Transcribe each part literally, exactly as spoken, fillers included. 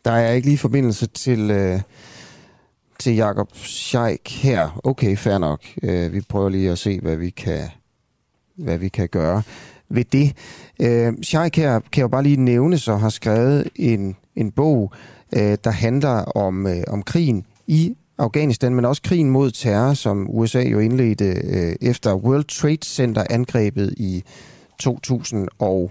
Der er ikke lige forbindelse til, øh, til Jakob Sheik her. Okay, fair nok. Øh, vi prøver lige at se, hvad vi kan, hvad vi kan gøre ved det. Øh, Sheik her kan jo bare lige nævne, så har skrevet en, en bog, øh, der handler om, øh, om krigen i Afghanistan, men også krigen mod terror, som U S A jo indledte øh, efter World Trade Center-angrebet i to tusind og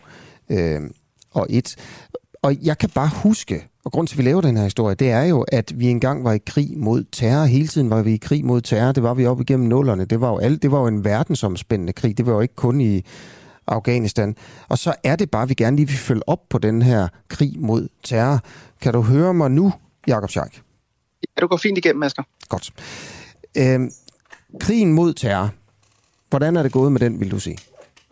et. Og jeg kan bare huske, og grund til, at vi laver den her historie, det er jo, at vi engang var i krig mod terror. Hele tiden var vi i krig mod terror. Det var vi op igennem nullerne. Det var jo, alt, det var jo en verdensomspændende krig. Det var jo ikke kun i Afghanistan. Og så er det bare, at vi gerne lige vil følge op på den her krig mod terror. Kan du høre mig nu, Jakob Sheik? Ja, du går fint igennem, Asger. Godt. Øhm, krigen mod terror. Hvordan er det gået med den, vil du sige?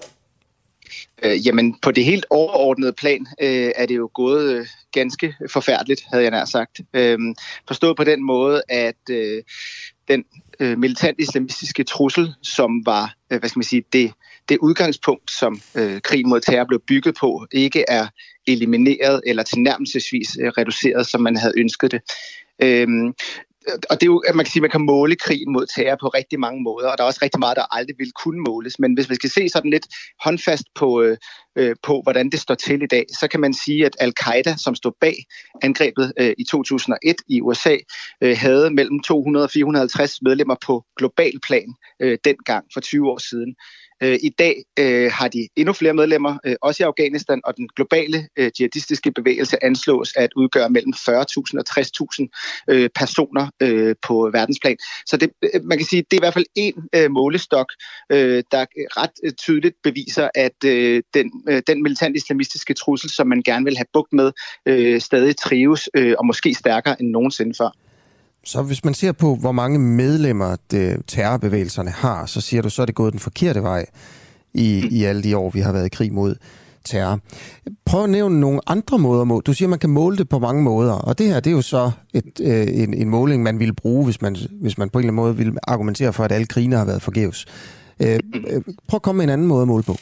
Øh, jamen, på det helt overordnede plan øh, er det jo gået øh, ganske forfærdeligt, havde jeg nær sagt. Øh, forstået på den måde, at øh, den øh, militant islamistiske trussel, som var, øh, hvad skal man sige, det, det udgangspunkt, som øh, krigen mod terror blev bygget på, ikke er elimineret eller tilnærmelsesvis øh, reduceret, som man havde ønsket det. Øh, Og det er jo, at man kan sige, at man kan måle krigen mod terror på rigtig mange måder, og der er også rigtig meget, der aldrig vil kunne måles. Men hvis man skal se sådan lidt håndfast på, øh, på hvordan det står til i dag, så kan man sige, at Al-Qaida, som stod bag angrebet øh, i to tusind og et i U S A, øh, havde mellem to hundrede og fire hundrede og halvtreds medlemmer på global plan øh, dengang for tyve år siden. I dag øh, har de endnu flere medlemmer, øh, også i Afghanistan, og den globale øh, jihadistiske bevægelse anslås at udgøre mellem fyrre tusind og tres tusind øh, personer øh, på verdensplan. Så det, man kan sige, det er i hvert fald en øh, målestok, øh, der ret øh, tydeligt beviser, at øh, den, øh, den militant islamistiske trussel, som man gerne vil have bugt med, øh, stadig trives øh, og måske stærkere end nogensinde før. Så hvis man ser på, hvor mange medlemmer det, terrorbevægelserne har, så siger du, så er det gået den forkerte vej i, i alle de år, vi har været i krig mod terror. Prøv at nævne nogle andre måder. Du siger, man kan måle det på mange måder, og det her, det er jo så et, øh, en, en måling, man ville bruge, hvis man, hvis man på en eller anden måde ville argumentere for, at alle krigene har været forgæves. Øh, prøv at komme med en anden måde at måle på.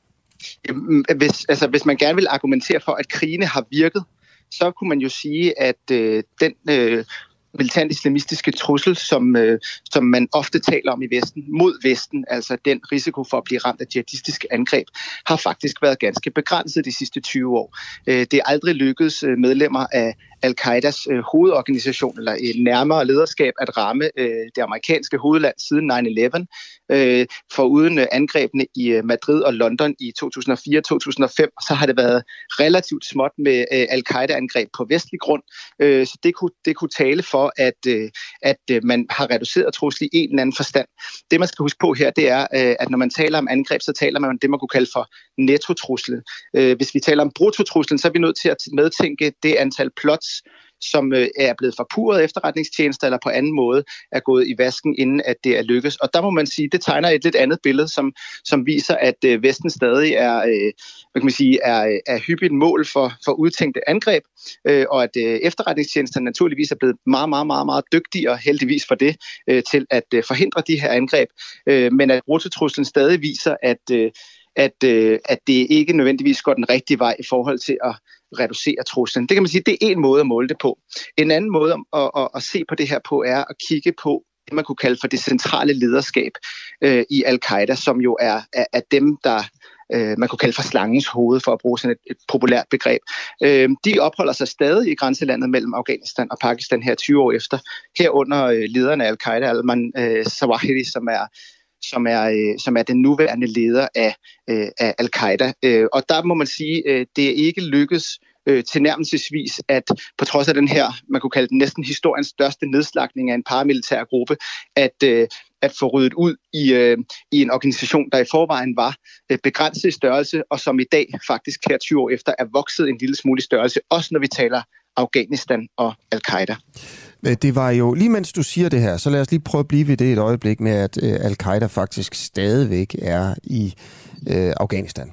Hvis, altså, hvis man gerne vil argumentere for, at krigene har virket, så kunne man jo sige, at øh, den... Øh, militant islamistiske trussel, som, øh, som man ofte taler om i Vesten, mod Vesten, altså den risiko for at blive ramt af jihadistiske angreb, har faktisk været ganske begrænset de sidste tyve år. Øh, det er aldrig lykkedes øh, medlemmer af Al-Qaidas øh, hovedorganisation, eller et nærmere lederskab, at ramme øh, det amerikanske hovedland siden nine eleven. Øh, foruden øh, angrebene i øh, Madrid og London i to tusind og fire til to tusind og fem, så har det været relativt småt med øh, Al-Qaida-angreb på vestlig grund. Øh, så det kunne, det kunne tale for, at, øh, at øh, man har reduceret trussel i en eller anden forstand. Det, man skal huske på her, det er, øh, at når man taler om angreb, så taler man om det, man kunne kalde for nettotruslen. Øh, hvis vi taler om bruttotruslen, så er vi nødt til at medtænke det antal plots, som øh, er blevet forpurret efterretningstjenester eller på anden måde er gået i vasken, inden at det er lykkes. Og der må man sige, det tegner et lidt andet billede, som, som viser, at øh, Vesten stadig er, øh, hvad kan man sige, er, er hyppigt mål for, for udtænkte angreb, øh, og at øh, efterretningstjenesterne naturligvis er blevet meget, meget, meget, meget dygtigere, heldigvis for det, øh, til at øh, forhindre de her angreb. Øh, men at bruttotruslen stadig viser, at, øh, at, øh, at det ikke nødvendigvis går den rigtige vej i forhold til at reducere truslen. Det kan man sige, det er en måde at måle det på. En anden måde at, at, at se på det her på er at kigge på det, man kunne kalde for det centrale lederskab øh, i Al-Qaida, som jo er, er, er dem, der øh, man kunne kalde for slangens hoved, for at bruge sådan et, et populært begreb. Øh, de opholder sig stadig i grænselandet mellem Afghanistan og Pakistan her tyve år efter. Herunder øh, lederne af Al-Qaida, Ayman øh, Zawahiri, som er Som er, øh, som er den nuværende leder af, øh, af Al-Qaida. Øh, og der må man sige, øh, det er ikke lykkes øh, tilnærmelsesvis, at på trods af den her, man kunne kalde den næsten historiens største nedslagning af en paramilitær gruppe, at, øh, at få ryddet ud i, øh, i en organisation, der i forvejen var øh, begrænset i størrelse, og som i dag faktisk her tyve år efter er vokset en lille smule i størrelse, også når vi taler Afghanistan og Al-Qaida. Det var jo, lige mens du siger det her, så lad os lige prøve at blive ved det et øjeblik med, at øh, Al-Qaida faktisk stadigvæk er i øh, Afghanistan.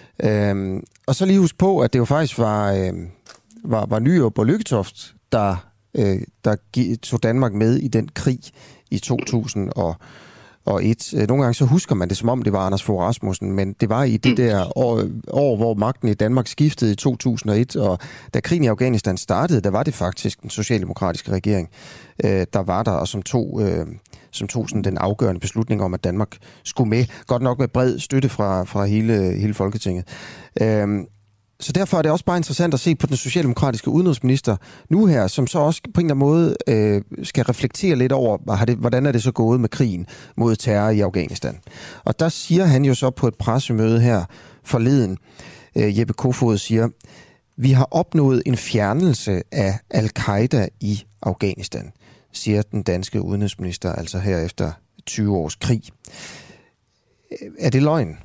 Øhm, og så lige husk på, at det jo faktisk var, øh, var, var Nyrup og Lykketoft, der, øh, der tog Danmark med i den krig i to tusind og et. Nogle gange så husker man det, som om det var Anders Fogh Rasmussen, men det var i det der år, år, hvor magten i Danmark skiftede i to tusind og et, og da krigen i Afghanistan startede, der var det faktisk den socialdemokratiske regering, øh, der var der, og som tog, øh, som tog sådan den afgørende beslutning om, at Danmark skulle med, godt nok med bred støtte fra, fra hele, hele Folketinget. Øh, Så derfor er det også bare interessant at se på den socialdemokratiske udenrigsminister nu her, som så også på en eller anden måde øh, skal reflektere lidt over, har det, hvordan er det så gået med krigen mod terror i Afghanistan. Og der siger han jo så på et pressemøde her forleden, øh, Jeppe Kofod siger, vi har opnået en fjernelse af al-Qaida i Afghanistan, siger den danske udenrigsminister, altså her efter tyve års krig. Er det løgn?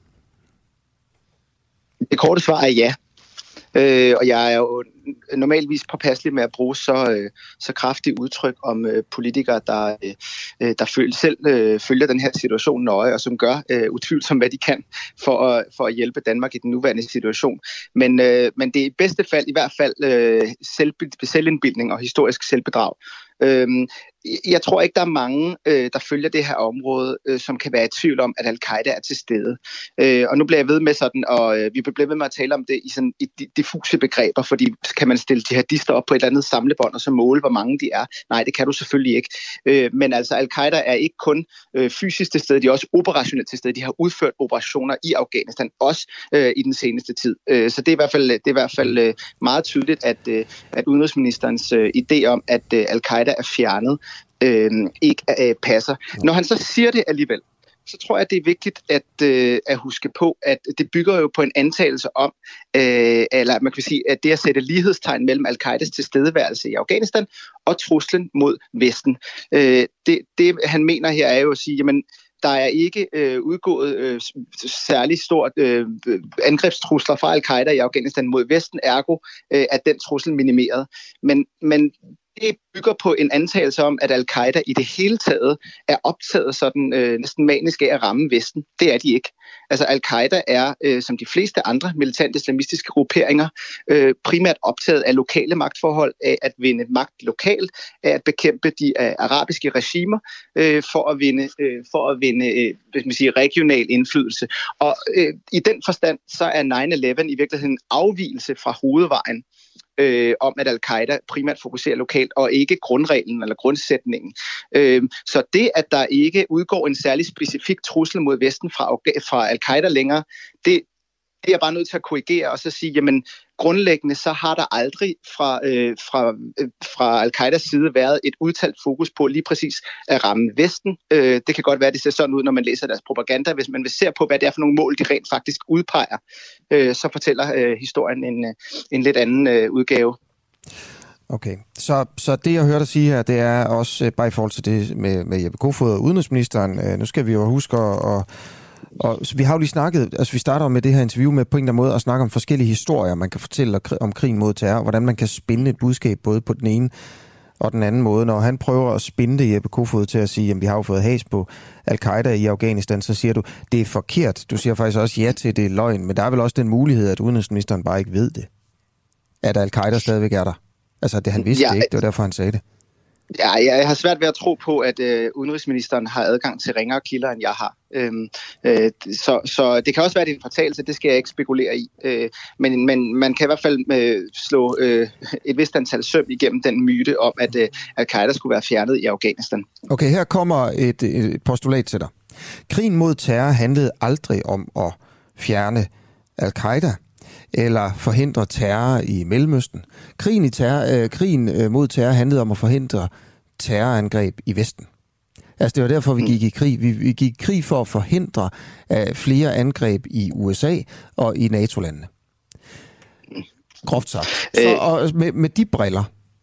Det korte svar er ja. Øh, og jeg er jo normalvis påpasselig med at bruge så, øh, så kraftige udtryk om øh, politikere, der, øh, der føl, selv øh, følger den her situation nøje, og som gør øh, utvivlsomt, hvad de kan for at, for at hjælpe Danmark i den nuværende situation. Men, øh, men det er i bedste fald i hvert fald øh, selv, selvindbildning og historisk selvbedrag. Øhm, jeg tror ikke, der er mange, øh, der følger det her område, øh, som kan være i tvivl om, at al-Qaida er til stede. Øh, og nu bliver jeg ved med sådan, og øh, vi bliver ved med at tale om det i sådan i diffuse begreber, fordi kan man stille jihadister op på et eller andet samlebånd og så måle, hvor mange de er? Nej, det kan du selvfølgelig ikke. Øh, men altså, al-Qaida er ikke kun øh, fysisk til stede, de er også operationelt til stede. De har udført operationer i Afghanistan, også øh, i den seneste tid. Øh, så det er i hvert fald, det er i hvert fald øh, meget tydeligt, at, øh, at udenrigsministerens øh, idé om, at øh, al-Qaida er fjernet, øh, ikke øh, passer. Når han så siger det alligevel, så tror jeg, det er vigtigt at, øh, at huske på, at det bygger jo på en antagelse om, øh, eller man kan sige, at det at sætte lighedstegn mellem al-Qaidas tilstedeværelse i Afghanistan og truslen mod Vesten. Øh, det, det, han mener her, er jo at sige, jamen, der er ikke øh, udgået øh, særlig stort øh, angrebstrusler fra al-Qaida i Afghanistan mod Vesten, ergo øh, er den trussel minimeret. Men, men det bygger på en antagelse om, at al-Qaida i det hele taget er optaget sådan øh, næsten manisk af at ramme Vesten. Det er de ikke. Altså al-Qaida er, øh, som de fleste andre militant islamistiske grupperinger, øh, primært optaget af lokale magtforhold, af at vinde magt lokalt, af at bekæmpe de øh, arabiske regimer, øh, for at vinde, øh, for at vinde øh, hvad skal man sige, regional indflydelse. Og øh, i den forstand, så er nine eleven i virkeligheden en afvigelse fra hovedvejen, Øh, om at al-Qaida primært fokuserer lokalt, og ikke grundreglen eller grundsætningen. Øh, så det, at der ikke udgår en særlig specifik trussel mod Vesten fra, fra al-Qaida længere, det, det er jeg bare nødt til at korrigere og så sige, jamen grundlæggende så har der aldrig fra, øh, fra, øh, fra al-Qaidas side været et udtalt fokus på lige præcis at ramme Vesten. Øh, det kan godt være, at det ser sådan ud, når man læser deres propaganda. Hvis man vil se på, hvad det er for nogle mål, de rent faktisk udpeger, øh, så fortæller øh, historien en, en lidt anden øh, udgave. Okay, så, så det jeg hørte dig sige her, det er også bare i forhold til det med, med Jeppe Kofod og udenrigsministeren. Øh, nu skal vi jo huske at... Og vi har jo lige snakket, altså vi starter med det her interview med på en eller anden måde at snakke om forskellige historier, man kan fortælle om krigen mod terror, hvordan man kan spinde et budskab både på den ene og den anden måde. Når han prøver at spinde det, Jeppe Kofod, til at sige, at vi har jo fået has på al-Qaida i Afghanistan, så siger du, det er forkert. Du siger faktisk også ja til, det er løgn, men der er vel også den mulighed, at udenrigsministeren bare ikke ved det. At al-Qaida stadigvæk er der. Altså, det han vidste ja, det ikke, det var derfor, han sagde det. Ja, jeg har svært ved at tro på, at øh, udenrigsministeren har adgang til ringere kilder, end jeg har. Øhm, øh, så, så det kan også være, at det er en fortalelse, det skal jeg ikke spekulere i. Øh, men, men man kan i hvert fald øh, slå øh, et vist antal søm igennem den myte om, at øh, al-Qaida skulle være fjernet i Afghanistan. Okay, her kommer et, et postulat til dig. Krigen mod terror handlede aldrig om at fjerne al-Qaida eller forhindre terror i Mellemøsten. Krigen, i terror, øh, krigen mod terror handlede om at forhindre terrorangreb i Vesten. Altså det var derfor, vi gik i krig. Vi, vi gik i krig for at forhindre øh, flere angreb i U S A og i NATO-landene. Groft sagt. Så, og med, med de briller,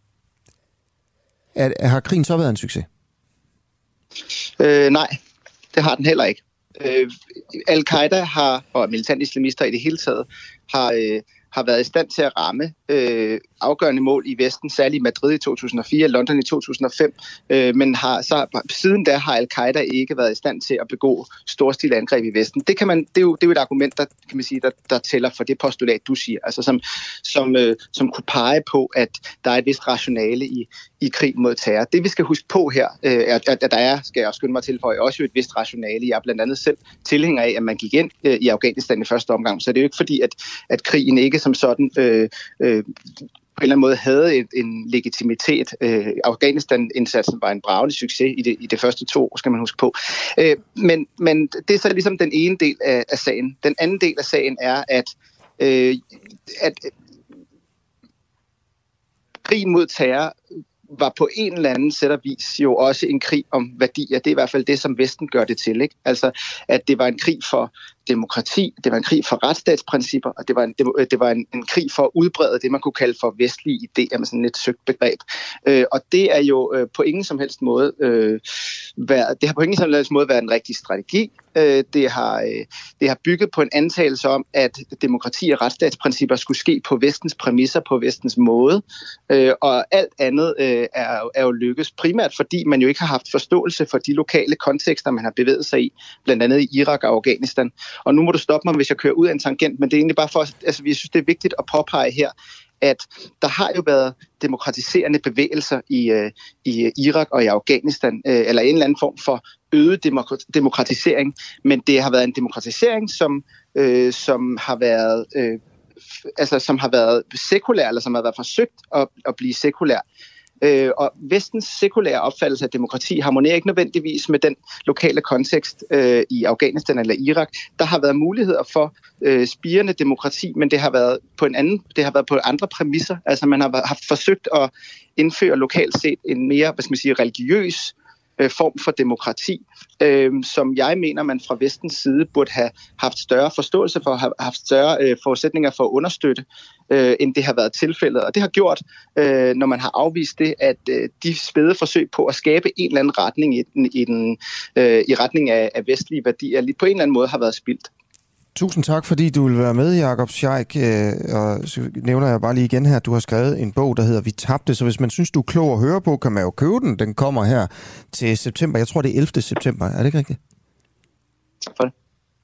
er, har krigen så været en succes? Øh, nej, det har den heller ikke. Øh, al-Qaida har, og militant islamister i det hele taget, har, øh, har været i stand til at ramme øh, afgørende mål i Vesten, særligt i Madrid i to tusind og fire, London i to tusind og fem, øh, men har, så, siden da har al-Qaida ikke været i stand til at begå storstilede angreb i Vesten. Det, kan man, det, er jo, det er jo et argument, der, kan man sige, der, der tæller for det postulat, du siger, altså som, som, øh, som kunne pege på, at der er et vist rationale i, i krig mod terror. Det vi skal huske på her, øh, er, at der er, skal jeg også skynde mig til, for også jo et vist rationale. Jeg er blandt andet selv tilhænger af, at man gik ind øh, i Afghanistan i første omgang, så det er jo ikke fordi, at, at krigen ikke som sådan øh, øh, på en eller anden måde havde en, en legitimitet. Øh, Afghanistan-indsatsen var en bragende succes i, det, i det første to år, skal man huske på. Øh, men, men det er så ligesom den ene del af, af sagen. Den anden del af sagen er, at, øh, at krigen mod terror var på en eller anden sæt og vis jo også en krig om værdier. Det er i hvert fald det, som Vesten gør det til, ikke? Altså, at det var en krig for demokrati, det var en krig for retsstatsprincipper, og det var en, det var en, en krig for at udbrede det, man kunne kalde for vestlige idéer med sådan et søgt begreb. Øh, og det er jo øh, på ingen som helst måde øh, været, det har på ingen som helst måde været en rigtig strategi. Øh, det, har, øh, det har bygget på en antagelse om, at demokrati og retsstatsprincipper skulle ske på vestens præmisser, på vestens måde, øh, og alt andet øh, er, er jo lykkes primært, fordi man jo ikke har haft forståelse for de lokale kontekster, man har bevæget sig i, blandt andet i Irak og Afghanistan. Og nu må du stoppe mig, hvis jeg kører ud af en tangent, men det er egentlig bare for, altså vi synes, det er vigtigt at påpege her, at der har jo været demokratiserende bevægelser i, øh, i Irak og i Afghanistan, øh, eller en eller anden form for øget demok- demokratisering, men det har været en demokratisering, som, øh, som har været... Øh, altså som har været sekulær, eller som har været forsøgt at, at blive sekulær. Øh, og vestens sekulære opfattelse af demokrati harmonerer ikke nødvendigvis med den lokale kontekst øh, i Afghanistan eller Irak. Der har været muligheder for øh, spirende demokrati, men det har været på en anden, det har været på andre præmisser. Altså man har haft forsøgt at indføre lokalt set en mere, hvad skal man sige, religiøs øh, form for demokrati, øh, som jeg mener, man fra vestens side burde have haft større forståelse for, have haft større øh, forudsætninger for at understøtte, øh, end det har været tilfældet. Og det har gjort, øh, når man har afvist det, at øh, de spæde forsøg på at skabe en eller anden retning i, den, i, den, øh, i retning af, af vestlige værdier, på en eller anden måde har været spildt. Tusind tak, fordi du vil være med, Jakob Sheik. Og så nævner jeg bare lige igen her, at du har skrevet en bog, der hedder Vi tabte. Så hvis man synes, du er klog at høre på, kan man jo købe den. Den kommer her til september. Jeg tror, det er ellevte september. Er det ikke rigtigt? Tak for det.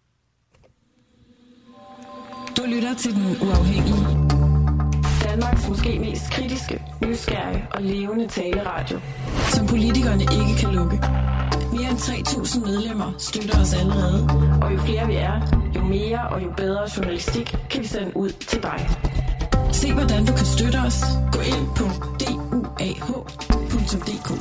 Du lytter til Den Uafhængige. Danmarks måske mest kritiske, nysgerrige og levende taleradio, som politikerne ikke kan lukke. Mere end tre tusind medlemmer støtter os allerede, og jo flere vi er, jo mere og jo bedre journalistik kan vi sende ud til dig. Se hvordan du kan støtte os. Gå ind på d u a h punktum d k.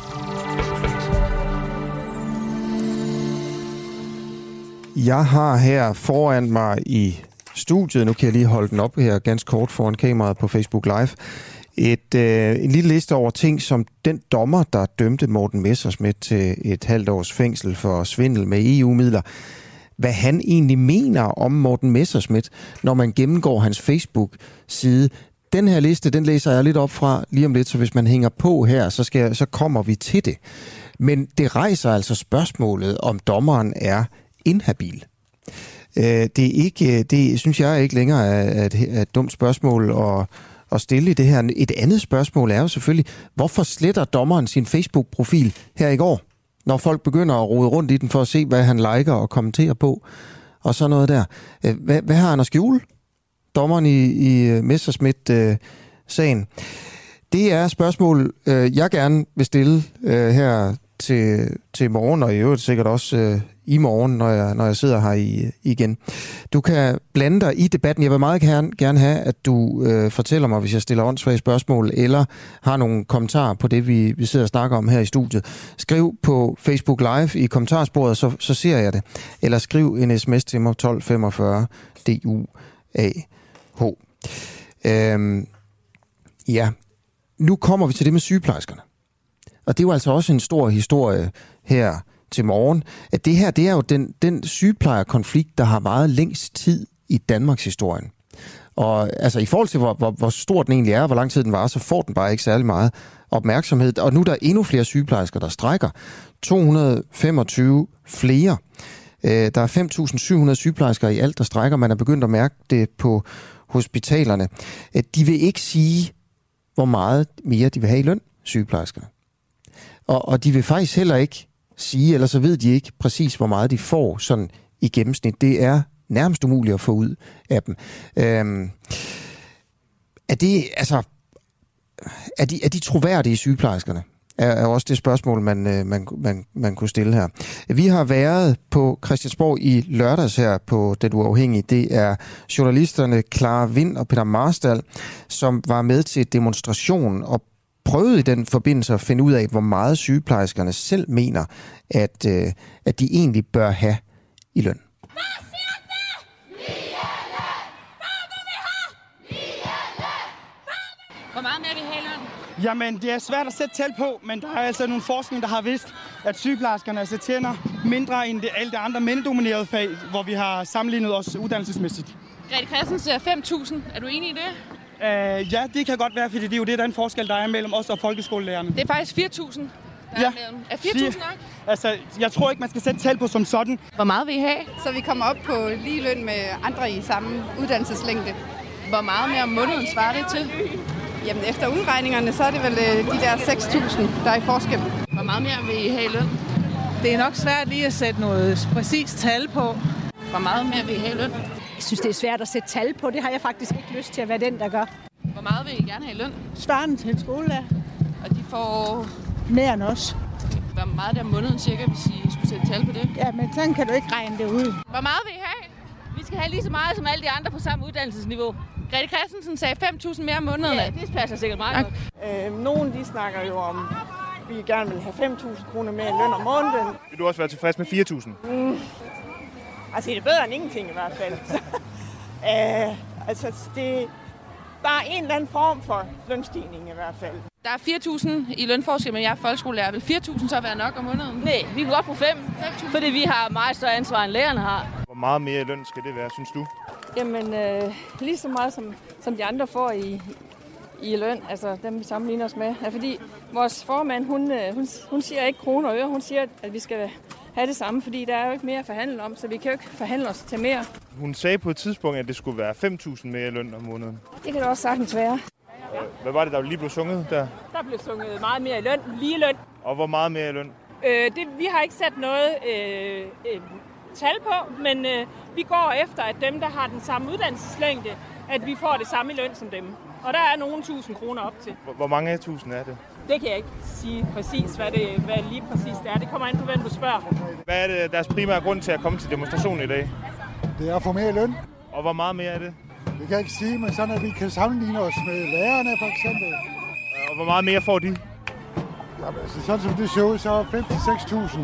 Jeg har her foran mig i studiet, nu kan jeg lige holde den op her ganske kort foran kameraet på Facebook Live, Et, øh, en lille liste over ting, som den dommer, der dømte Morten Messerschmidt til et halvt års fængsel for svindel med E U-midler, hvad han egentlig mener om Morten Messerschmidt, når man gennemgår hans Facebook-side. Den her liste, den læser jeg lidt op fra lige om lidt, så hvis man hænger på her, så, skal, så kommer vi til det. Men det rejser altså spørgsmålet, om dommeren er inhabil. Det er ikke, det synes jeg ikke længere er et, et dumt spørgsmål at, at stille i det her. Et andet spørgsmål er jo selvfølgelig, hvorfor sletter dommeren sin Facebook-profil her i går, når folk begynder at rode rundt i den for at se, hvad han liker og kommenterer på, og sådan noget der. Hvad, hvad har han at skjule? Dommeren i, i Messerschmidt-sagen. Det er spørgsmål, jeg gerne vil stille her til, til morgen, og i øvrigt sikkert også øh, i morgen, når jeg, når jeg sidder her i, igen. Du kan blande dig i debatten. Jeg vil meget gerne, gerne have, at du øh, fortæller mig, hvis jeg stiller åndssvage spørgsmål, eller har nogle kommentarer på det, vi, vi sidder og snakker om her i studiet. Skriv på Facebook Live i kommentarsporet, så, så ser jeg det. Eller skriv en sms til mig tolv femogfyrre D U A H. Øhm, ja, nu kommer vi til det med sygeplejerskerne. Og det er jo altså også en stor historie her til morgen, at det her, det er jo den, den sygeplejerkonflikt, der har varet længst tid i Danmarks historien. Og altså i forhold til, hvor, hvor, hvor stort den egentlig er, og hvor lang tid den var, så får den bare ikke særlig meget opmærksomhed. Og nu er der endnu flere sygeplejersker, der strejker. to hundrede og femogtyve flere. Der er fem tusind syv hundrede sygeplejersker i alt, der strejker. Man er begyndt at mærke det på hospitalerne. De vil ikke sige, hvor meget mere de vil have i løn, sygeplejerskerne. Og, og de vil faktisk heller ikke sige, eller så ved de ikke præcis, hvor meget de får sådan i gennemsnit. Det er nærmest umuligt at få ud af dem. Øhm, er det, altså, er, de, er de troværdige, sygeplejerskerne? Er, er også det spørgsmål, man, man, man, man kunne stille her. Vi har været på Christiansborg i lørdags her på Den Uafhængige. Det er journalisterne Clara Vind og Peter Marstal, som var med til demonstration og prøvede i den forbindelse at finde ud af, hvor meget sygeplejerskerne selv mener, at, øh, at de egentlig bør have i løn. Hvor meget mere vil I have i løn? Jamen, det er svært at sætte tal på, men der er altså nogle forskning, der har vist, at sygeplejerskerne altså tjener mindre end det, alle de andre mændedominerede fag, hvor vi har sammenlignet os uddannelsesmæssigt. Grete Christensen siger fem tusind. Er du enig i det? Uh, ja, det kan godt være, fordi det er jo det, der er en forskel, der er mellem os og folkeskolelærerne. Det er faktisk fire tusind. Ja. Er fire tusind nok? Altså, jeg tror ikke, man skal sætte tal på som sådan. Hvor meget vil I have? Så vi kommer op på lige løn med andre i samme uddannelseslængde. Hvor meget mere om måneden svarer det til? Jamen, efter udregningerne, så er det vel de der seks tusind, der er i forskel. Hvor meget mere vil I have i løn? Det er nok svært lige at sætte noget præcist tal på. Hvor meget mere vil I have i løn? Jeg synes, det er svært at sætte tal på. Det har jeg faktisk ikke lyst til at være den, der gør. Hvor meget vil I gerne have i løn? Svarende til en skolelærer. Og de får... Mere end os. Hvor meget der om måneden cirka, hvis I skulle sætte tal på det? Ja, men sådan kan du ikke regne det ud. Hvor meget vil I have? Vi skal have lige så meget som alle de andre på samme uddannelsesniveau. Grete Christensen sagde fem tusind mere om måneden. Ja, det passer sikkert meget godt. Øh, nogen de snakker jo om, at vi gerne vil have fem tusind kroner mere i løn om måneden. Vil du også være tilfreds med fire tusind? Mm. Altså, det er bedre end ingenting i hvert fald. øh, altså, det der er en eller anden form for lønstigning i hvert fald. Der er fire tusind i lønforskel, men jeg er folkeskolelærer. Vil fire tusind så være nok om måneden? Nej, vi kan godt få fem, fordi vi har meget større ansvar, end lærerne har. Hvor meget mere i løn skal det være, synes du? Jamen, øh, lige så meget, som, som de andre får i, i løn, altså dem vi sammenligner os med. Ja, fordi vores formand, hun, hun, hun siger ikke kroner og øre, hun siger, at vi skal have det samme, fordi der er jo ikke mere at forhandle om, så vi kan jo ikke forhandle os til mere. Hun sagde på et tidspunkt, at det skulle være fem tusind mere i løn om måneden. Det kan det også sagtens være. Hvad var det, der lige blev sunget der? Der blev sunget meget mere i løn, lige løn. Og hvor meget mere i løn? Øh, det, vi har ikke sat noget øh, øh, tal på, men øh, vi går efter, at dem, der har den samme uddannelseslængde, at vi får det samme i løn som dem. Og der er nogle tusind kroner op til. Hvor, hvor mange tusind er det? Det kan jeg ikke sige præcis, hvad det hvad lige præcis det er. Det kommer an på, hvem du spørger. Hvad er det deres primære grund til at komme til demonstrationen i dag? Det er at få mere løn. Og hvor meget mere er det? Det kan jeg ikke sige, men sådan at vi kan sammenligne os med lærerne for eksempel. Og hvor meget mere får de? Jamen, altså, sådan som det ser ud, så er fem til seks tusind.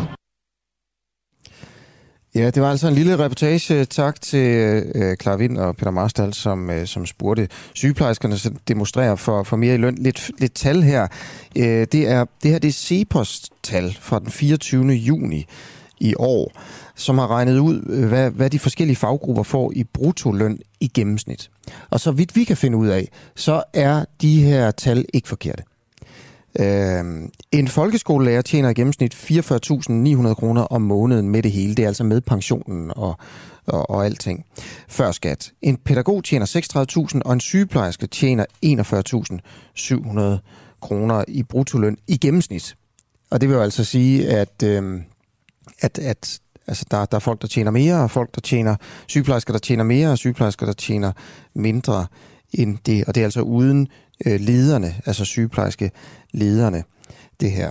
Ja, det var altså en lille reportage. Tak til øh, Clara Vind og Peter Marstal, som, øh, som spurgte sygeplejerskerne, som demonstrerer for, for mere i løn. Lidt, lidt tal her. Øh, det, er, det her det er CEPOS-tal fra den fireogtyvende juni i år, som har regnet ud, hvad, hvad de forskellige faggrupper får i bruttoløn i gennemsnit. Og så vidt vi kan finde ud af, så er de her tal ikke forkerte. Øh, en folkeskolelærer tjener i gennemsnit fireogfyrre tusind ni hundrede kroner om måneden med det hele. Det er altså med pensionen og, og, og alting. Før skat. En pædagog tjener seksogtredive tusind, og en sygeplejerske tjener enogfyrre tusind syv hundrede kroner i bruttoløn i gennemsnit. Og det vil jo altså sige, at, øh, at, at altså der, der er folk, der tjener mere, og folk, der tjener sygeplejersker, der tjener mere, og sygeplejersker, der tjener mindre end det. Og det er altså uden øh, lederne, altså sygeplejerske lederne, det her.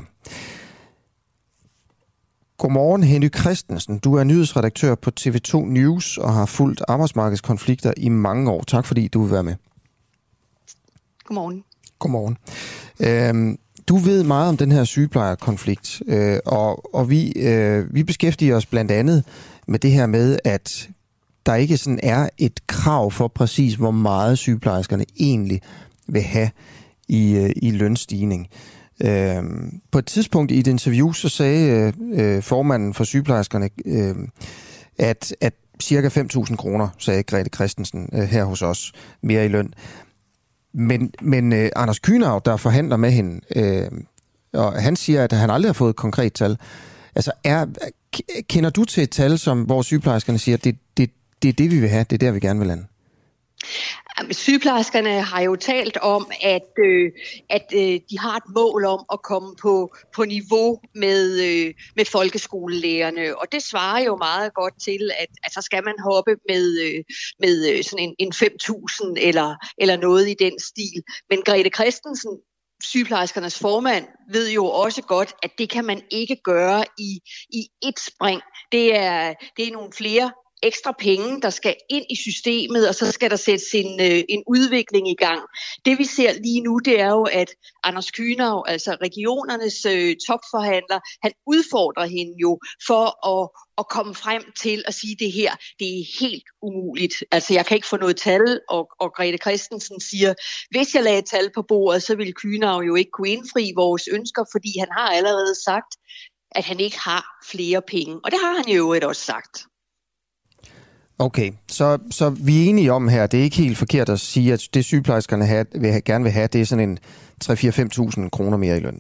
Godmorgen, Henny Christensen. Du er nyhedsredaktør på T V to News og har fulgt arbejdsmarkedskonflikter i mange år. Tak fordi du vil være med. Godmorgen. Godmorgen. Øhm, du ved meget om den her sygeplejerkonflikt, øh, og, og vi, øh, vi beskæftiger os blandt andet med det her med, at der ikke sådan er et krav for præcis, hvor meget sygeplejerskerne egentlig vil have i, øh, i lønstigning. Øh, på et tidspunkt i et interview, så sagde øh, formanden for sygeplejerskerne, øh, at, at cirka fem tusind kroner, sagde Grete Christensen øh, her hos os, mere i løn. Men, men øh, Anders Kühnau, der forhandler med hende, øh, og han siger, at han aldrig har fået et konkret tal. Altså, er, kender du til et tal, som, hvor sygeplejerskerne siger, at det, det, det er det, vi vil have, det er der, vi gerne vil lande? Sygeplejerskerne har jo talt om, at, øh, at øh, de har et mål om at komme på, på niveau med, øh, med folkeskolelærerne, og det svarer jo meget godt til, at, at så skal man hoppe med, øh, med sådan en, en fem tusind eller, eller noget i den stil. Men Grete Christensen sygeplejerskernes formand ved jo også godt, at det kan man ikke gøre i, i et spring. Det er, det er nogle flere ekstra penge, der skal ind i systemet, og så skal der sættes en, øh, en udvikling i gang. Det vi ser lige nu, det er jo, at Anders Kühnau, altså regionernes øh, topforhandler, han udfordrer hende jo for at, at komme frem til at sige, det her, det er helt umuligt. Altså jeg kan ikke få noget tal, og, og Grete Christensen siger, hvis jeg lagde et tal på bordet, så ville Kühnau jo ikke kunne indfri vores ønsker, fordi han har allerede sagt, at han ikke har flere penge. Og det har han jo også sagt. Okay, så, så vi er enige om her, det er ikke helt forkert at sige, at det sygeplejerskerne have, vil, gerne vil have, det er sådan en tre fire fem tusind kroner mere i løn.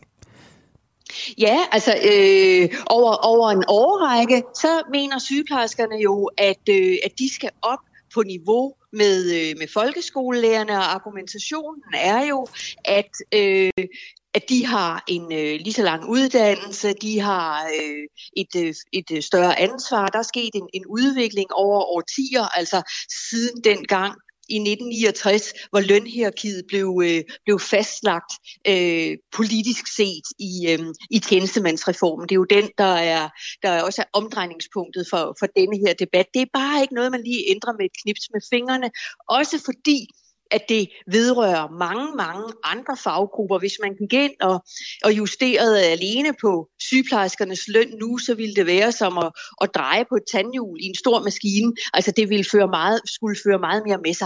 Ja, altså øh, over, over en årrække, så mener sygeplejerskerne jo, at, øh, at de skal op på niveau med, øh, med folkeskolelærerne, og argumentationen er jo, at øh, at de har en øh, lige så lang uddannelse, de har øh, et, øh, et større ansvar. Der er sket en, en udvikling over årtier, altså siden den gang i nitten niogtres, hvor lønhierarkiet blev, øh, blev fastlagt øh, politisk set i, øh, i tjenestemandsreformen. Det er jo den, der er, der er også er omdrejningspunktet for, for denne her debat. Det er bare ikke noget, man lige ændrer med et knips med fingrene, også fordi at det vedrører mange, mange andre faggrupper. Hvis man gik ind og, og justerede alene på sygeplejerskernes løn nu, så ville det være som at, at dreje på et tandhjul i en stor maskine. Altså det ville føre meget, skulle føre meget mere med sig.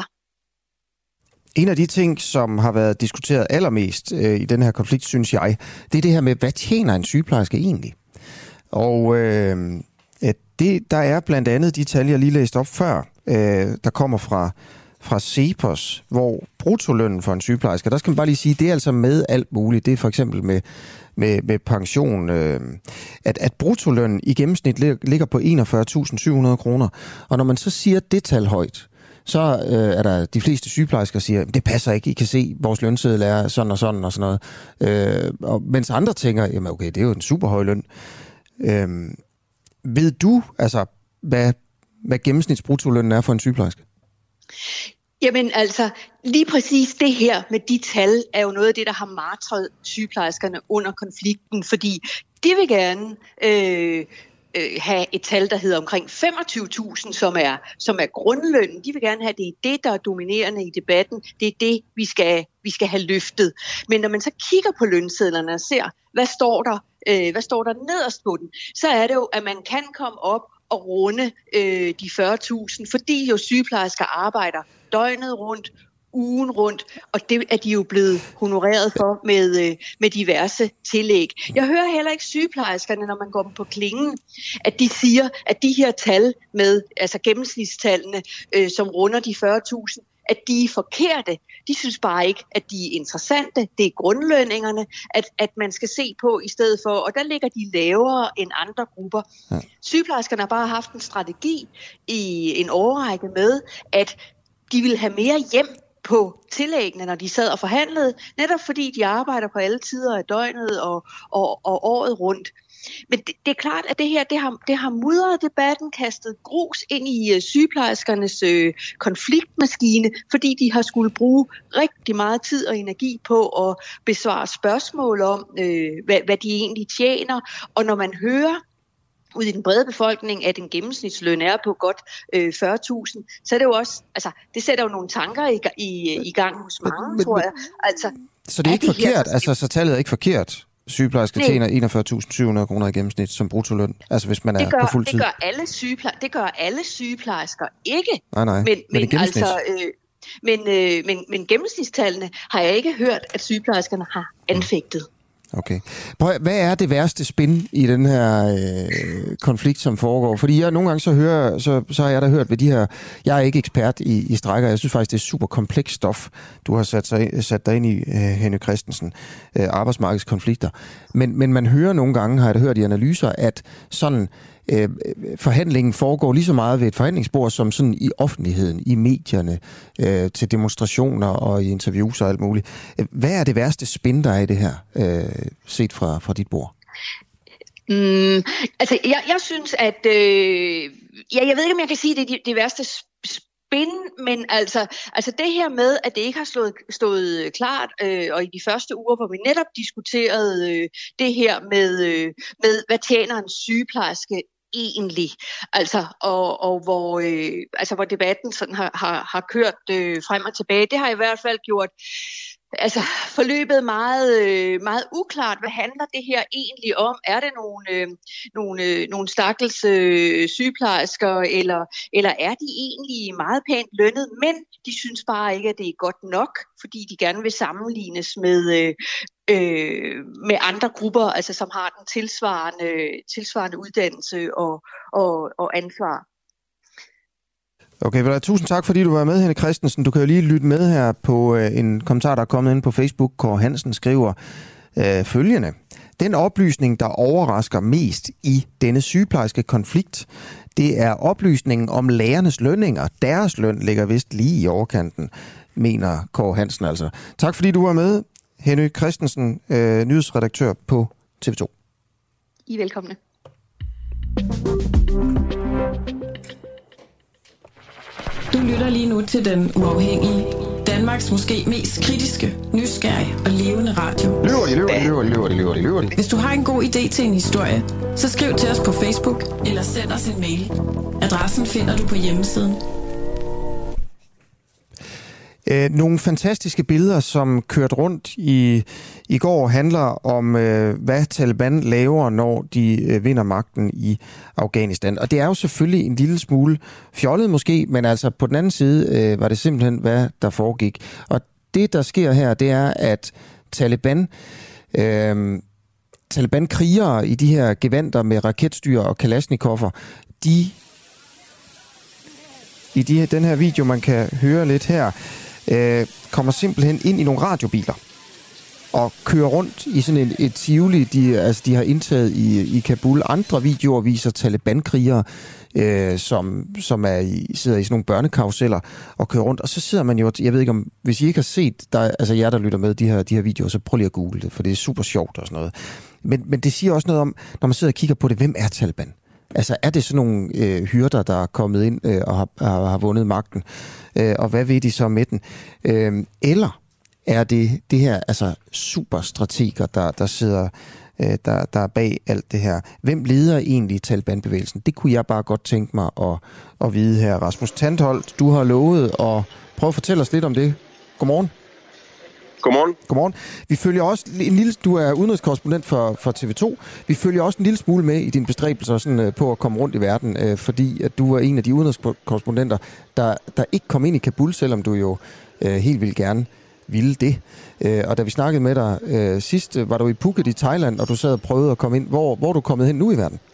En af de ting, som har været diskuteret allermest øh, i den her konflikt, synes jeg, det er det her med, hvad tjener en sygeplejerske egentlig? Og øh, det, der er blandt andet de tal, jeg lige læste op før, øh, der kommer fra fra CEPOS, hvor bruttolønnen for en sygeplejerske, der skal man bare lige sige, det er altså med alt muligt. Det er for eksempel med, med, med pension, øh, at, at bruttolønnen i gennemsnit ligger på enogfyrre tusind syv hundrede kroner. Og når man så siger det tal højt, så øh, er der de fleste sygeplejersker, der siger, det passer ikke, I kan se, vores lønseddel er sådan og sådan og sådan noget. Øh, og mens andre tænker, jamen okay, det er jo en super høj løn. Øh, ved du, altså, hvad, hvad gennemsnitsbruttolønnen er for en sygeplejerske? Jamen altså, lige præcis det her med de tal er jo noget af det, der har martret sygeplejerskerne under konflikten, fordi de vil gerne øh, øh, have et tal, der hedder omkring femogtyve tusind, som er, som er grundlønnen. De vil gerne have, det er det, der er dominerende i debatten. Det er det, vi skal, vi skal have løftet. Men når man så kigger på lønsedlerne og ser, hvad står der, øh, hvad står der nederst på den, så er det jo, at man kan komme op og runde øh, de fyrre tusind, fordi jo sygeplejersker arbejder døgnet rundt, ugen rundt, og det er de jo blevet honoreret for med, øh, med diverse tillæg. Jeg hører heller ikke sygeplejerskerne, når man går dem på klingen, at de siger, at de her tal med, altså gennemsnitstallene, øh, som runder de fyrre tusind, at de er forkerte. De synes bare ikke, at de er interessante. Det er grundlønningerne, at, at man skal se på i stedet for, og der ligger de lavere end andre grupper. Ja. Sygeplejerskerne har bare haft en strategi i en årrække med, at de vil have mere hjem på tillæggene, når de sad og forhandlede, netop fordi de arbejder på alle tider af døgnet og, og, og året rundt. Men det, det er klart, at det her det har, det har mudret debatten, kastet grus ind i uh, sygeplejerskernes øh, konfliktmaskine, fordi de har skulle bruge rigtig meget tid og energi på at besvare spørgsmål om, øh, hvad, hvad de egentlig tjener. Og når man hører ud i den brede befolkning, at en gennemsnitsløn er på godt øh, fyrre tusind, så er det jo også, altså, det sætter jo nogle tanker i, i, i gang hos mange, men, tror jeg. Altså, så det er ikke er forkert, her, altså så tallet er ikke forkert? Sygeplejersker tjener enogfyrre tusind syv hundrede kroner i gennemsnit som bruttoløn, altså hvis man er gør, på fuld tid. Det gør alle sygeplejersker, det gør alle sygeplejersker ikke. Nej, nej, men, men, men altså, øh, men, øh, men, men gennemsnitstallene har jeg ikke hørt, at sygeplejerskerne har anfægtet. Okay. Prøv, hvad er det værste spin i den her øh, konflikt, som foregår? Fordi jeg nogle gange så hører, så, så har jeg da hørt ved de her, jeg er ikke ekspert i, i strækker, jeg synes faktisk, det er super komplekst stof, du har sat, sig, sat dig ind i, øh, Henny Christensen, øh, arbejdsmarkedskonflikter. Men, men man hører nogle gange, har jeg da hørt i analyser, at sådan øh, forhandlingen foregår lige så meget ved et forhandlingsbord, som sådan i offentligheden, i medierne, øh, til demonstrationer og i interviews og alt muligt. Hvad er det værste spin, der er i det her, øh, set fra, fra dit bord? Mm, altså, jeg, jeg synes, at... Øh, ja, jeg ved ikke, om jeg kan sige, at det er det værste spin, men altså, altså det her med, at det ikke har stået, stået klart, øh, og i de første uger, hvor vi netop diskuterede øh, det her med, øh, med, hvad tjener en sygeplejerske egentlig, altså, og, og hvor, øh, altså, hvor debatten sådan har, har, har kørt øh, frem og tilbage, det har i hvert fald gjort altså, forløbet meget, øh, meget uklart. Hvad handler det her egentlig om? Er det nogle, øh, nogle, øh, nogle stakkels øh, sygeplejersker, eller, eller er de egentlig meget pænt lønnet, men de synes bare ikke, at det er godt nok, fordi de gerne vil sammenlignes med, øh, øh, med andre grupper, altså, som har den tilsvarende, tilsvarende uddannelse og, og, og ansvar. Okay, vel, tusind tak, fordi du var med, Henrik Christensen. Du kan jo lige lytte med her på øh, en kommentar, der er kommet ind på Facebook. Kåre Hansen skriver øh, følgende. Den oplysning, der overrasker mest i denne sygeplejerske konflikt, det er oplysningen om lærernes lønninger. Deres løn ligger vist lige i overkanten, mener Kåre Hansen altså. Tak fordi du var med, Henrik Christensen, øh, nyhedsredaktør på T V to. I er velkomne. Du lytter lige nu til Den Uafhængige. Danmarks måske mest kritiske, nysgerrige og levende radio. Løver de, løver de, løver de, løver de, løver de, løver de. Hvis du har en god idé til en historie, så skriv til os på Facebook eller send os en mail. Adressen finder du på hjemmesiden. Øh, nogle fantastiske billeder, som kørte rundt i, i går, handler om, øh, hvad Taliban laver, når de øh, vinder magten i Afghanistan. Og det er jo selvfølgelig en lille smule fjollet måske, men altså på den anden side øh, var det simpelthen, hvad der foregik. Og det, der sker her, det er, at Taliban... Øh, Taliban-krigere i de her gevanter med raketstyr og kalasjnikover, de... I de, den her video, man kan høre lidt her, øh, kommer simpelthen ind i nogle radiobiler og kører rundt i sådan et, et tivoli, de, altså de har indtaget i, i Kabul. Andre videoer viser Taliban-krigere, øh, som, som er i, sidder i sådan nogle børnekaruseller og kører rundt. Og så sidder man jo, jeg ved ikke om, hvis I ikke har set, der, altså jer, der lytter med de her, de her videoer, så prøv lige at google det, for det er super sjovt og sådan noget. Men, men det siger også noget om, når man sidder og kigger på det, hvem er Taliban? Altså, er det sådan nogle øh, hyrder, der er kommet ind øh, og har, har, har vundet magten? Øh, og hvad ved de så med den? Øh, eller er det det her altså superstrateger, der, der sidder øh, der, der er bag alt det her? Hvem leder egentlig Taliban-bevægelsen? Det kunne jeg bare godt tænke mig at, at vide her. Rasmus Tandholt, du har lovet at prøve at fortælle os lidt om det. Godmorgen. Godmorgen. Godmorgen. Vi følger også en lille, du er udenrigskorrespondent for, for T V to. Vi følger også en lille smule med i dine bestræbelser sådan, på at komme rundt i verden, øh, fordi at du var en af de udenrigskorrespondenter, der, der ikke kom ind i Kabul, selvom du jo øh, helt vildt gerne ville det. Øh, og da vi snakkede med dig øh, sidst, var du i Phuket i Thailand, og du sad og prøvede at komme ind. Hvor, hvor er du kommet hen nu i verden?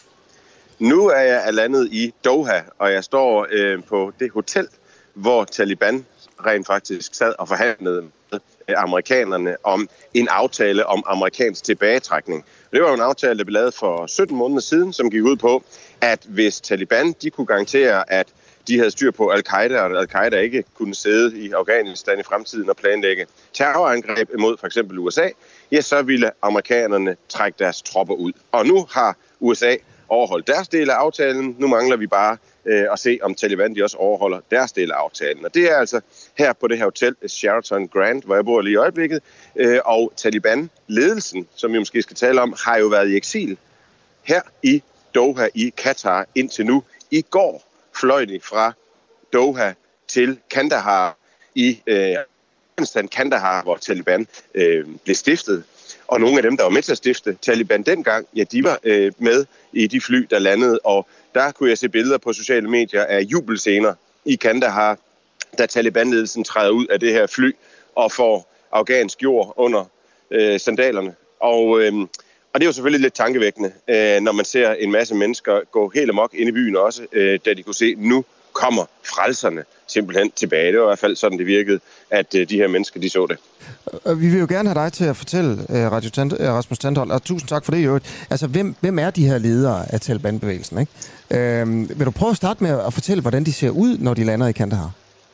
Nu er jeg landet i Doha, og jeg står øh, på det hotel, hvor Taliban rent faktisk sad og forhandlede med amerikanerne om en aftale om amerikansk tilbagetrækning. Det var jo en aftale, der blev lavet for sytten måneder siden, som gik ud på, at hvis Taliban de kunne garantere, at de havde styr på al-Qaida, og al-Qaida ikke kunne sidde i Afghanistan i fremtiden og planlægge terrorangreb imod for eksempel U S A, ja, så ville amerikanerne trække deres tropper ud. Og nu har U S A overholdt deres del af aftalen. Nu mangler vi bare øh, at se, om Taliban de også overholder deres del af aftalen. Og det er altså her på det her hotel Sheraton Grand, hvor jeg bor lige i øjeblikket. Øh, og Taliban-ledelsen, som vi måske skal tale om, har jo været i eksil her i Doha i Katar indtil nu. I går fløj de fra Doha til Kandahar i øh, Afghanistan, Kandahar, hvor Taliban øh, blev stiftet. Og nogle af dem, der var med til at stifte Taliban dengang, ja, de var øh, med i de fly, der landede. Og der kunne jeg se billeder på sociale medier af jubelscener i Kandahar, da Taliban-ledelsen træder ud af det her fly og får afghansk jord under øh, sandalerne. Og, øh, og det er jo selvfølgelig lidt tankevækkende, øh, når man ser en masse mennesker gå helt amok ind i byen også, øh, da de kunne se, nu kommer frelserne simpelthen tilbage. Det var i hvert fald sådan, det virkede, at øh, de her mennesker, de så det. Vi vil jo gerne have dig til at fortælle, Radio Tand, Rasmus Tandholt, og tusind tak for det i øvrigt. Altså, hvem, hvem er de her ledere af Taliban-bevægelsen, ikke? Øhm, vil du prøve at starte med at fortælle, hvordan de ser ud, når de lander i Kandahar?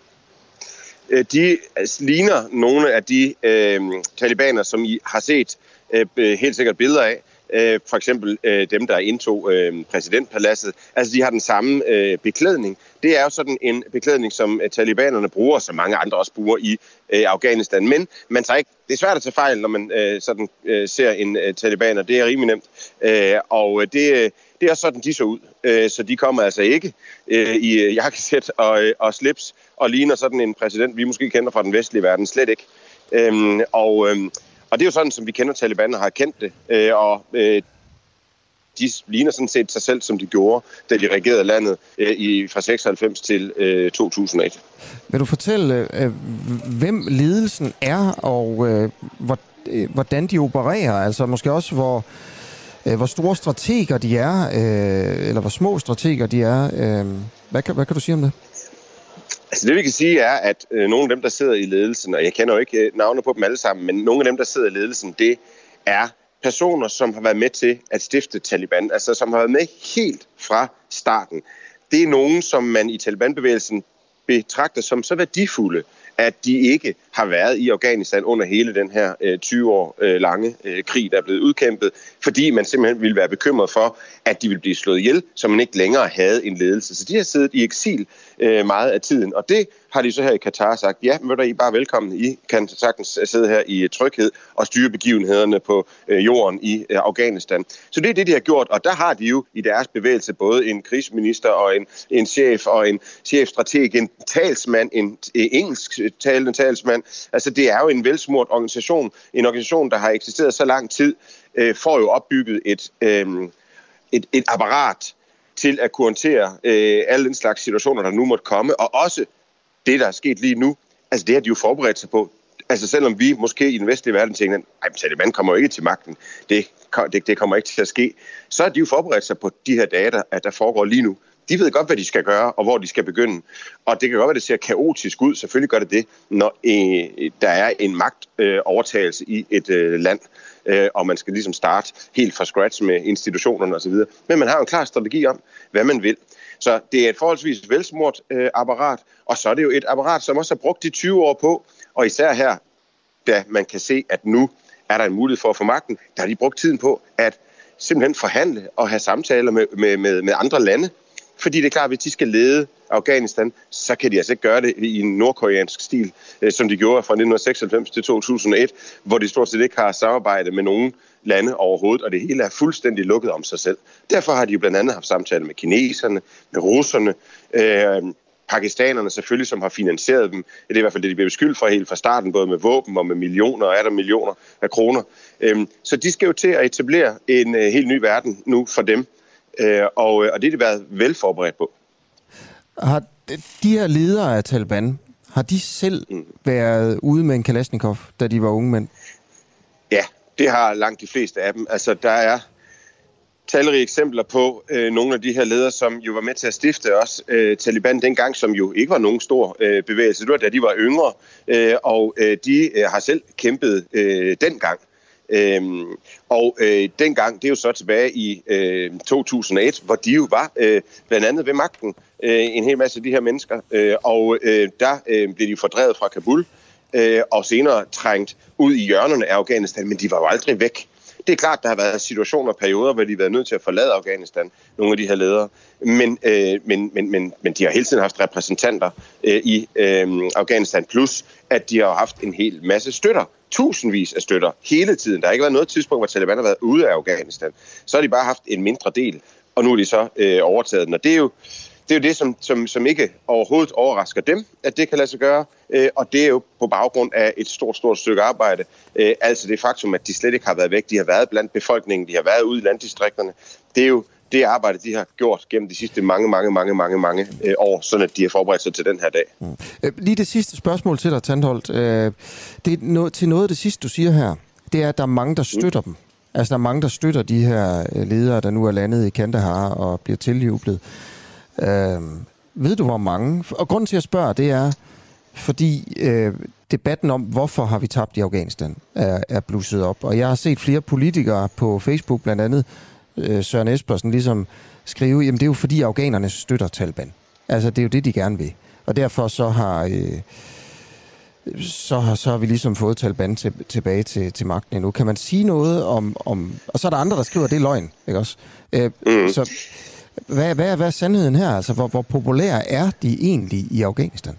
De ligner nogle af de øh, talibaner, som I har set øh, helt sikkert billeder af. Øh, for eksempel øh, dem, der indtog øh, præsidentpaladset. Altså, de har den samme øh, beklædning. Det er jo sådan en beklædning, som øh, talibanerne bruger, som mange andre også bruger i øh, Afghanistan. Men man tager ikke, det er svært at tage fejl, når man øh, sådan, øh, ser en øh, talibaner. Det er rimelig nemt. Øh, og det, øh, det er sådan, de så ud. Øh, så de kommer altså ikke øh, i øh, jakkesæt og, øh, og slips og ligner sådan en præsident, vi måske kender fra den vestlige verden. Slet ikke. Øh, og... Øh, Og det er jo sådan, som vi kender Taliban og har kendt det. Øh, og øh, de ligner sådan set sig selv, som de gjorde, da de regerede landet øh, i, fra seksoghalvfems til øh, to tusind og et. Vil du fortælle, øh, hvem ledelsen er, og øh, hvor, øh, hvordan de opererer? Altså måske også, hvor, øh, hvor store strateger de er, øh, eller hvor små strateger de er. Øh, hvad, kan, hvad kan du sige om det? Altså det vi kan sige er, at øh, nogle af dem, der sidder i ledelsen, og jeg kender jo ikke øh, navne på dem alle sammen, men nogle af dem, der sidder i ledelsen, det er personer, som har været med til at stifte Taliban, altså som har været med helt fra starten. Det er nogen, som man i Taliban-bevægelsen betragter som så værdifulde, at de ikke har været i Afghanistan under hele den her øh, tyve år øh, lange øh, krig, der er blevet udkæmpet, fordi man simpelthen ville være bekymret for, at de ville blive slået ihjel, så man ikke længere havde en ledelse. Så de har siddet i eksil øh, meget af tiden, og det har de så her i Katar sagt, ja, men I er bare velkommen. I kan sagtens sidde her i tryghed og styre begivenhederne på øh, jorden i øh, Afghanistan. Så det er det, de har gjort, og der har de jo i deres bevægelse både en krigsminister og en, en chef og en chefstrateg, en talsmand, en øh, engelsktalende talsmand. Altså det er jo en velsmurt organisation, en organisation, der har eksisteret så lang tid, øh, får jo opbygget et, øh, et, et apparat til at kunne håndtere øh, alle den slags situationer, der nu måtte komme, og også det, der er sket lige nu, altså det har de jo forberedt sig på. Altså selvom vi måske i den vestlige verden tænker, at Taliban kommer jo ikke til magten, det, det, det kommer ikke til at ske, så har de jo forberedt sig på de her dage, der, der foregår lige nu. De ved godt, hvad de skal gøre, og hvor de skal begynde. Og det kan godt være, det ser kaotisk ud. Selvfølgelig gør det det, når øh, der er en magtovertagelse øh, i et øh, land, øh, og man skal ligesom starte helt fra scratch med institutionerne osv. Men man har jo en klar strategi om, hvad man vil. Så det er et forholdsvis velsmurt øh, apparat, og så er det jo et apparat, som også har brugt de tyve år på, og især her, da man kan se, at nu er der en mulighed for at få magten, der har de brugt tiden på at simpelthen forhandle og have samtaler med, med, med, med andre lande. Fordi det er klart, at hvis de skal lede Afghanistan, så kan de altså ikke gøre det i en nordkoreansk stil, øh, som de gjorde fra nitten seksoghalvfems til to tusind og et, hvor de stort set ikke har samarbejdet med nogen lande overhovedet, og det hele er fuldstændig lukket om sig selv. Derfor har de jo blandt andet haft samtaler med kineserne, med russerne, øh, pakistanerne selvfølgelig, som har finansieret dem. Det er i hvert fald det, de bliver beskyldt for helt fra starten, både med våben og med millioner, og er der millioner af kroner. Øh, så de skal jo til at etablere en øh, helt ny verden nu for dem. Øh, og, og det har de været velforberedt på. Har de her ledere af Taliban, har de selv mm. været ude med en Kalashnikov, da de var unge mænd? Ja, det har langt de fleste af dem. Altså, der er talrige eksempler på øh, nogle af de her ledere, som jo var med til at stifte også øh, Taliban dengang, som jo ikke var nogen stor øh, bevægelse. Det var da de var yngre, øh, og øh, de øh, har selv kæmpet øh, dengang. Øhm, og øh, dengang, det er jo så tilbage i øh, to tusind og et, hvor de jo var øh, blandt andet ved magten, øh, en hel masse af de her mennesker, øh, og øh, der øh, blev de fordrevet fra Kabul, øh, og senere trængt ud i hjørnerne af Afghanistan, men de var jo aldrig væk. Det er klart, der har været situationer og perioder, hvor de har været nødt til at forlade Afghanistan, nogle af de her ledere, men, øh, men, men, men, men de har hele tiden haft repræsentanter øh, i øh, Afghanistan, plus at de har haft en hel masse støtter. Tusindvis af støtter hele tiden. Der har ikke været noget tidspunkt, hvor Taliban har været ude af Afghanistan. Så har de bare haft en mindre del, og nu er de så øh, overtaget den. Og det er jo det, er jo det som, som, som ikke overhovedet overrasker dem, at det kan lade sig gøre. Øh, og det er jo på baggrund af et stort, stort stykke arbejde. Øh, altså det faktum, at de slet ikke har været væk. De har været blandt befolkningen, de har været ude i landdistrikterne. Det er jo det arbejde, de har gjort gennem de sidste mange, mange, mange, mange, mange øh, år, sådan at de har forberedt sig til den her dag. Mm. Øh, lige det sidste spørgsmål til dig, Tantholdt. Øh, det er no- til noget af det sidste, du siger her, det er, at der er mange, der støtter mm. dem. Altså, der er mange, der støtter de her ledere, der nu er landet i Kandahar og bliver tiljublet. Øh, ved du, hvor mange? Og grunden til at spørge, det er, fordi øh, debatten om, hvorfor har vi tabt i Afghanistan, er, er blusset op. Og jeg har set flere politikere på Facebook, blandt andet Søren Espersen, ligesom skrive, jamen det er jo fordi afghanerne støtter Taliban. Altså det er jo det, de gerne vil. Og derfor så har, øh, så har, så har vi ligesom fået Taliban til, tilbage til, til magten endnu. Kan man sige noget om, om... Og så er der andre, der skriver, at det er løgn, ikke også? Øh, mm. Så hvad, hvad, hvad er sandheden her? Altså, hvor, hvor populære er de egentlig i Afghanistan?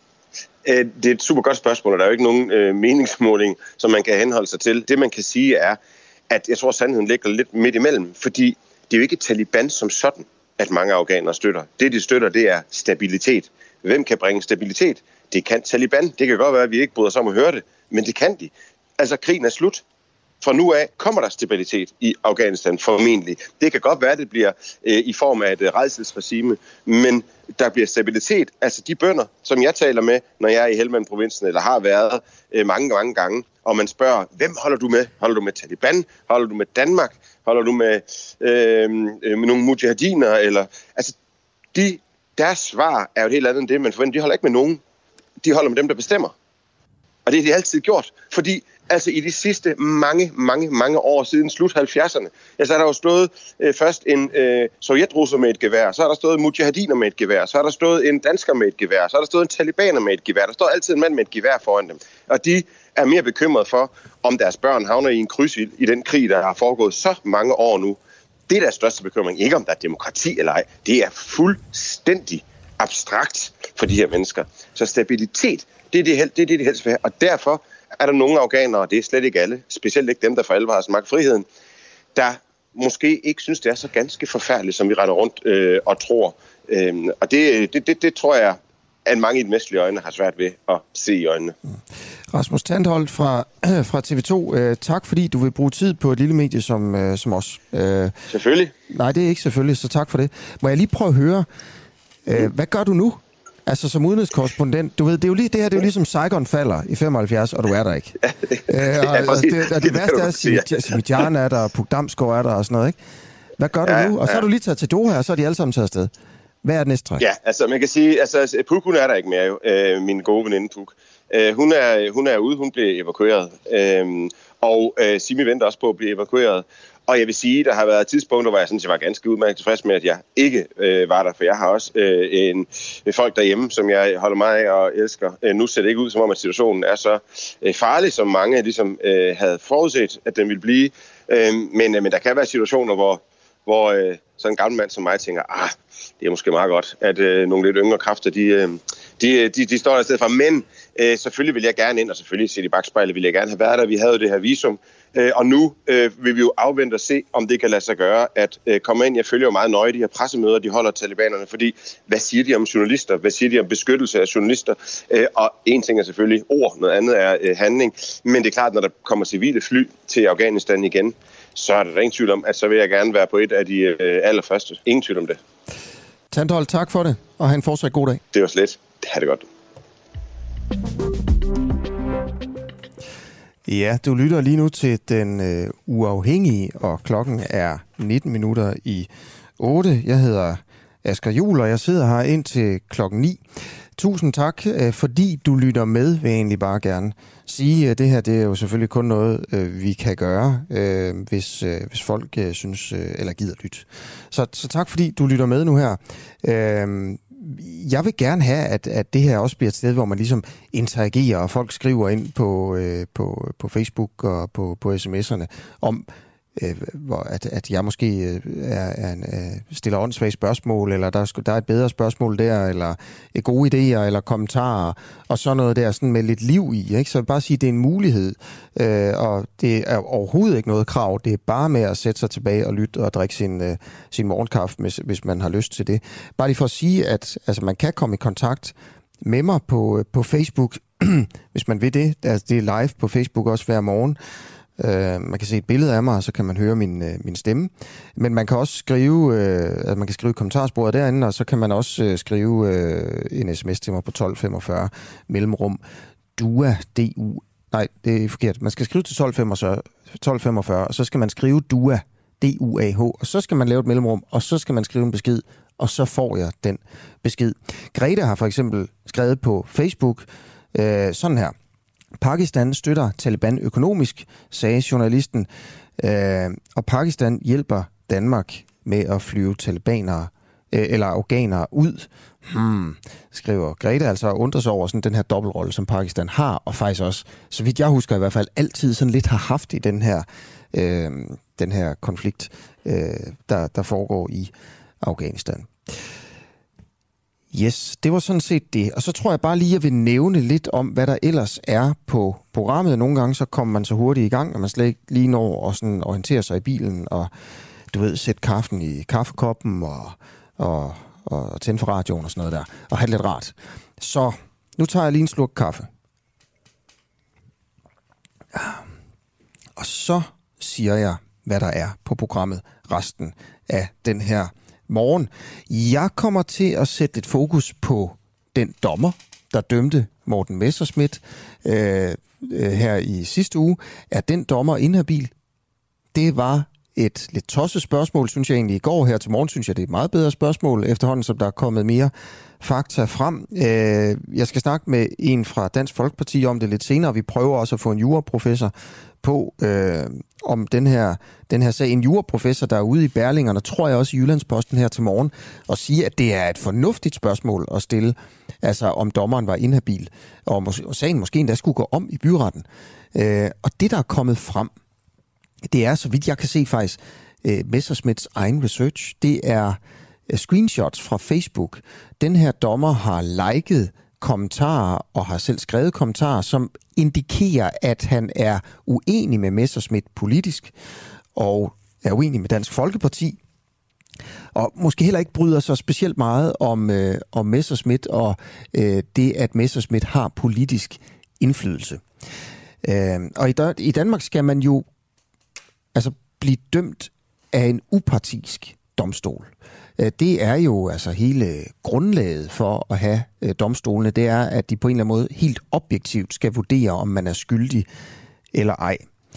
Det er et super godt spørgsmål, og der er jo ikke nogen øh, meningsmåling, som man kan henholde sig til. Det, man kan sige, er, at jeg tror, at sandheden ligger lidt midt imellem, fordi det er jo ikke Taliban som sådan, at mange afghanere støtter. Det, de støtter, det er stabilitet. Hvem kan bringe stabilitet? Det kan Taliban. Det kan godt være, at vi ikke bryder os om at høre det, men det kan de. Altså, krigen er slut. Fra nu af kommer der stabilitet i Afghanistan formentlig. Det kan godt være, at det bliver øh, i form af et øh, rædselsregime, men der bliver stabilitet. Altså de bønder, som jeg taler med, når jeg er i Helmand-provinsen, eller har været øh, mange, mange gange, og man spørger, hvem holder du med? Holder du med Taliban? Holder du med Danmark? Holder du med, øh, øh, med nogle mujahediner? Eller, altså, de, deres svar er jo et helt andet end det, man forventer. De holder ikke med nogen. De holder med dem, der bestemmer. Og det har de altid gjort, fordi altså i de sidste mange, mange, mange år siden slut halvfjerdserne, ja, så er der jo stået øh, først en øh, sovjetrusser med et gevær, så er der stået en mujahediner med et gevær, så er der stået en dansker med et gevær, så er der stået en talibaner med et gevær. Der står altid en mand med et gevær foran dem. Og de er mere bekymrede for, om deres børn havner i en krydsild i den krig, der har foregået så mange år nu. Det er deres største bekymring. Ikke om der er demokrati eller ej. Det er fuldstændig abstrakt for de her mennesker. Så stabilitet, det er det, det, er det de helst vil have. Og derfor er der nogle afghanere, det er slet ikke alle, specielt ikke dem, der for alvor har smagt friheden, der måske ikke synes, det er så ganske forfærdeligt, som vi render rundt øh, og tror. Øhm, og det, det, det, det tror jeg, at mange i de vestlige øjne har svært ved at se i øjnene. Rasmus Tandholt fra, fra T V to, øh, tak fordi du vil bruge tid på et lille medie som, øh, som os. Øh, selvfølgelig. Nej, det er ikke selvfølgelig, så tak for det. Må jeg lige prøve at høre, øh, mm. hvad gør du nu? Altså som udenrigskorrespondent, du ved, det er jo lige det her, det er jo ligesom Saigon falder i femoghalvfjerds, og du er der ikke. Ja, det, øh, og, og, det, og det værste er, at Simidjan er der, og Puk Damsgaard er der og sådan noget, ikke? Hvad gør du ja, nu? Og så ja. er du lige taget til Doha, og så er de alle sammen taget afsted. Hvad er det næste træk? Ja, altså man kan sige, altså Puk, hun er der ikke mere jo, øh, min gode veninde Puk. Øh, hun, er, hun er ude, hun blev evakueret, øh, og øh, Simi venter også på at blive evakueret. Og jeg vil sige, der har været tidspunkter, hvor jeg synes, jeg var ganske udmærket tilfreds med, at jeg ikke øh, var der, for jeg har også øh, en, en folk derhjemme, som jeg holder meget af og elsker. Øh, nu ser det ikke ud, som om at situationen er så øh, farlig, som mange ligesom øh, havde forudset, at den ville blive. Øh, men, øh, men der kan være situationer, hvor, hvor øh, sådan en gammel mand som mig tænker, ah, det er måske meget godt, at øh, nogle lidt yngre kræfter, de, øh, de, de, de står der i stedet for. Men øh, selvfølgelig vil jeg gerne ind, og selvfølgelig set i bagspejlet vil jeg gerne have været der. Vi havde jo det her visum. Øh, og nu øh, vil vi jo afvente og se, om det kan lade sig gøre at øh, komme ind. Jeg følger jo meget nøje de her pressemøder, de holder talibanerne, fordi hvad siger de om journalister? Hvad siger de om beskyttelse af journalister? Øh, og en ting er selvfølgelig ord, noget andet er øh, handling. Men det er klart, når der kommer civile fly til Afghanistan igen, så er der ingen tvivl om, at så vil jeg gerne være på et af de øh, allerførste. Ingen tvivl om det. Tandholt, tak for det, og have en fortsat god dag. Det var slet. Ha' det godt. Ja, du lytter lige nu til Den øh, Uafhængige, og klokken er nitten minutter i otte. Jeg hedder Asger Juhl, og jeg sidder her indtil klokken ni. Tusind tak, øh, fordi du lytter med, vil jeg egentlig bare gerne sige. At det her det er jo selvfølgelig kun noget, øh, vi kan gøre, øh, hvis, øh, hvis folk øh, synes, øh, eller gider lytte. Så, så tak, fordi du lytter med nu her. Øh, Jeg vil gerne have, at, at det her også bliver et sted, hvor man ligesom interagerer, og folk skriver ind på, øh, på, på Facebook og på, på sms'erne om, øh, hvor, at, at jeg måske øh, er, er en, øh, stiller åndssvage spørgsmål, eller der, der er et bedre spørgsmål der, eller gode idéer, eller kommentarer, og sådan noget der sådan med lidt liv i. Ikke? Så jeg vil bare sige, at det er en mulighed, øh, og det er overhovedet ikke noget krav. Det er bare med at sætte sig tilbage og lytte og drikke sin, øh, sin morgenkaffe, hvis, hvis man har lyst til det. Bare lige for at sige, at altså, man kan komme i kontakt med mig på, på Facebook, hvis man vil det. Altså, det er live på Facebook også hver morgen. Uh, man kan se et billede af mig, og så kan man høre min, uh, min stemme. Men man kan også skrive, uh, altså man kan skrive kommentarsporet derinde, og så kan man også uh, skrive uh, en sms til mig på tolv femogfyrre mellemrum DUA, D U. Nej, det er forkert. Man skal skrive til tolv femogfyrre, og så skal man skrive DUA, D U A H, og så skal man lave et mellemrum, og så skal man skrive en besked, og så får jeg den besked. Grete har for eksempel skrevet på Facebook uh, sådan her. Pakistan støtter Taliban økonomisk, sagde journalisten, øh, og Pakistan hjælper Danmark med at flyve talibanere øh, eller afghanere ud. Hmm, skriver Grete, altså undrer sig over sådan den her dobbeltrolle, som Pakistan har, og faktisk også, så vidt jeg husker i hvert fald, altid sådan lidt har haft i den her, øh, den her konflikt, øh, der, der foregår i Afghanistan. Yes, det var sådan set det. Og så tror jeg bare lige, at jeg vil nævne lidt om, hvad der ellers er på programmet. Nogle gange så kommer man så hurtigt i gang, når man slet ikke lige når at sådan orientere sig i bilen, og du ved, sætte kaffen i kaffekoppen, og, og, og tænde for radioen og sådan noget der, og have det lidt rart. Så nu tager jeg lige en slurk kaffe. Og så siger jeg, hvad der er på programmet resten af den her morgen. Jeg kommer til at sætte lidt fokus på den dommer, der dømte Morten Messerschmidt øh, øh, her i sidste uge. Er den dommer inhabil? Det var et lidt tosset spørgsmål, synes jeg egentlig i går. Her til morgen synes jeg, det er et meget bedre spørgsmål, efterhånden som der er kommet mere fakta frem. Øh, jeg skal snakke med en fra Dansk Folkeparti om det lidt senere. Vi prøver også at få en juraprofessor på øh, om den her, den her sag. En juraprofessor, der er ude i Berlingerne, tror jeg også i Jyllandsposten her til morgen, og siger, at det er et fornuftigt spørgsmål at stille, altså om dommeren var inhabil, og, mås- og sagen måske endda skulle gå om i byretten. Øh, og det, der er kommet frem, det er, så vidt jeg kan se faktisk, øh, Messerschmidts egen research, det er øh, screenshots fra Facebook. Den her dommer har liket kommentarer og har selv skrevet kommentarer, som indikerer, at han er uenig med Messerschmidt politisk og er uenig med Dansk Folkeparti, og måske heller ikke bryder sig specielt meget om, øh, om Messerschmidt og øh, det, at Messerschmidt har politisk indflydelse. Øh, og i, i Danmark skal man jo altså blive dømt af en upartisk domstol. Det er jo altså hele grundlaget for at have domstolene, det er, at de på en eller anden måde helt objektivt skal vurdere, om man er skyldig eller ej.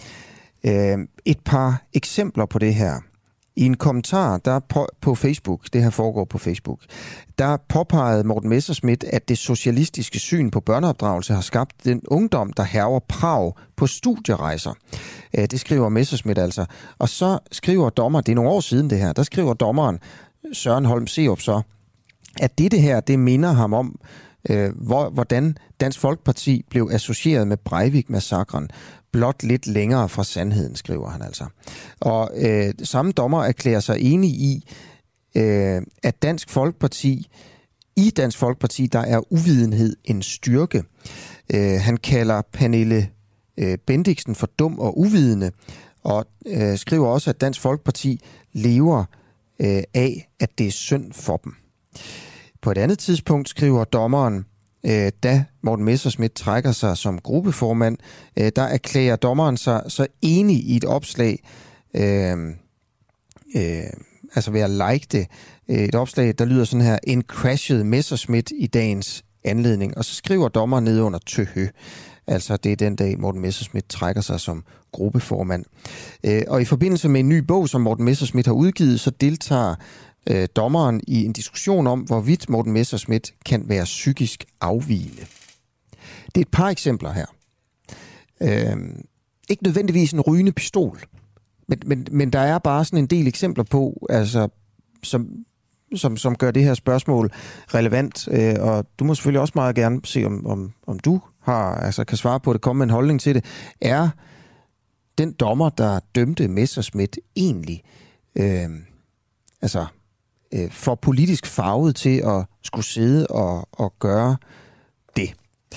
Et par eksempler på det her. I en kommentar der på, på Facebook, det her foregår på Facebook, der påpegede Morten Messerschmidt, at det socialistiske syn på børneopdragelse har skabt den ungdom, der hærger Prag på studierejser. Det skriver Messerschmidt altså. Og så skriver dommer, det er nogle år siden det her, der skriver dommeren Søren Holm Serup så, at dette her, det minder ham om, øh, hvor, hvordan Dansk Folkeparti blev associeret med Breivik-massakren, blot lidt længere fra sandheden, skriver han altså. Og øh, samme dommer erklærer sig enig i, øh, at Dansk Folkeparti, i Dansk Folkeparti, der er uvidenhed en styrke. Øh, han kalder Pernille øh, Bendiksen for dum og uvidende, og øh, skriver også, at Dansk Folkeparti lever øh, af, at det er synd for dem. På et andet tidspunkt skriver dommeren, øh, da Morten Messerschmidt trækker sig som gruppeformand, øh, der erklærer dommeren sig så enig i et opslag, øh, øh, altså ved at like det, øh, et opslag, der lyder sådan her: en crashed Messerschmidt i dagens anledning. Og så skriver dommeren ned under tøhø. Altså det er den dag, Morten Messerschmidt trækker sig som gruppeformand. Øh, og i forbindelse med en ny bog, som Morten Messerschmidt har udgivet, så deltager øh, dommeren i en diskussion om, hvorvidt Morten Messerschmidt kan være psykisk afvigende. Det er et par eksempler her. Øh, ikke nødvendigvis en rygende pistol, men, men, men der er bare sådan en del eksempler på, altså, som, som, som gør det her spørgsmål relevant. Øh, og du må selvfølgelig også meget gerne se, om, om, om du har, altså, kan svare på det, komme med en holdning til det. Er den dommer, der dømte Messerschmidt, egentlig øh, altså, øh, for politisk farvet til at skulle sidde og, og gøre det?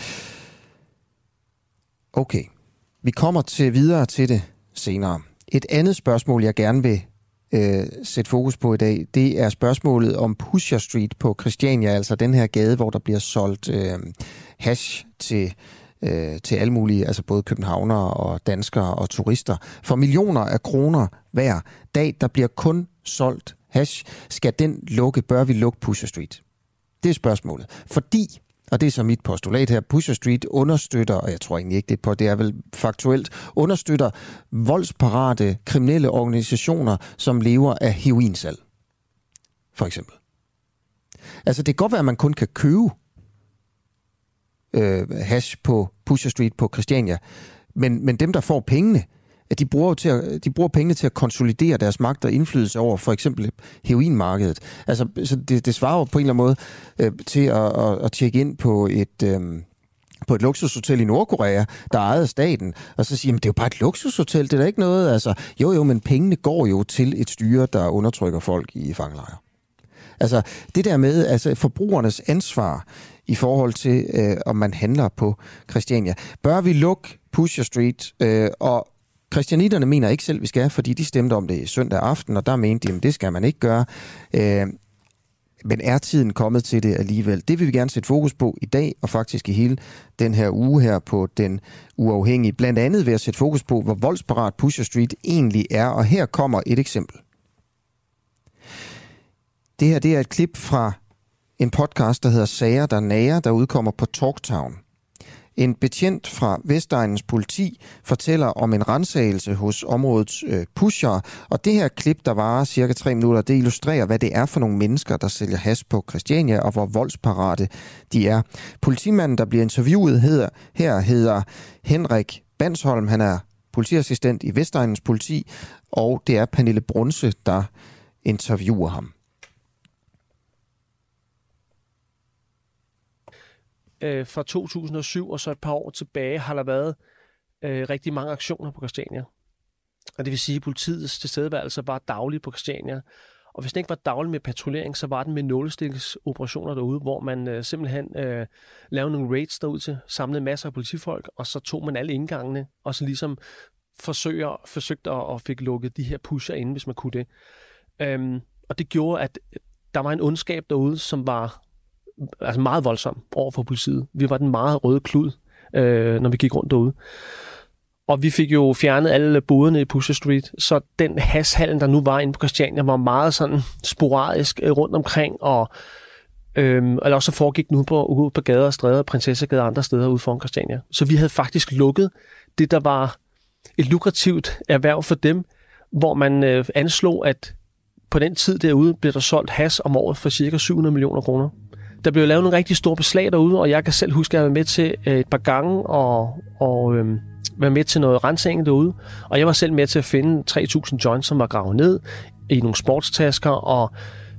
Okay, vi kommer til videre til det senere. Et andet spørgsmål, jeg gerne vil øh, sætte fokus på i dag, det er spørgsmålet om Pusher Street på Christiania, altså den her gade, hvor der bliver solgt øh, hash til, øh, til alle mulige, altså både københavnere og danskere og turister, for millioner af kroner hver dag. Der bliver kun solgt hash. Skal den lukke? Bør vi lukke Pusher Street? Det er spørgsmålet. Fordi, og det er så mit postulat her, Pusher Street understøtter, og jeg tror egentlig ikke det på, det er vel faktuelt, understøtter voldsparate kriminelle organisationer, som lever af heroinsalg. For eksempel. Altså det kan godt være, at man kun kan købe øh, hash på Pusher Street på Christiania, men, men dem, der får pengene, at de bruger, til at, de bruger pengene til at konsolidere deres magt og indflydelse over for eksempel heroinmarkedet. Altså, så det, det svarer jo på en eller anden måde øh, til at, at, at tjekke ind på et... Øh, på et luksushotel i Nordkorea, der er ejet af staten, og så siger man, det er jo bare et luksushotel, det er da ikke noget, altså, jo jo, men pengene går jo til et styre, der undertrykker folk i fangelejre. Altså, det der med, altså, forbrugernes ansvar i forhold til, øh, om man handler på Christiania. Bør vi lukke Pusher Street, øh, og christianitterne mener ikke selv, vi skal, fordi de stemte om det søndag aften, og der mente de, at det skal man ikke gøre. Øh, Men er tiden kommet til det alligevel? Det vil vi gerne sætte fokus på i dag, og faktisk i hele den her uge her på Den Uafhængige. Blandt andet ved at sætte fokus på, hvor voldsparat Pusher Street egentlig er. Og her kommer et eksempel. Det her det er et klip fra en podcast, der hedder Sager, der nager, der udkommer på Talktown. En betjent fra Vestegnens politi fortæller om en ransagelse hos områdets øh, pusher, og det her klip, der varer cirka tre minutter, det illustrerer, hvad det er for nogle mennesker, der sælger hash på Christiania, og hvor voldsparate de er. Politimanden, der bliver interviewet hedder, her, hedder Henrik Bansholm. Han er politiassistent i Vestegnens politi, og det er Pernille Brunse, der interviewer ham. Fra to tusind og syv og så et par år tilbage har der været øh, rigtig mange aktioner på Christiania. Og det vil sige, at politiets tilstedeværelse var daglig på Christiania. Og hvis den ikke var daglig med patruljering, så var den med nålestiksoperationer derude, hvor man øh, simpelthen øh, lavede nogle raids derud til, samlede masser af politifolk, og så tog man alle indgangene, og så ligesom forsøger, forsøgte at, at fik lukket de her pusher inde, hvis man kunne det. Øhm, og det gjorde, at der var en ondskab derude, som var altså meget voldsom over for politiet. Vi var den meget røde klud, øh, når vi gik rundt derude. Og vi fik jo fjernet alle boderne i Pusher Street, så den hashhallen, der nu var inde på Christiania, var meget sådan sporadisk øh, rundt omkring, og øh, eller også foregik den ude på, ude på gader og stræder, Prinsessegade og andre steder ude foran Christiania. Så vi havde faktisk lukket det, der var et lukrativt erhverv for dem, hvor man øh, anslog, at på den tid derude blev der solgt hash om året for cirka syv hundrede millioner kroner. Der blev lavet nogle rigtig store beslag derude, og jeg kan selv huske, at jeg var med til et par gange og, og øhm, være med til noget rensning derude. Og jeg var selv med til at finde tre tusind joints, som var gravet ned i nogle sportstasker. Og,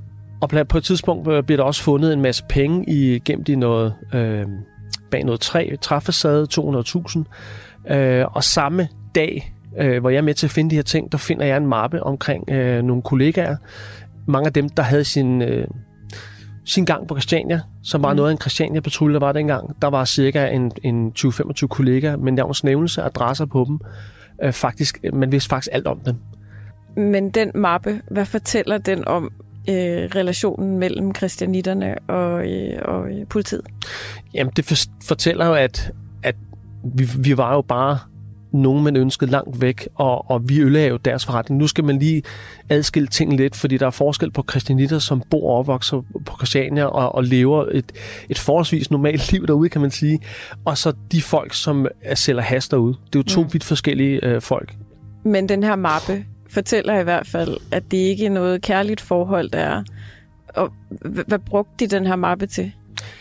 og på et tidspunkt blev der også fundet en masse penge i, gemt i noget, øh, bag noget træ, træfacade, to hundrede tusind. Øh, og samme dag, øh, hvor jeg er med til at finde de her ting, der finder jeg en mappe omkring øh, nogle kollegaer. Mange af dem, der havde sin... Øh, sin gang på Christiania, som var mm. noget af en Christiania-patrulje, der var dengang. Der var cirka en, en tyve til femogtyve kollegaer, men navns nævnelse, adresser på dem. Øh, faktisk, man vidste faktisk alt om dem. Men den mappe, hvad fortæller den om øh, relationen mellem christianitterne og, øh, og øh, politiet? Jamen, det for, fortæller jo, at, at vi, vi var jo bare nogen, man ønskede langt væk, og, og vi ødelagde jo deres forretning. Nu skal man lige adskille tingene lidt, fordi der er forskel på christianitter, som bor og opvokser på Christiania og, og lever et, et forholdsvis normalt liv derude, kan man sige. Og så de folk, som sælger hash derude. Det er jo to mm. vidt forskellige øh, folk. Men den her mappe fortæller i hvert fald, at det ikke er noget kærligt forhold, der er. Og hvad brugte de den her mappe til?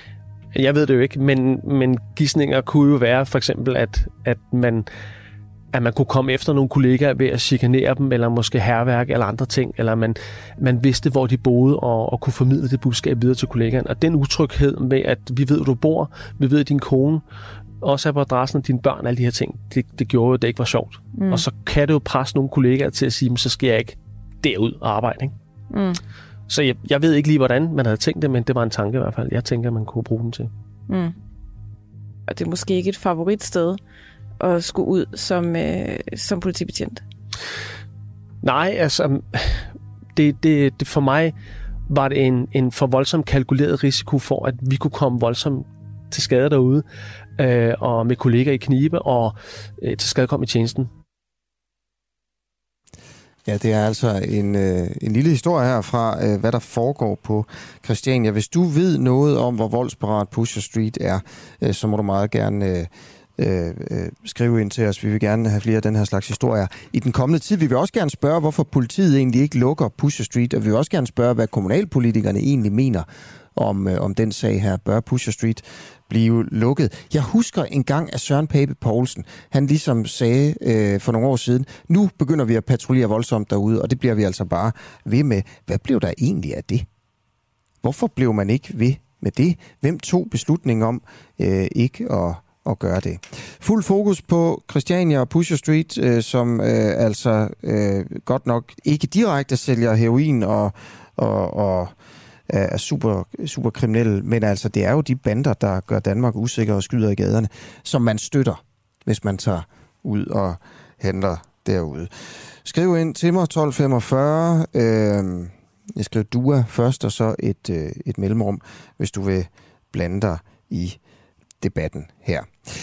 Jeg ved det jo ikke, men, men gidsninger kunne jo være for eksempel, at, at man... at man kunne komme efter nogle kollegaer ved at chikanere dem, eller måske hærværk eller andre ting, eller man, man vidste, hvor de boede, og, og kunne formidle det budskab videre til kollegaen. Og den utryghed med, at vi ved, hvor du bor, vi ved, at din kone også er på adressen, dine børn, alle de her ting, det, det gjorde jo, at det ikke var sjovt. Mm. Og så kan det jo presse nogle kollegaer til at sige, så skal jeg ikke derud og arbejde. Ikke? Mm. Så jeg, jeg ved ikke lige, hvordan man havde tænkt det, men det var en tanke i hvert fald. Jeg tænker, man kunne bruge den til. Mm. Og det er måske ikke et favoritsted at skulle ud som, øh, som politibetjent? Nej, altså, det, det, det for mig var det en, en for voldsom kalkuleret risiko for, at vi kunne komme voldsomt til skade derude, øh, og med kolleger i knibe, og øh, til skade kom i tjenesten. Ja, det er altså en, øh, en lille historie her fra, øh, hvad der foregår på Christiania. Hvis du ved noget om, hvor voldsparat Pusher Street er, øh, så må du meget gerne... Øh, Øh, øh, skrive ind til os. Vi vil gerne have flere af den her slags historier i den kommende tid. Vi vil også gerne spørge, hvorfor politiet egentlig ikke lukker Pusher Street, og vi vil også gerne spørge, hvad kommunalpolitikerne egentlig mener om, øh, om den sag her. Bør Pusher Street blive lukket? Jeg husker en gang, at Søren Pape Poulsen, han ligesom sagde øh, for nogle år siden, nu begynder vi at patruljere voldsomt derude, og det bliver vi altså bare ved med. Hvad blev der egentlig af det? Hvorfor blev man ikke ved med det? Hvem tog beslutningen om øh, ikke at, at gøre det? Fuld fokus på Christiania og Pusher Street, øh, som øh, altså øh, godt nok ikke direkte sælger heroin og, og, og er super, super kriminelle, men altså det er jo de bander, der gør Danmark usikker og skyder i gaderne, som man støtter, hvis man tager ud og handler derude. Skriv ind til mig tolv femogfyrre. Øh, jeg skriver D U A først, og så et, øh, et mellemrum, hvis du vil blande dig i debatten her.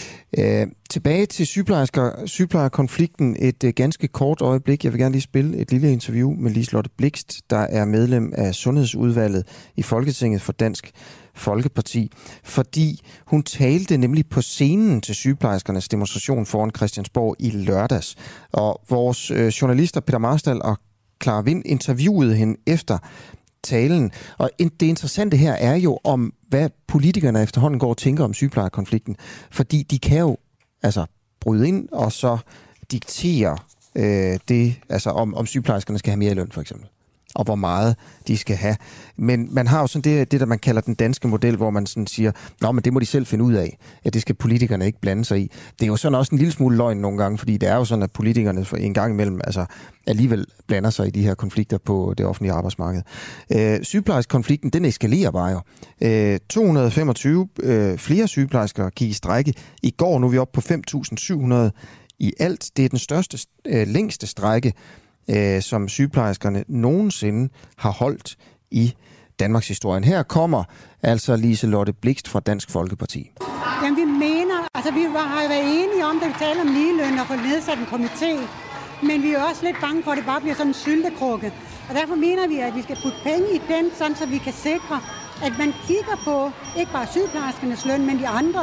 Øh, tilbage til sygeplejersker, sygeplejerkonflikten et øh, ganske kort øjeblik. Jeg vil gerne lige spille et lille interview med Liselotte Blixt, der er medlem af Sundhedsudvalget i Folketinget for Dansk Folkeparti, fordi hun talte nemlig på scenen til sygeplejerskernes demonstration foran Christiansborg i lørdags. Og vores øh, journalister Peter Marstal og Clara Vind interviewede hende efter talen. Og det interessante her er jo om, hvad politikerne efterhånden går og tænker om sygeplejerkonflikten. Fordi de kan jo altså bryde ind og så diktere øh, det, altså om, om sygeplejerskerne skal have mere i løn for eksempel. Og hvor meget de skal have. Men man har jo sådan det, det der man kalder den danske model, hvor man sådan siger, nå, men det må de selv finde ud af, at det skal politikerne ikke blande sig i. Det er jo sådan også en lille smule løgn nogle gange, fordi det er jo sådan, at politikerne for en gang imellem altså, alligevel blander sig i de her konflikter på det offentlige arbejdsmarked. Øh, sygeplejerskonflikten, den eskalerer bare jo. Øh, to hundrede og femogtyve øh, flere sygeplejersker gik i strejke i går. Nu er vi oppe på fem tusind syv hundrede i alt. Det er den største, øh, længste strejke, Øh, som sygeplejerskerne nogensinde har holdt i Danmarks historien. Her kommer altså Liselotte Blixt fra Dansk Folkeparti. Jamen vi mener, altså vi har jo været enige om, da vi taler om ligeløn og få nedsat en komité, men vi er også lidt bange for, at det bare bliver sådan en syltekrukke. Og derfor mener vi, at vi skal putte penge i den, sådan så vi kan sikre, at man kigger på ikke bare sygeplejerskernes løn, men de andre.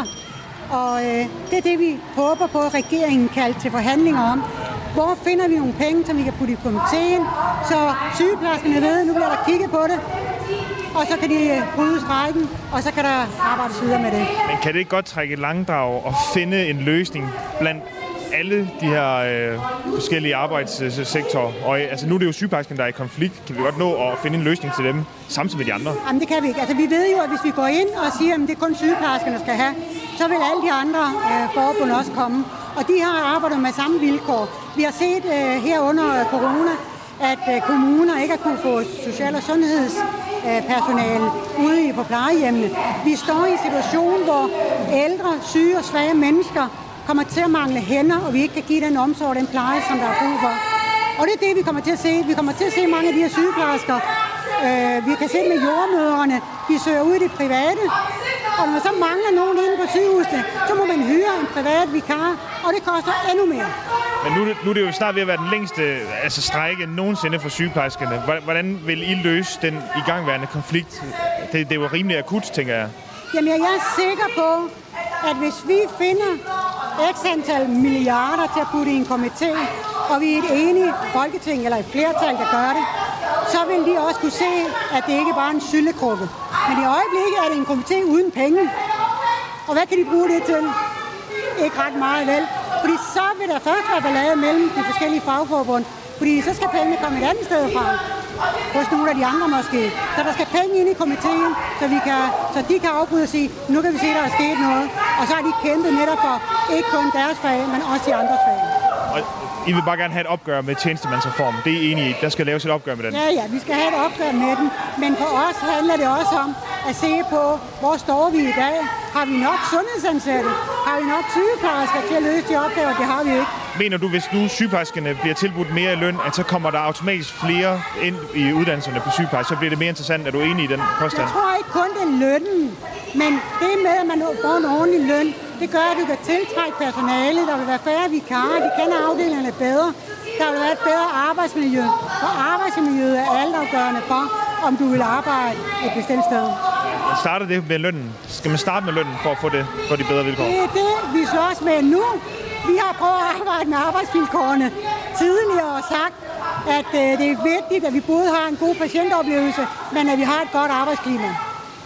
Og øh, det er det, vi håber på, at regeringen kalder til forhandlinger om. Hvor finder vi nogle penge, som vi kan putte i komiteen, så sygeplejerskerne ved, nu bliver der kigget på det, og så kan de bryde strejken, og så kan der arbejdes videre med det. Men kan det ikke godt trække et langdrag og finde en løsning blandt alle de her øh, forskellige arbejdssektorer? Og altså, nu er det jo sygeplejerskerne, der er i konflikt. Kan vi godt nå at finde en løsning til dem, samtidig med de andre? Jamen det kan vi ikke. Altså vi ved jo, at hvis vi går ind og siger, at det er kun sygeplejerskerne skal have, så vil alle de andre øh, forbund også komme. Og de har arbejdet med samme vilkår. Vi har set øh, her under corona, at øh, kommuner ikke har kunne få social- og sundhedspersonale øh, ude på plejehjemmene. Vi står i en situation, hvor ældre, syge og svage mennesker kommer til at mangle hænder, og vi ikke kan give den omsorg og den pleje, som der er brug for. Og det er det, vi kommer til at se. Vi kommer til at se mange af de her sygeplejersker. Øh, vi kan se med jordmødrene. De søger ud i det private. Og når så mangler nogen inde på sygehusene, så må man hyre en privat vikar, og det koster endnu mere. Men nu, nu er det jo snart ved at være den længste altså strejke nogensinde for sygeplejerskerne. Hvordan vil I løse den igangværende konflikt? Det, det er jo rimelig akut, tænker jeg. Jamen, jeg er sikker på, at hvis vi finder x antal milliarder til at putte i en komité, og vi er et enigt folketing, eller et flertal, der gør det, så vil de også kunne se, at det ikke bare er en syltekrukke. Men i øjeblikket er det en komité uden penge. Og hvad kan de bruge det til? Ikke ret meget, vel? Fordi så vil der først være ballade mellem de forskellige fagforbund. Fordi så skal pengene komme et andet sted fra. Hos nogle af de andre måske. Så der skal penge ind i komiteen, så, vi kan, så de kan afbryde og sige, nu kan vi se, at der er sket noget. Og så har de kæmpet netop for ikke kun deres fag, men også de andres fag. Og I vil bare gerne have et opgør med tjenestemandsreformen. Det er I enige i. Der skal laves et opgør med den. Ja, ja, vi skal have et opgør med den. Men for os handler det også om at se på, hvor står vi i dag. Har vi nok sundhedsansatte? Har vi nok sygeplejersker til at løse de opgaver? Det har vi ikke. Mener du, hvis nu sygeplejerskerne bliver tilbudt mere i løn, at så kommer der automatisk flere ind i uddannelserne på sygeplejerske, så bliver det mere interessant? Er du enig i den påstand? Jeg tror ikke kun det er lønnen, men det med, at man får en ordentlig løn, det gør, at du kan tiltrække personale. Der vil være færre vikarer, de kender afdelingerne bedre. Der vil være et bedre arbejdsmiljø, og arbejdsmiljøet er altafgørende for, om du vil arbejde et bestemt sted. Starter det med lønnen? Skal man starte med lønnen for at få, det, for de bedre vilkår? Det er det, vi slås med nu. Vi har prøvet at arbejde med arbejdsvilkårene tidligere og sagt, at øh, det er vigtigt, at vi både har en god patientoplevelse, men at vi har et godt arbejdsklima.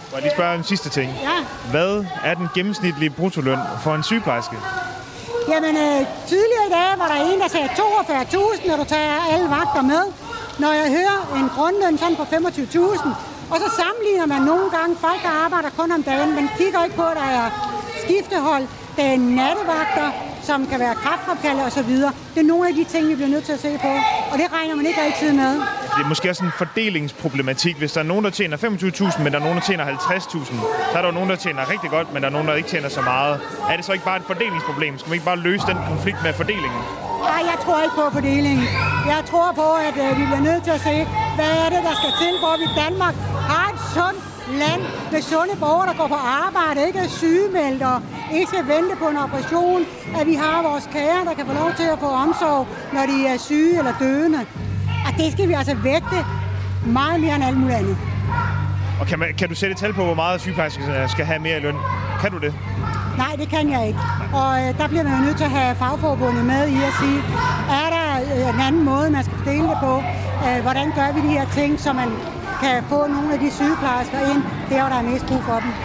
Må jeg lige spørge en sidste ting? Ja. Hvad er den gennemsnitlige bruttoløn for en sygeplejerske? Jamen, øh, tidligere i dag var der en, der sagde toogfyrre tusind, når du tager alle vagter med. Når jeg hører en grundløn sådan på femogtyve tusind, og så sammenligner man nogle gange folk, der arbejder kun om dagen, men kigger ikke på, at der er skiftehold, der er nattevagter, som kan være kræftfremkaldende og så videre. Det er nogle af de ting, vi bliver nødt til at se på, og det regner man ikke altid med. Det er måske også en fordelingsproblematik. Hvis der er nogen, der tjener femogtyve tusind, men der er nogen, der tjener halvtreds tusind, så er der nogen, der tjener rigtig godt, men der er nogen, der ikke tjener så meget. Er det så ikke bare et fordelingsproblem? Skal man ikke bare løse den konflikt med fordelingen? Nej, jeg tror ikke på fordelingen. Jeg tror på, at øh, vi bliver nødt til at se, hvad er det, der skal til, hvor vi i Danmark har et sundt land med sunde borgere, der går på arbejde, ikke er sygemeldt og ikke skal vente på en operation, at vi har vores kære, der kan få lov til at få omsorg, når de er syge eller døende. Og det skal vi altså vægte meget mere end alt muligt andet. Og kan, man, kan du sætte et tal på, hvor meget sygeplejersker skal have mere i løn? Kan du det? Nej, det kan jeg ikke. Og øh, der bliver man jo nødt til at have fagforbundet med i at sige, er der øh, en anden måde, man skal fordele det på? Øh, hvordan gør vi de her ting, så man kan få nogle af de sygeplejersker ind, der hvor der er mest brug for dem?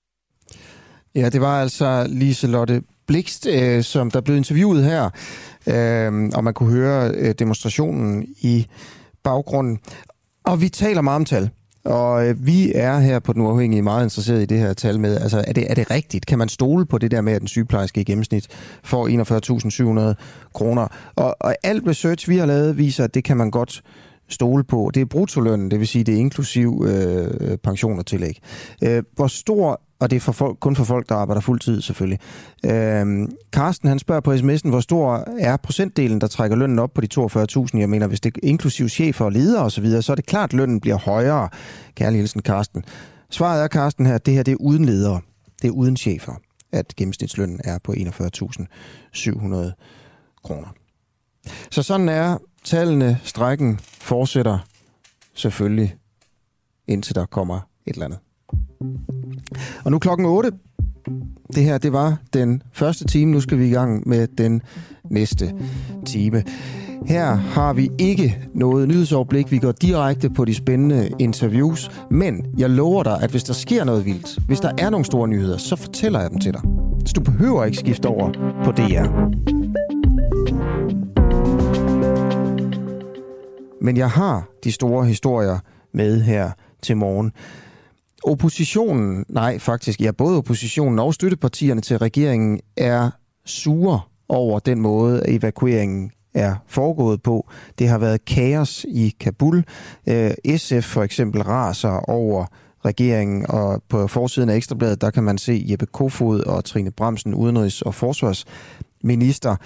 Ja, det var altså Liselotte Blixt, øh, som der blev interviewet her, øh, og man kunne høre øh, demonstrationen i baggrunden. Og vi taler meget om tal. Og øh, vi er her på Den Uafhængige meget interesseret i det her tal med, altså er det, er det rigtigt? Kan man stole på det der med, at den sygeplejerske i gennemsnit får enogfyrre tusind syv hundrede kroner? Og, og alt research, vi har lavet, viser, at det kan man godt stole på. Det er bruttolønnen, det vil sige, det er inklusiv øh, pension og tillæg. Øh, hvor stor, og det er for folk, kun for folk, der arbejder fuldtid selvfølgelig. Øh, Carsten, han spørger på sms'en, hvor stor er procentdelen, der trækker lønnen op på de toogfyrre tusind? Jeg mener, hvis det er inklusiv chefer og ledere og så videre, så er det klart, at lønnen bliver højere. Kærlig hilsen, Carsten. Svaret er, Carsten, her, at det her det er uden ledere. Det er uden chefer, at gennemsnitslønnen er på enogfyrre tusind syv hundrede kroner. Så sådan er tallene, strækken fortsætter selvfølgelig, indtil der kommer et eller andet. Og nu klokken otte. Det her, det var den første time. Nu skal vi i gang med den næste time. Her har vi ikke noget nyhedsoverblik. Vi går direkte på de spændende interviews. Men jeg lover dig, at hvis der sker noget vildt, hvis der er nogle store nyheder, så fortæller jeg dem til dig. Så du behøver ikke skifte over på D R. Men jeg har de store historier med her til morgen. Oppositionen, nej faktisk, ja, både oppositionen og støttepartierne til regeringen er sure over den måde, evakueringen er foregået på. Det har været kaos i Kabul. S F for eksempel raser over regeringen, og på forsiden af Ekstrabladet, der kan man se Jeppe Kofod og Trine Bramsen, udenrigs- og forsvarsminister.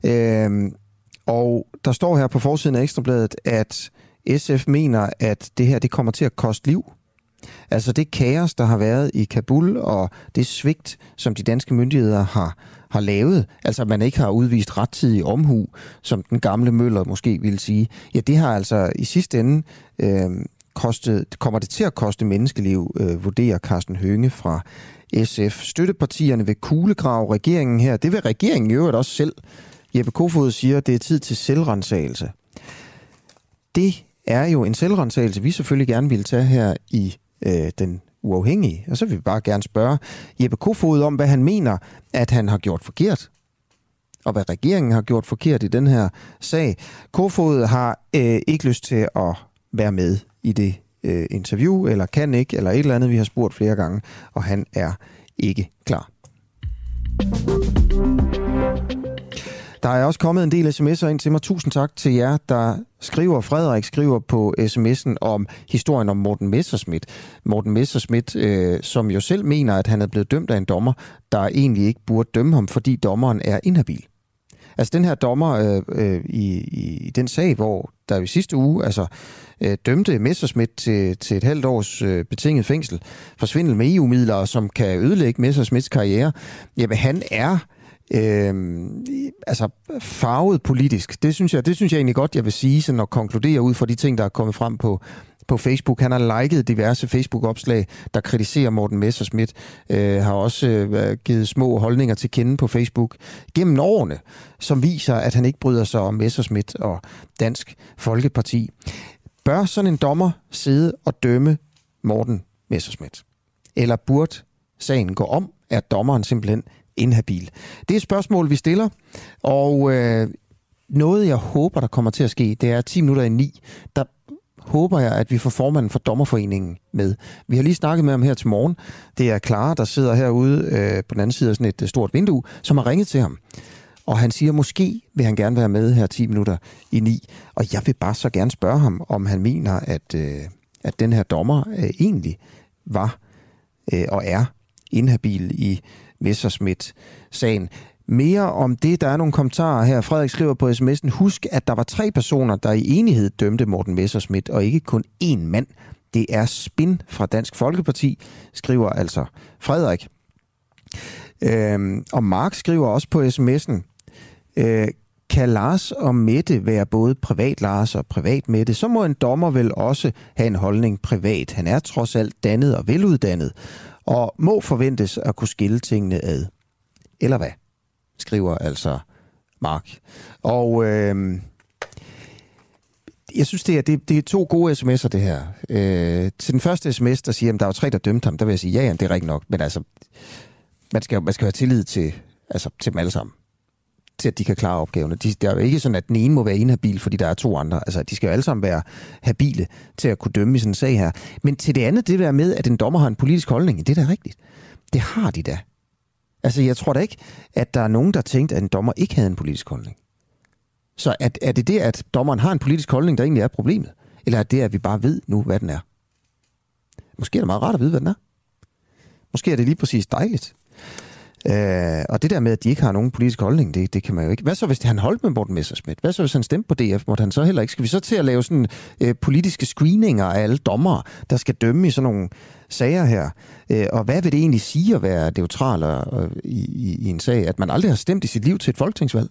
Og der står her på forsiden af Ekstrabladet, at S F mener, at det her det kommer til at koste liv. Altså det kaos, der har været i Kabul, og det svigt, som de danske myndigheder har, har lavet, altså at man ikke har udvist rettidig omhu, som den gamle Møller måske ville sige, ja, det har altså i sidste ende øh, kostet, kommer det til at koste menneskeliv, øh, vurderer Carsten Hønge fra S F. Støttepartierne vil kuglegrave regeringen her. Det vil regeringen i øvrigt også selv. Jeppe Kofod siger, at det er tid til selvrensagelse. Det er jo en selvrensagelse, vi selvfølgelig gerne vil tage her i øh, Den Uafhængige. Og så vil vi bare gerne spørge Jeppe Kofod om, hvad han mener, at han har gjort forkert. Og hvad regeringen har gjort forkert i den her sag. Kofod har øh, ikke lyst til at være med i det øh, interview, eller kan ikke, eller et eller andet, vi har spurgt flere gange. Og han er ikke klar. Der er også kommet en del sms'er ind til mig. Tusind tak til jer, der skriver. Frederik skriver på sms'en om historien om Morten Messerschmidt. Morten Messerschmidt, øh, som jo selv mener, at han er blevet dømt af en dommer, der egentlig ikke burde dømme ham, fordi dommeren er inhabil. Altså den her dommer øh, øh, i, i den sag, hvor der i sidste uge altså, øh, dømte Messerschmidt til, til et halvt års øh, betinget fængsel for svindel med E U-midler, som kan ødelægge Messerschmidts karriere. Jamen han er Øhm, altså farvet politisk. Det synes jeg, det synes jeg egentlig godt, jeg vil sige, sådan at konkludere ud fra de ting, der er kommet frem på, på Facebook. Han har liket diverse Facebook-opslag, der kritiserer Morten Messerschmidt. Øh, har også øh, givet små holdninger til kende på Facebook gennem årene, som viser, at han ikke bryder sig om Messerschmidt og Dansk Folkeparti. Bør sådan en dommer sidde og dømme Morten Messerschmidt? eller burde sagen gå om? Er dommeren simpelthen inhabil? Det er et spørgsmål, vi stiller, og øh, noget, jeg håber, der kommer til at ske, det er ti minutter i ni, der håber jeg, at vi får formanden for Dommerforeningen med. Vi har lige snakket med ham her til morgen. Det er Clara, der sidder herude øh, på den anden side af sådan et stort vindue, som har ringet til ham. Og han siger, måske vil han gerne være med her ti minutter i ni. Og jeg vil bare så gerne spørge ham, om han mener, at, øh, at den her dommer øh, egentlig var øh, og er inhabil i Messerschmidt-sagen. Mere om det, der er nogle kommentarer her. Frederik skriver på sms'en, husk, at der var tre personer, der i enighed dømte Morten Messerschmidt, og ikke kun én mand. Det er spin fra Dansk Folkeparti, skriver altså Frederik. Øhm, og Mark skriver også på sms'en, øh, kan Lars og Mette være både privat Lars og privat Mette, så må en dommer vel også have en holdning privat. Han er trods alt dannet og veluddannet, og må forventes at kunne skille tingene ad. Eller hvad? Skriver altså Mark. Og øh, jeg synes, det er, det, det er to gode sms'er, det her. Øh, til den første sms, der siger, at der var tre, der dømte ham, der vil jeg sige, ja, ja, det er rigtigt nok. Men altså, man skal, man skal have tillid til, altså, til dem alle sammen. Til, at de kan klare opgaverne. De, det er jo ikke sådan, at den ene må være inhabil, fordi der er to andre. Altså, de skal jo alle sammen være habile til at kunne dømme i sådan en sag her. Men til det andet, det der med, at en dommer har en politisk holdning, det er da rigtigt. Det har de da. Altså, jeg tror da ikke, at der er nogen, der tænkte, at en dommer ikke havde en politisk holdning. Så er, er det det, at dommeren har en politisk holdning, der egentlig er problemet? Eller er det, at vi bare ved nu, hvad den er? Måske er det meget rart at vide, hvad den er. Måske er det lige præcis dejligt. Øh, og det der med, at de ikke har nogen politisk holdning, det, det kan man jo ikke. Hvad så, hvis han holdt med Morten Messerschmidt? Hvad så, hvis han stemte på D F? Måtte han så heller ikke? Skal vi så til at lave sådan øh, politiske screeninger af alle dommere, der skal dømme i sådan nogle sager her? Øh, og hvad vil det egentlig sige at være neutral og, og, i, i, i en sag, at man aldrig har stemt i sit liv til et folketingsvalg?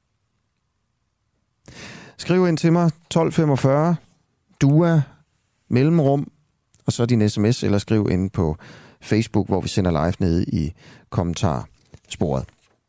Skriv ind til mig, tolv femogfyrre, dua, mellemrum, og så din sms, eller skriv ind på Facebook, hvor vi sender live nede i kommentarsporet.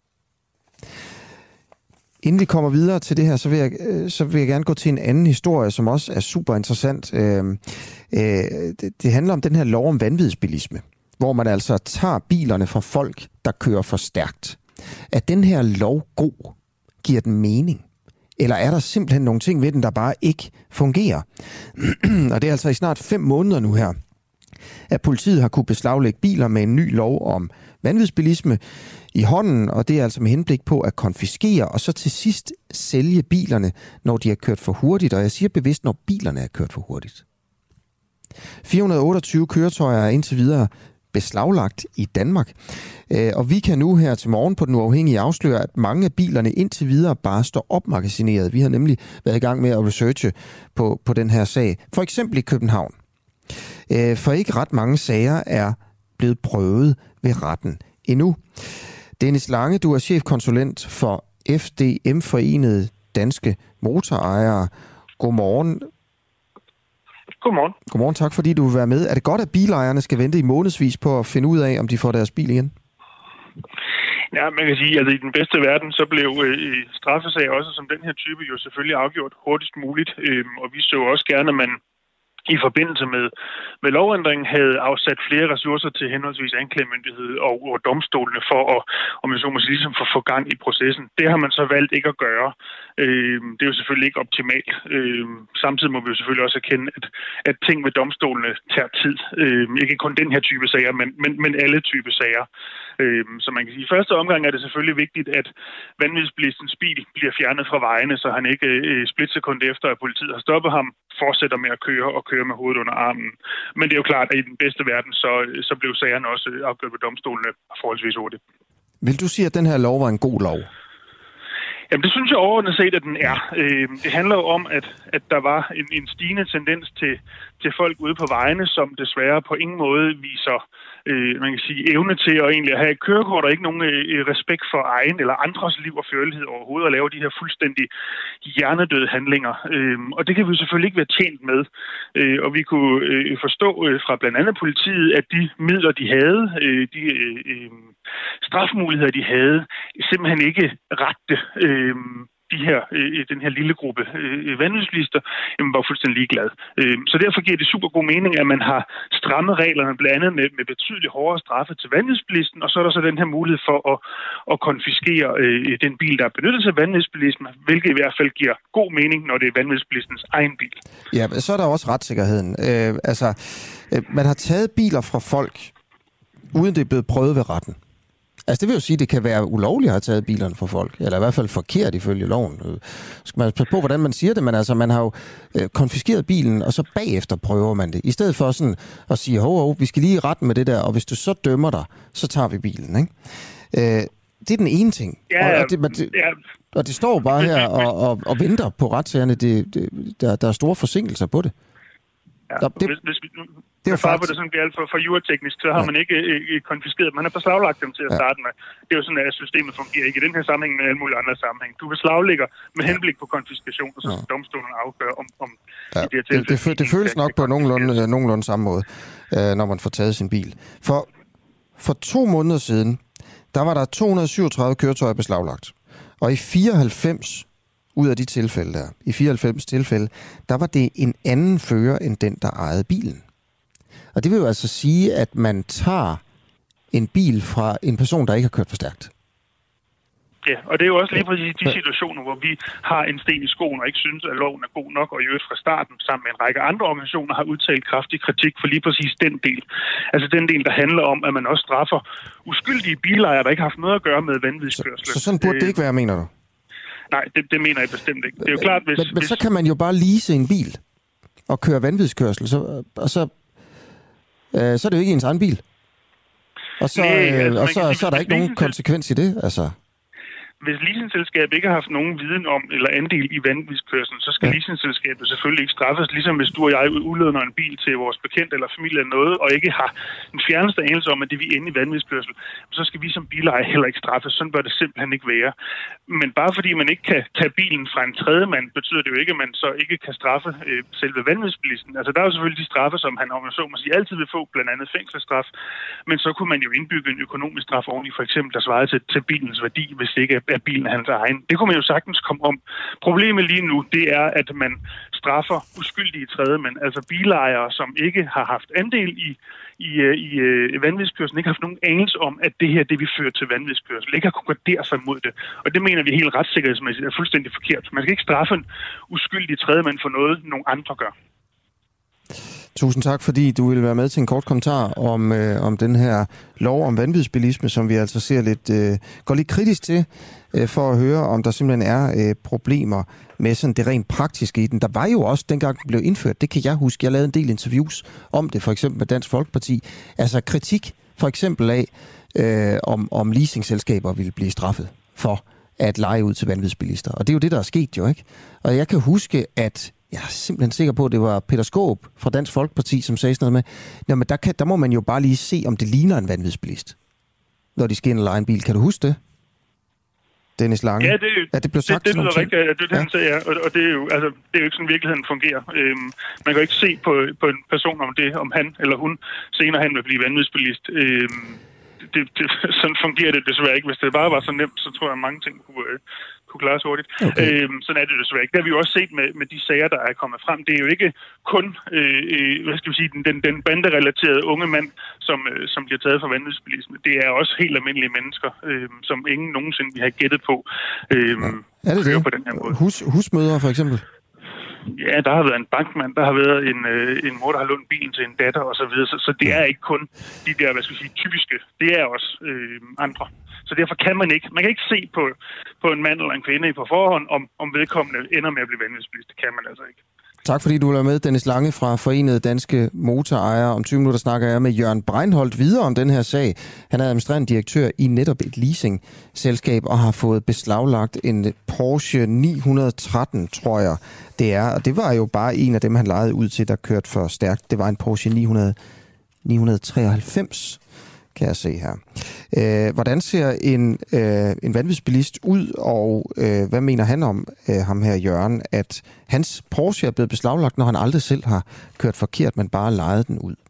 Inden vi kommer videre til det her, så vil jeg, så vil jeg gerne gå til en anden historie, som også er super interessant. Øh, øh, det, det handler om den her lov om vanvidsbilisme, hvor man altså tager bilerne fra folk, der kører for stærkt. Er den her lov god? Giver den mening? Eller er der simpelthen nogle ting ved den, der bare ikke fungerer? Og det er altså i snart fem måneder nu her, at politiet har kunne beslaglægge biler med en ny lov om vanvidsbilisme i hånden, og det er altså med henblik på at konfiskere, og så til sidst sælge bilerne, når de har kørt for hurtigt, og jeg siger bevidst, når bilerne er kørt for hurtigt. fire hundrede og otteogtyve køretøjer er indtil videre beslaglagt i Danmark, og vi kan nu her til morgen på Den Uafhængige afsløre, at mange af bilerne indtil videre bare står opmagasineret. Vi har nemlig været i gang med at researche på, på den her sag, for eksempel i København. For ikke ret mange sager er blevet prøvet ved retten endnu. Dennis Lange, du er chefkonsulent for F D M-forenede danske motorejere. Godmorgen. Godmorgen. Godmorgen, tak fordi du vil være med. Er det godt, at bilejerne skal vente i månedsvis på at finde ud af, om de får deres bil igen? Ja, man kan sige, at altså, i den bedste verden, så blev øh, straffesager også som den her type jo selvfølgelig afgjort hurtigst muligt. Øh, og vi så også gerne, at man i forbindelse med, med lovændringen havde afsat flere ressourcer til henholdsvis anklagemyndighed og, og domstolene for at, om jeg så må sige, ligesom for at få gang i processen. Det har man så valgt ikke at gøre. Øh, det er jo selvfølgelig ikke optimalt. Øh, samtidig må vi jo selvfølgelig også erkende, at, at ting ved domstolene tager tid. Øh, ikke kun den her type sager, men, men, men alle type sager. Øh, så man kan sige, i første omgang er det selvfølgelig vigtigt, at vanvidsbilistens bil bliver fjernet fra vejene, så han ikke øh, splitsekund efter, at politiet har stoppet ham, fortsætter med at køre og køre med hovedet under armen. Men det er jo klart, at i den bedste verden, så, så blev sagerne også afgjort ved domstolene forholdsvis hurtigt. Vil du sige, at den her lov var en god lov? Jamen, det synes jeg overordnet set, at den er. Øh, det handler jo om, at, at der var en, en stigende tendens til, til folk ude på vejene, som desværre på ingen måde viser øh, man kan sige, evne til at egentlig have et kørekort og ikke nogen øh, respekt for egen eller andres liv og førlighed overhovedet og lave de her fuldstændig hjernedøde handlinger. Øh, og det kan vi jo selvfølgelig ikke være tjent med. Øh, og vi kunne øh, forstå øh, fra blandt andet politiet, at de midler, de havde, øh, de øh, strafmuligheder, de havde, simpelthen ikke rette øh, de her, øh, den her lille gruppe øh, vanvidsbilister, jamen var fuldstændig ligeglad. Øh, så derfor giver det super god mening, at man har strammet reglerne blandt andet med, med betydeligt hårdere straffe til vanvidsbilisten, og så er der så den her mulighed for at, at konfiskere øh, den bil, der er benyttet til vanvidsbilisme, hvilket i hvert fald giver god mening, når det er vanvidsbilistens egen bil. Ja, så er der også retssikkerheden. Øh, altså, øh, man har taget biler fra folk, uden det er blevet prøvet ved retten. Altså det vil jo sige, at det kan være ulovligt at have taget bilerne fra folk, eller i hvert fald forkert ifølge loven. Skal man passe på, hvordan man siger det, men altså man har jo øh, konfiskeret bilen, og så bagefter prøver man det. I stedet for sådan at sige, hov, hov, vi skal lige i retten med det der, og hvis du så dømmer dig, så tager vi bilen, ikke? Øh, det er den ene ting. Ja, og, og, det, man, det, ja. og det står bare her og, og, og venter på retssagerne. Det, det, der, der er store forsinkelser på det. Ja, der, det hvis, hvis vi, det er jo faktisk... faktisk... det sådan bliver alt for, for jurateknisk, så har ja. man ikke øh, konfiskeret. Man har beslaglagt dem til at starte ja. med. Det er jo sådan, at systemet fungerer ikke i den her sammenhæng, men i alle mulige andre sammenhæng. Du beslaglægger med henblik på konfiskation, og så skal ja. domstolen afgøre om, om ja. de her tilfælde. Det, det, det føles nok på nogenlunde, nogenlunde samme måde, øh, når man får taget sin bil. For, for to måneder siden, der var der to hundrede og syvogtredive køretøjer beslaglagt. Og i fireoghalvfems ud af de tilfælde der, i fireoghalvfems tilfælde, der var det en anden fører end den, der ejede bilen. Og det vil jo altså sige, at man tager en bil fra en person, der ikke har kørt for stærkt. Ja, og det er jo også lige præcis de situationer, hvor vi har en sten i skoen og ikke synes, at loven er god nok, og i øvrigt fra starten, sammen med en række andre organisationer, har udtalt kraftig kritik for lige præcis den del. Altså den del, der handler om, at man også straffer uskyldige bilejere, der ikke har haft noget at gøre med vanvidskørsel. Så, så sådan burde det ikke være, mener du? Nej, det, det mener jeg bestemt ikke. Det er jo klart, hvis... Men, men hvis... så kan man jo bare lease en bil og køre vanvidskørsel, så, og så, øh, så er det jo ikke ens egen bil. Og så, Nej, altså, øh, og så, sige, så er der ikke nogen konsekvens i det, altså... Hvis leasingselskabet ikke har haft nogen viden om eller andel i vanvidskørsel, så skal ja. leasingselskabet selvfølgelig ikke straffes, ligesom hvis du og jeg udlåner en bil til vores bekendte eller familie eller noget, og ikke har den fjerneste anelse om, at det vi er inde i vanvidskørsel, så skal vi som bilejer heller ikke straffes. Sådan bør det simpelthen ikke være. Men bare fordi man ikke kan tage bilen fra en tredje mand, betyder det jo ikke, at man så ikke kan straffe øh, selve vanvidsbilisten. Altså der er jo selvfølgelig de straffe, som han, om jeg så må sige, altid vil få, blandt andet fængselsstraf, men så kunne man jo indbygge en økonomisk straf oveni, for eksempel, der svarer til, til bilens værdi, hvis det ikke er at bilen er hans egen. Det kunne man jo sagtens komme om. Problemet lige nu, det er, at man straffer uskyldige tredjemænd, altså bilejere, som ikke har haft andel i, i, i, i vanvidskørsel, ikke har haft nogen anelse om, at det her, det vi fører til vanvidskørsel, ikke har kunnet gardere sig mod det. Og det mener vi helt retssikkerhedsmæssigt er fuldstændig forkert. Man skal ikke straffe en uskyldig tredjemand for noget, nogen andre gør. Tusind tak, fordi du ville være med til en kort kommentar om, øh, om den her lov om vanvidsbilisme, som vi altså ser lidt, øh, går lidt kritisk til, øh, for at høre, om der simpelthen er øh, problemer med sådan det rent praktiske i den. Der var jo også, dengang den blev indført, det kan jeg huske, jeg lavede en del interviews om det, for eksempel med Dansk Folkeparti, altså kritik for eksempel af, øh, om, om leasingselskaber ville blive straffet for at leje ud til vanvidsbilister. Og det er jo det, der er sket jo, ikke? Og jeg kan huske, at jeg er simpelthen sikker på, at det var Peter Skaarup fra Dansk Folkeparti, som sagde sådan noget med, jamen der, kan, der må man jo bare lige se, om det ligner en vanvidsbilist, når de skal ind og leje en bil. Kan du huske det? Dennis Lange? Ja, det, ja, det blev sagt det, det lyder rigtigt, at det er det, han ja. siger, og, og det, er jo, altså, det er jo ikke sådan, virkeligheden fungerer. Øhm, man kan jo ikke se på, på en person om det, om han eller hun senere hen vil blive vanvidsbilist. Øhm, det, det, sådan fungerer det desværre ikke. Hvis det bare var så nemt, så tror jeg, at mange ting kunne, øh, kunne klares hurtigt. Okay. Øhm, sådan er det desværre ikke. Det har vi jo også set med, med de sager, der er kommet frem. Det er jo ikke kun øh, hvad skal vi sige, den, den, den banderelaterede unge mand, som, øh, som bliver taget for vanvidsbilisme. Det er også helt almindelige mennesker, øh, som ingen nogensinde vi har gættet på. Øh, ja. Er det det? På den her måde. Hus, husmødre for eksempel? Ja, der har været en bankmand, der har været en, øh, en mor, der har lånt bilen til en datter og så videre. Så, så det er ikke kun de der, hvad skal vi sige, typiske. Det er også øh, andre. Så derfor kan man ikke, man kan ikke se på, på en mand eller en kvinde på forhånd, om, om vedkommende ender med at blive vanvidsbilist. Det kan man altså ikke. Tak fordi du var med, Dennis Lange fra Forenede Danske Motorejere. Om tyve minutter snakker jeg med Jørgen Breinholt videre om den her sag. Han er administrerende direktør i netop et leasingselskab og har fået beslaglagt en Porsche ni hundrede tretten, tror jeg det er. Og det var jo bare en af dem, han lejede ud til, der kørte for stærkt. Det var en Porsche ni hundrede, ni hundrede treoghalvfems. Kan jeg se her. Øh, hvordan ser en, øh, en vanvidsbilist ud, og øh, hvad mener han om øh, ham her, Jørgen, at hans Porsche er blevet beslaglagt, når han aldrig selv har kørt forkert, men bare lejet den ud?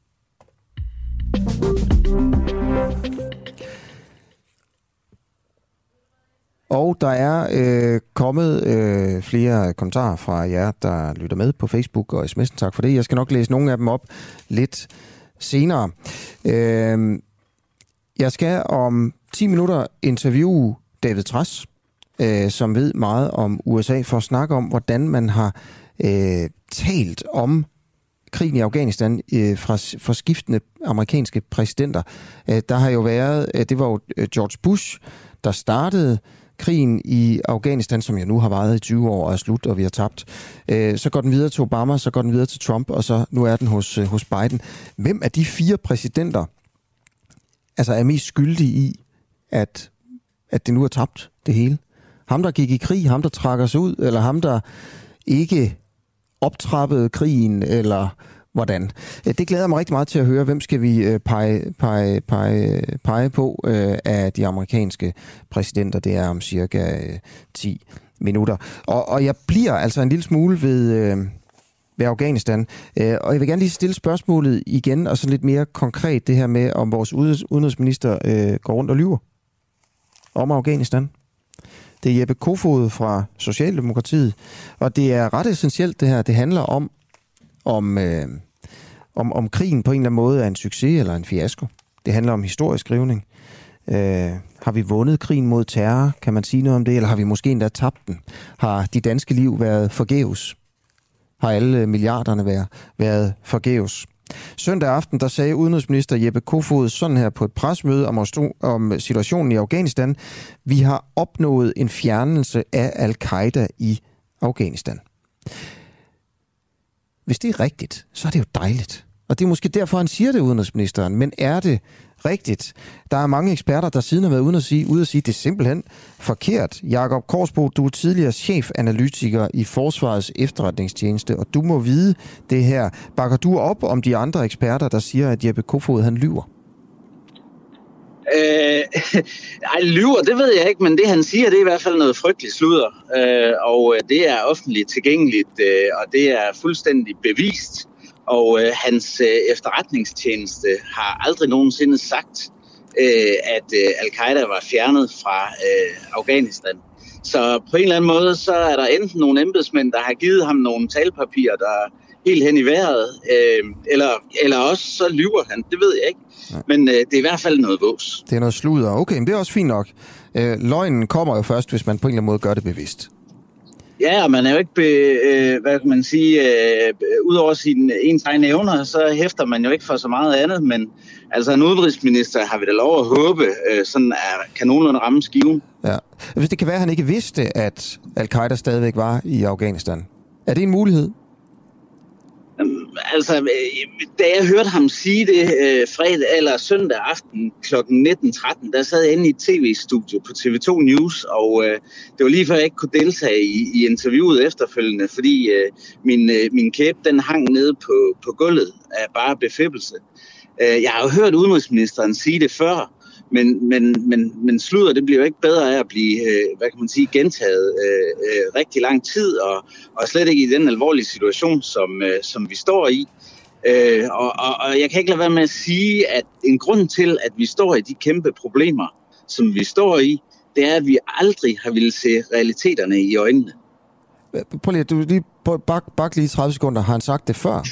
Og der er øh, kommet øh, flere kommentarer fra jer, der lytter med på Facebook og sms'en. Tak for det. Jeg skal nok læse nogle af dem op lidt senere. Øh, jeg skal om ti minutter interviewe David Trads, øh, som ved meget om U S A, for at snakke om, hvordan man har øh, talt om krigen i Afghanistan øh, fra, fra skiftende amerikanske præsidenter. Øh, der har jo været, øh, det var jo George Bush, der startede krigen i Afghanistan, som jo nu har varet i tyve år og er slut, og vi har tabt. Øh, så går den videre til Obama, så går den videre til Trump, og så nu er den hos, øh, hos Biden. Hvem af de fire præsidenter altså er mest skyldig i, at, at det nu er tabt, det hele? Ham, der gik i krig, ham, der trækker sig ud, eller ham, der ikke optrappede krigen, eller hvordan? Det glæder mig rigtig meget til at høre. Hvem skal vi pege, pege, pege, pege på øh, af de amerikanske præsidenter? Det er om cirka øh, ti minutter. Og, og jeg bliver altså en lille smule ved, øh, ved Afghanistan. Øh, og jeg vil gerne lige stille spørgsmålet igen, og så lidt mere konkret det her med, om vores udenrigsminister øh, går rundt og lyver om Afghanistan. Det er Jeppe Kofod fra Socialdemokratiet, og det er ret essentielt det her. Det handler om, om, øh, om, om krigen på en eller anden måde er en succes eller en fiasko. Det handler om historieskrivning. Øh, har vi vundet krigen mod terror? Kan man sige noget om det? Eller har vi måske endda tabt den? Har de danske liv været forgæves? Har alle milliarderne været, været forgæves? Søndag aften, der sagde udenrigsminister Jeppe Kofod sådan her på et presmøde om, om situationen i Afghanistan: vi har opnået en fjernelse af al-Qaida i Afghanistan. Hvis det er rigtigt, så er det jo dejligt. Og det er måske derfor, han siger det, udenrigsministeren. Men er det rigtigt? Der er mange eksperter, der siden har været ude at sige, ude at sige, at det er simpelthen forkert. Jakob Korsbo, du er tidligere chefanalytiker i Forsvarets Efterretningstjeneste, og du må vide det her. Bakker du op om de andre eksperter, der siger, at Jeppe Kofod, han lyver? Øh, ej, lyver, det ved jeg ikke, men det han siger, det er i hvert fald noget frygteligt sludder. Øh, og det er offentligt tilgængeligt, øh, og det er fuldstændig bevist. Og øh, hans øh, efterretningstjeneste har aldrig nogensinde sagt, øh, at øh, al-Qaida var fjernet fra øh, Afghanistan. Så på en eller anden måde, så er der enten nogle embedsmænd, der har givet ham nogle talpapirer, der er helt hen i vejret, øh, eller, eller også så lyver han, det ved jeg ikke. Ja. Men øh, det er i hvert fald noget vås. Det er noget sludder. Okay, men det er også fint nok. Øh, løgnen kommer jo først, hvis man på en eller anden måde gør det bevidst. Ja, og man er jo ikke, be, øh, hvad kan man sige, øh, udover sine ens egne evner, så hæfter man jo ikke for så meget andet, men altså en udenrigsminister har vi da lov at håbe, øh, sådan er kanonerne ramme skiven. Ja. Hvis det kan være, at han ikke vidste, at al-Qaida stadigvæk var i Afghanistan, er det en mulighed? Altså, da jeg hørte ham sige det øh, fredag eller søndag aften klokken nitten tretten, der sad jeg inde i et tv-studie på T V to News, og øh, det var lige før jeg ikke kunne deltage i, i interviewet efterfølgende, fordi øh, min, øh, min kæbe, den hang nede på, på gulvet af bare befippelse. Øh, jeg har jo hørt udenrigsministeren sige det før, men, men, men, men sludder, det bliver jo ikke bedre af at blive, øh, hvad kan man sige, gentaget øh, øh, rigtig lang tid, og, og slet ikke i den alvorlige situation, som, øh, som vi står i. Øh, og, og, og jeg kan ikke lade være med at sige, at en grund til, at vi står i de kæmpe problemer, som vi står i, det er, at vi aldrig har ville se realiteterne i øjnene. Prøv lige, du lige bak, bak lige tredive sekunder. Har han sagt det før?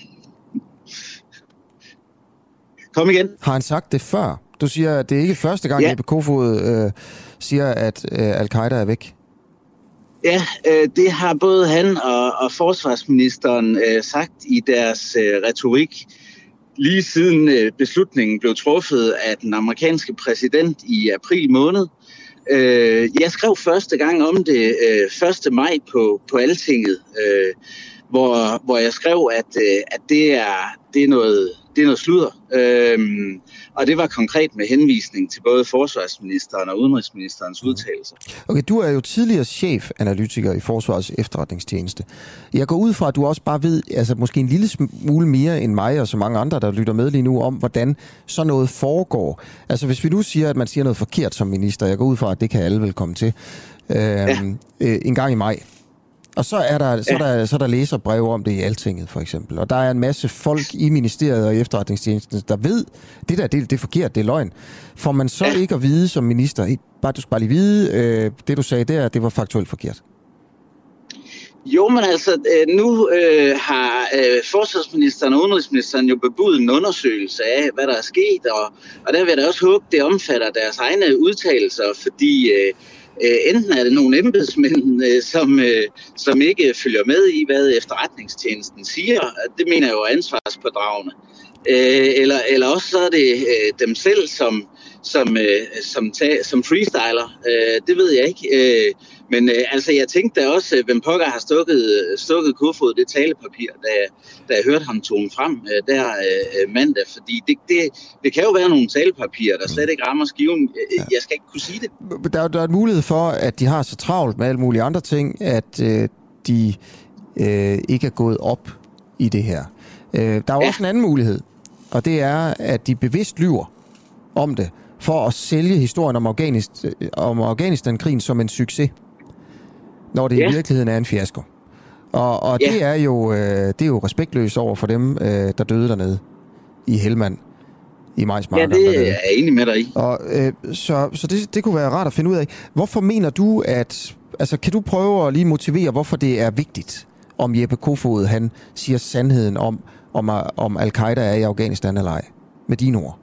Kom igen. Har han sagt det før? Du siger, at det er ikke første gang, ja. Jeppe Kofod øh, siger, at øh, al-Qaida er væk. Ja, øh, det har både han og, og forsvarsministeren øh, sagt i deres øh, retorik, lige siden øh, beslutningen blev truffet af den amerikanske præsident i april måned. Øh, jeg skrev første gang om det øh, første maj på, på Altinget, øh, hvor, hvor jeg skrev, at, øh, at det, er, det, er noget, det er noget sludder. Øh, Og det var konkret med henvisning til både forsvarsministeren og udenrigsministerens udtalelser. Okay, du er jo tidligere chefanalytiker i Forsvarets Efterretningstjeneste. Jeg går ud fra, at du også bare ved, altså måske en lille smule mere end mig og så mange andre, der lytter med lige nu, om hvordan sådan noget foregår. Altså hvis vi nu siger, at man siger noget forkert som minister, jeg går ud fra, at det kan alle vel komme til, øh, ja. øh, en gang i maj. Og så er der, så er der, så er der læserbreve om det i Altinget, for eksempel. Og der er en masse folk i ministeriet og i efterretningstjenesten, der ved, det der, det, det er forkert, det er løgn. Får man så ikke at vide som minister, bare, du skal bare lige vide, øh, det du sagde der, det var faktuelt forkert. Jo, men altså, nu øh, har øh, forsvarsministeren og udenrigsministeren jo bebudet en undersøgelse af, hvad der er sket, og, og der vil jeg da også håbe, det omfatter deres egne udtalelser, fordi øh, øh, enten er det nogle embedsmænd, øh, som, øh, som ikke følger med i, hvad efterretningstjenesten siger, det mener jeg jo er ansvarspådragende, øh, eller, eller også så er det øh, dem selv, som, som, øh, som, tag, som freestyler, øh, det ved jeg ikke. Øh, Men øh, altså, jeg tænkte da også, øh, hvem pokker har stukket, stukket Kofod det talepapir, da, da jeg hørte ham tone frem øh, der øh, mandag. Fordi det, det, det kan jo være nogle talepapirer, der slet ikke rammer skiven. Jeg skal ikke kunne sige det. Der, der er en mulighed for, at de har så travlt med alle mulige andre ting, at øh, de øh, ikke er gået op i det her. Øh, der er jo ja. også en anden mulighed, og det er, at de bevidst lyver om det, for at sælge historien om, Afghanist, om Afghanistan-krigen som en succes, når det ja. i virkeligheden er en fiasko. Og, og ja. det, er jo, øh, det er jo respektløst over for dem, øh, der døde dernede i Helmand, i Majsmarken. Ja, det er jeg enig med dig i. Og, øh, så så det, det kunne være rart at finde ud af. Hvorfor mener du, at... Altså, kan du prøve at lige motivere, hvorfor det er vigtigt, om Jeppe Kofod, han siger sandheden om, om, om Al-Qaida er i Afghanistan eller ej? Med dine ord.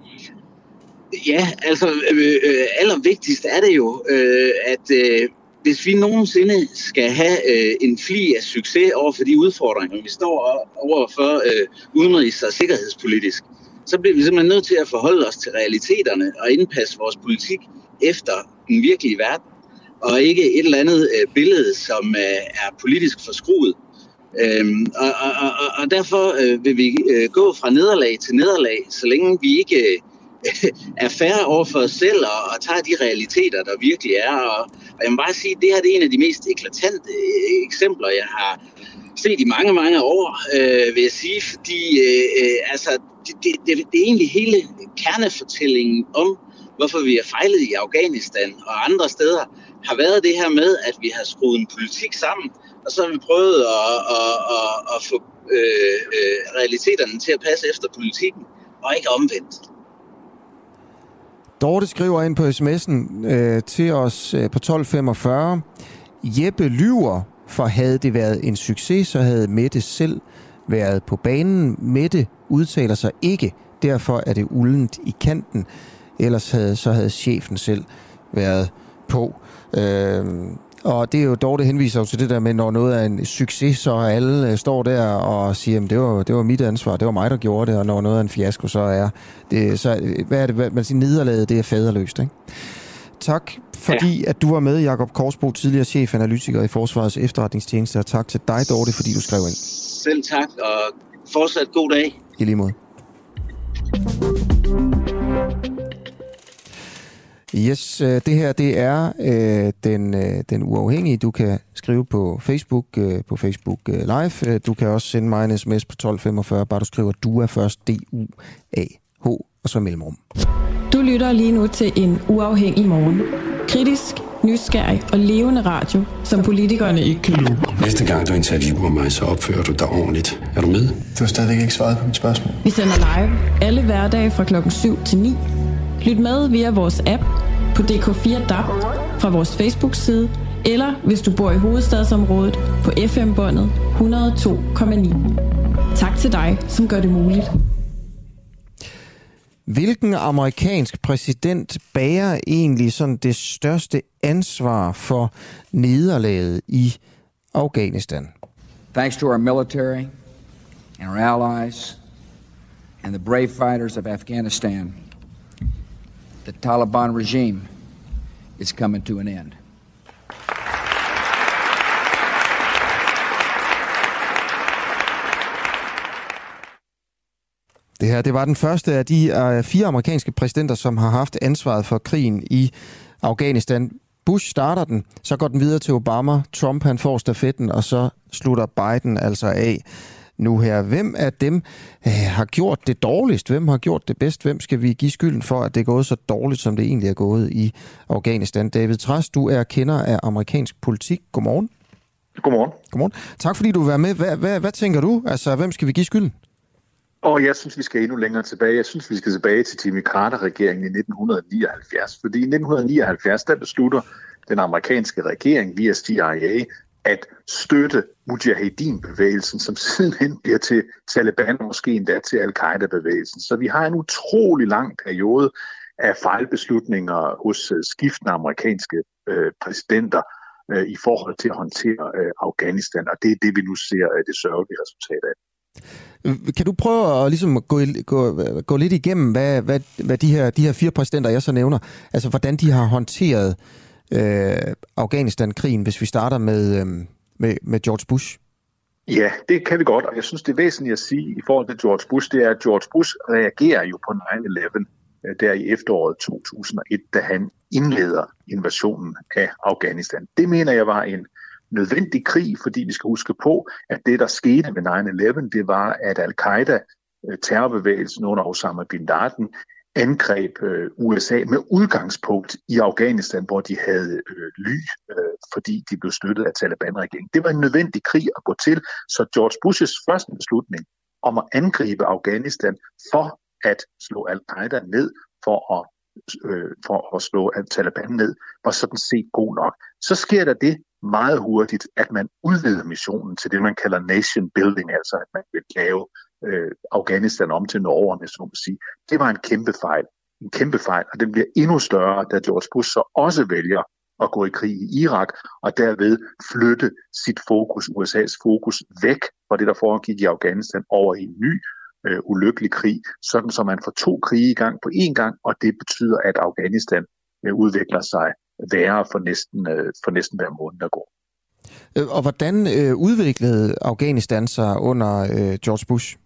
Ja, altså øh, øh, allervigtigst er det jo, øh, at øh, hvis vi nogensinde skal have øh, en fli af succes over for de udfordringer, vi står over for øh, udenrigs- og sikkerhedspolitisk, så bliver vi simpelthen nødt til at forholde os til realiteterne og indpasse vores politik efter den virkelige verden, og ikke et eller andet øh, billede, som øh, er politisk forskruet. Øhm, og, og, og, og derfor øh, vil vi øh, gå fra nederlag til nederlag, så længe vi ikke øh, er færre over for os selv og, og tager de realiteter, der virkelig er. Og, og jeg må bare sige, at det her det er en af de mest eklatante øh, eksempler, jeg har set i mange, mange år, øh, vil jeg sige, fordi øh, altså, det, det, det, det er egentlig hele kernefortællingen om, hvorfor vi er fejlet i Afghanistan og andre steder, har været det her med, at vi har skruet en politik sammen, og så har vi prøvet at, at, at, at få øh, øh, realiteterne til at passe efter politikken, og ikke omvendt. Dorte skriver ind på sms'en øh, til os øh, på tolv femogfyrre. Jeppe lyver, for havde det været en succes, så havde Mette selv været på banen. Mette udtaler sig ikke, derfor er det uldent i kanten. Ellers havde, så havde chefen selv været på. Øh, og det er jo Dorte henviser til det der med, når noget er en succes, så alle øh, står der og siger, at det var, det var mit ansvar, det var mig, der gjorde det, og når noget er en fiasko, så er det, så, hvad er det, hvad, man siger, nederlaget, det er faderløst, ikke? Tak, fordi ja. at du var med, Jakob Korsbo, tidligere chefanalytiker i Forsvarets Efterretningstjeneste, og tak til dig, Dorte, fordi du skrev ind. Selv tak, og fortsat god dag. I lige måde. Yes, det her det er øh, den, øh, den uafhængige. Du kan skrive på Facebook, øh, på Facebook øh, Live. Du kan også sende mig en sms på tolv femogfyrre, bare du skriver D U A først, D U A H, og så mellemrum. Du lytter lige nu til en uafhængig morgen. Kritisk, nysgerrig og levende radio, som politikerne ikke kan lide. Næste gang du interviewer mig, så opfører du dig ordentligt. Er du med? Du har stadigvæk ikke svaret på mit spørgsmål. Vi sender live alle hverdage fra klokken syv til ni. Lyt med via vores app på D K fire D A B, fra vores Facebook-side, eller hvis du bor i hovedstadsområdet på F M-båndet hundrede og to komma ni. Tak til dig, som gør det muligt. Hvilken amerikansk præsident bærer egentlig sådan det største ansvar for nederlaget i Afghanistan? Thanks to our military and our allies and the brave fighters of Afghanistan, the Taliban regime is coming to an end. Det her, det var den første af de uh, fire amerikanske præsidenter, som har haft ansvaret for krigen i Afghanistan. Bush starter den, så går den videre til Obama. Trump, han får stafetten, og så slutter Biden altså af nu her. Hvem af dem uh, har gjort det dårligst? Hvem har gjort det bedst? Hvem skal vi give skylden for, at det er gået så dårligt, som det egentlig er gået i Afghanistan? David Trads, du er kender af amerikansk politik. Godmorgen. Godmorgen. Godmorgen. Tak fordi du vil være med. Hvad, hvad, hvad tænker du? Altså, hvem skal vi give skylden? Og jeg synes, vi skal endnu længere tilbage. Jeg synes, vi skal tilbage til Jimmy Carter-regeringen i nitten nioghalvfjerds. Fordi i nitten nioghalvfjerds, der beslutter den amerikanske regering via C I A at støtte Mujahedin-bevægelsen, som sidenhen bliver til Taliban, måske endda til Al-Qaida-bevægelsen. Så vi har en utrolig lang periode af fejlbeslutninger hos skiftende amerikanske øh, præsidenter øh, i forhold til at håndtere øh, Afghanistan, og det er det, vi nu ser øh, det sørgelige resultat af. Kan du prøve at ligesom gå, gå, gå lidt igennem, hvad, hvad, hvad de, her, de her fire præsidenter, jeg så nævner, altså hvordan de har håndteret øh, Afghanistan-krigen, hvis vi starter med, øh, med, med George Bush? Ja, det kan vi godt, og jeg synes, det er væsentligt at sige i forhold til George Bush, det er, at George Bush reagerer jo på nine eleven der i efteråret to tusind og et, da han indleder invasionen af Afghanistan. Det mener jeg var en nødvendig krig, fordi vi skal huske på, at det, der skete med nine eleven, det var, at Al-Qaida, terrorbevægelsen under Osama bin Laden, angreb U S A med udgangspunkt i Afghanistan, hvor de havde ly, fordi de blev støttet af Taliban-regeringen. Det var en nødvendig krig at gå til, så George Bushes første beslutning om at angribe Afghanistan for at slå Al-Qaida ned, for at, øh, for at slå Taliban ned, var sådan set god nok. Så sker der det meget hurtigt, at man udvider missionen til det, man kalder nation building, altså at man vil lave øh, Afghanistan om til Norge, om jeg så må sige. Det var en kæmpe fejl. En kæmpe fejl, og den bliver endnu større, da George Bush så også vælger at gå i krig i Irak, og derved flytte sit fokus, U S A's fokus, væk fra det, der foregik i Afghanistan, over i en ny øh, ulykkelig krig, sådan så man får to krige i gang på én gang, og det betyder, at Afghanistan øh, udvikler sig værre for næsten, øh, for næsten hver måned, der går. Og hvordan øh, udviklede Afghanistan sig under øh, George Bush?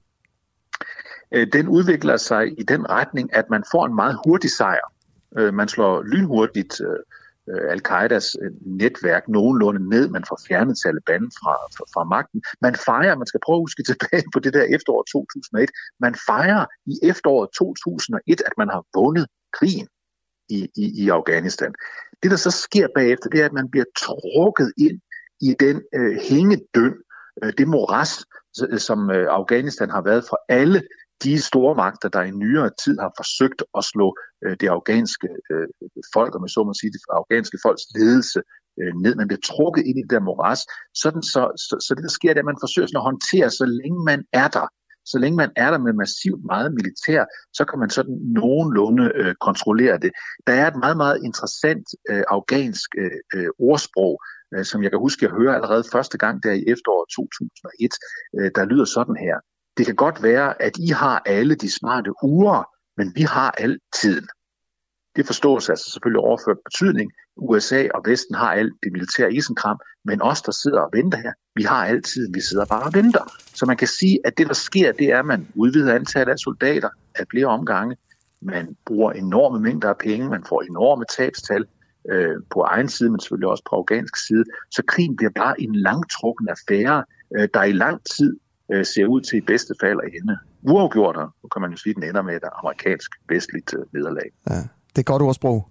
Øh, den udvikler sig i den retning, at man får en meget hurtig sejr. Øh, man slår lynhurtigt øh, Al-Qaidas netværk nogenlunde ned. Man får fjernet Taliban fra, fra, fra magten. Man fejrer, man skal prøve at huske tilbage på det der efterår to tusind og et, man fejrer i efteråret to tusind og et, at man har vundet krigen i, i, i Afghanistan. Det, der så sker bagefter, det er, at man bliver trukket ind i den øh, hængedøn, øh, det moras, som øh, Afghanistan har været for alle de store magter, der i nyere tid har forsøgt at slå øh, det afghanske øh, folk, og med så må sige, det afghanske folks ledelse øh, ned. Man bliver trukket ind i det der moras, sådan så, så, så det, der sker, det er, at man forsøger sådan at håndtere, så længe man er der. Så længe man er der med massivt meget militær, så kan man sådan nogenlunde øh, kontrollere det. Der er et meget, meget interessant øh, afghansk øh, ordsprog, øh, som jeg kan huske, jeg hører allerede første gang der i efteråret to tusind og et, øh, der lyder sådan her. Det kan godt være, at I har alle de smarte uger, men vi har al tiden. Det forstås altså selvfølgelig overført betydning. U S A og Vesten har alt det militære isenkram, men os, der sidder og venter her, vi har altid, vi sidder bare og venter. Så man kan sige, at det, der sker, det er, at man udvider antallet af soldater af flere omgange. Man bruger enorme mængder af penge, man får enorme tabstal øh, på egen side, men selvfølgelig også på afghansk side. Så krigen bliver bare en langtrukken affære, øh, der i lang tid øh, ser ud til i bedste fald at ende. Uafgjort, nu kan man jo sige, at den ender med et amerikansk vestligt øh, nederlag. Ja, det er godt ordsprog.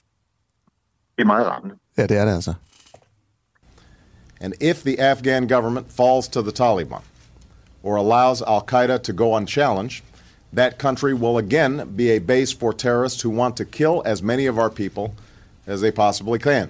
Det er meget rammende. Ja, det er det altså. And if the Afghan government falls to the Taliban or allows Al-Qaeda to go unchallenged, that country will again be a base for terrorists who want to kill as many of our people as they possibly can.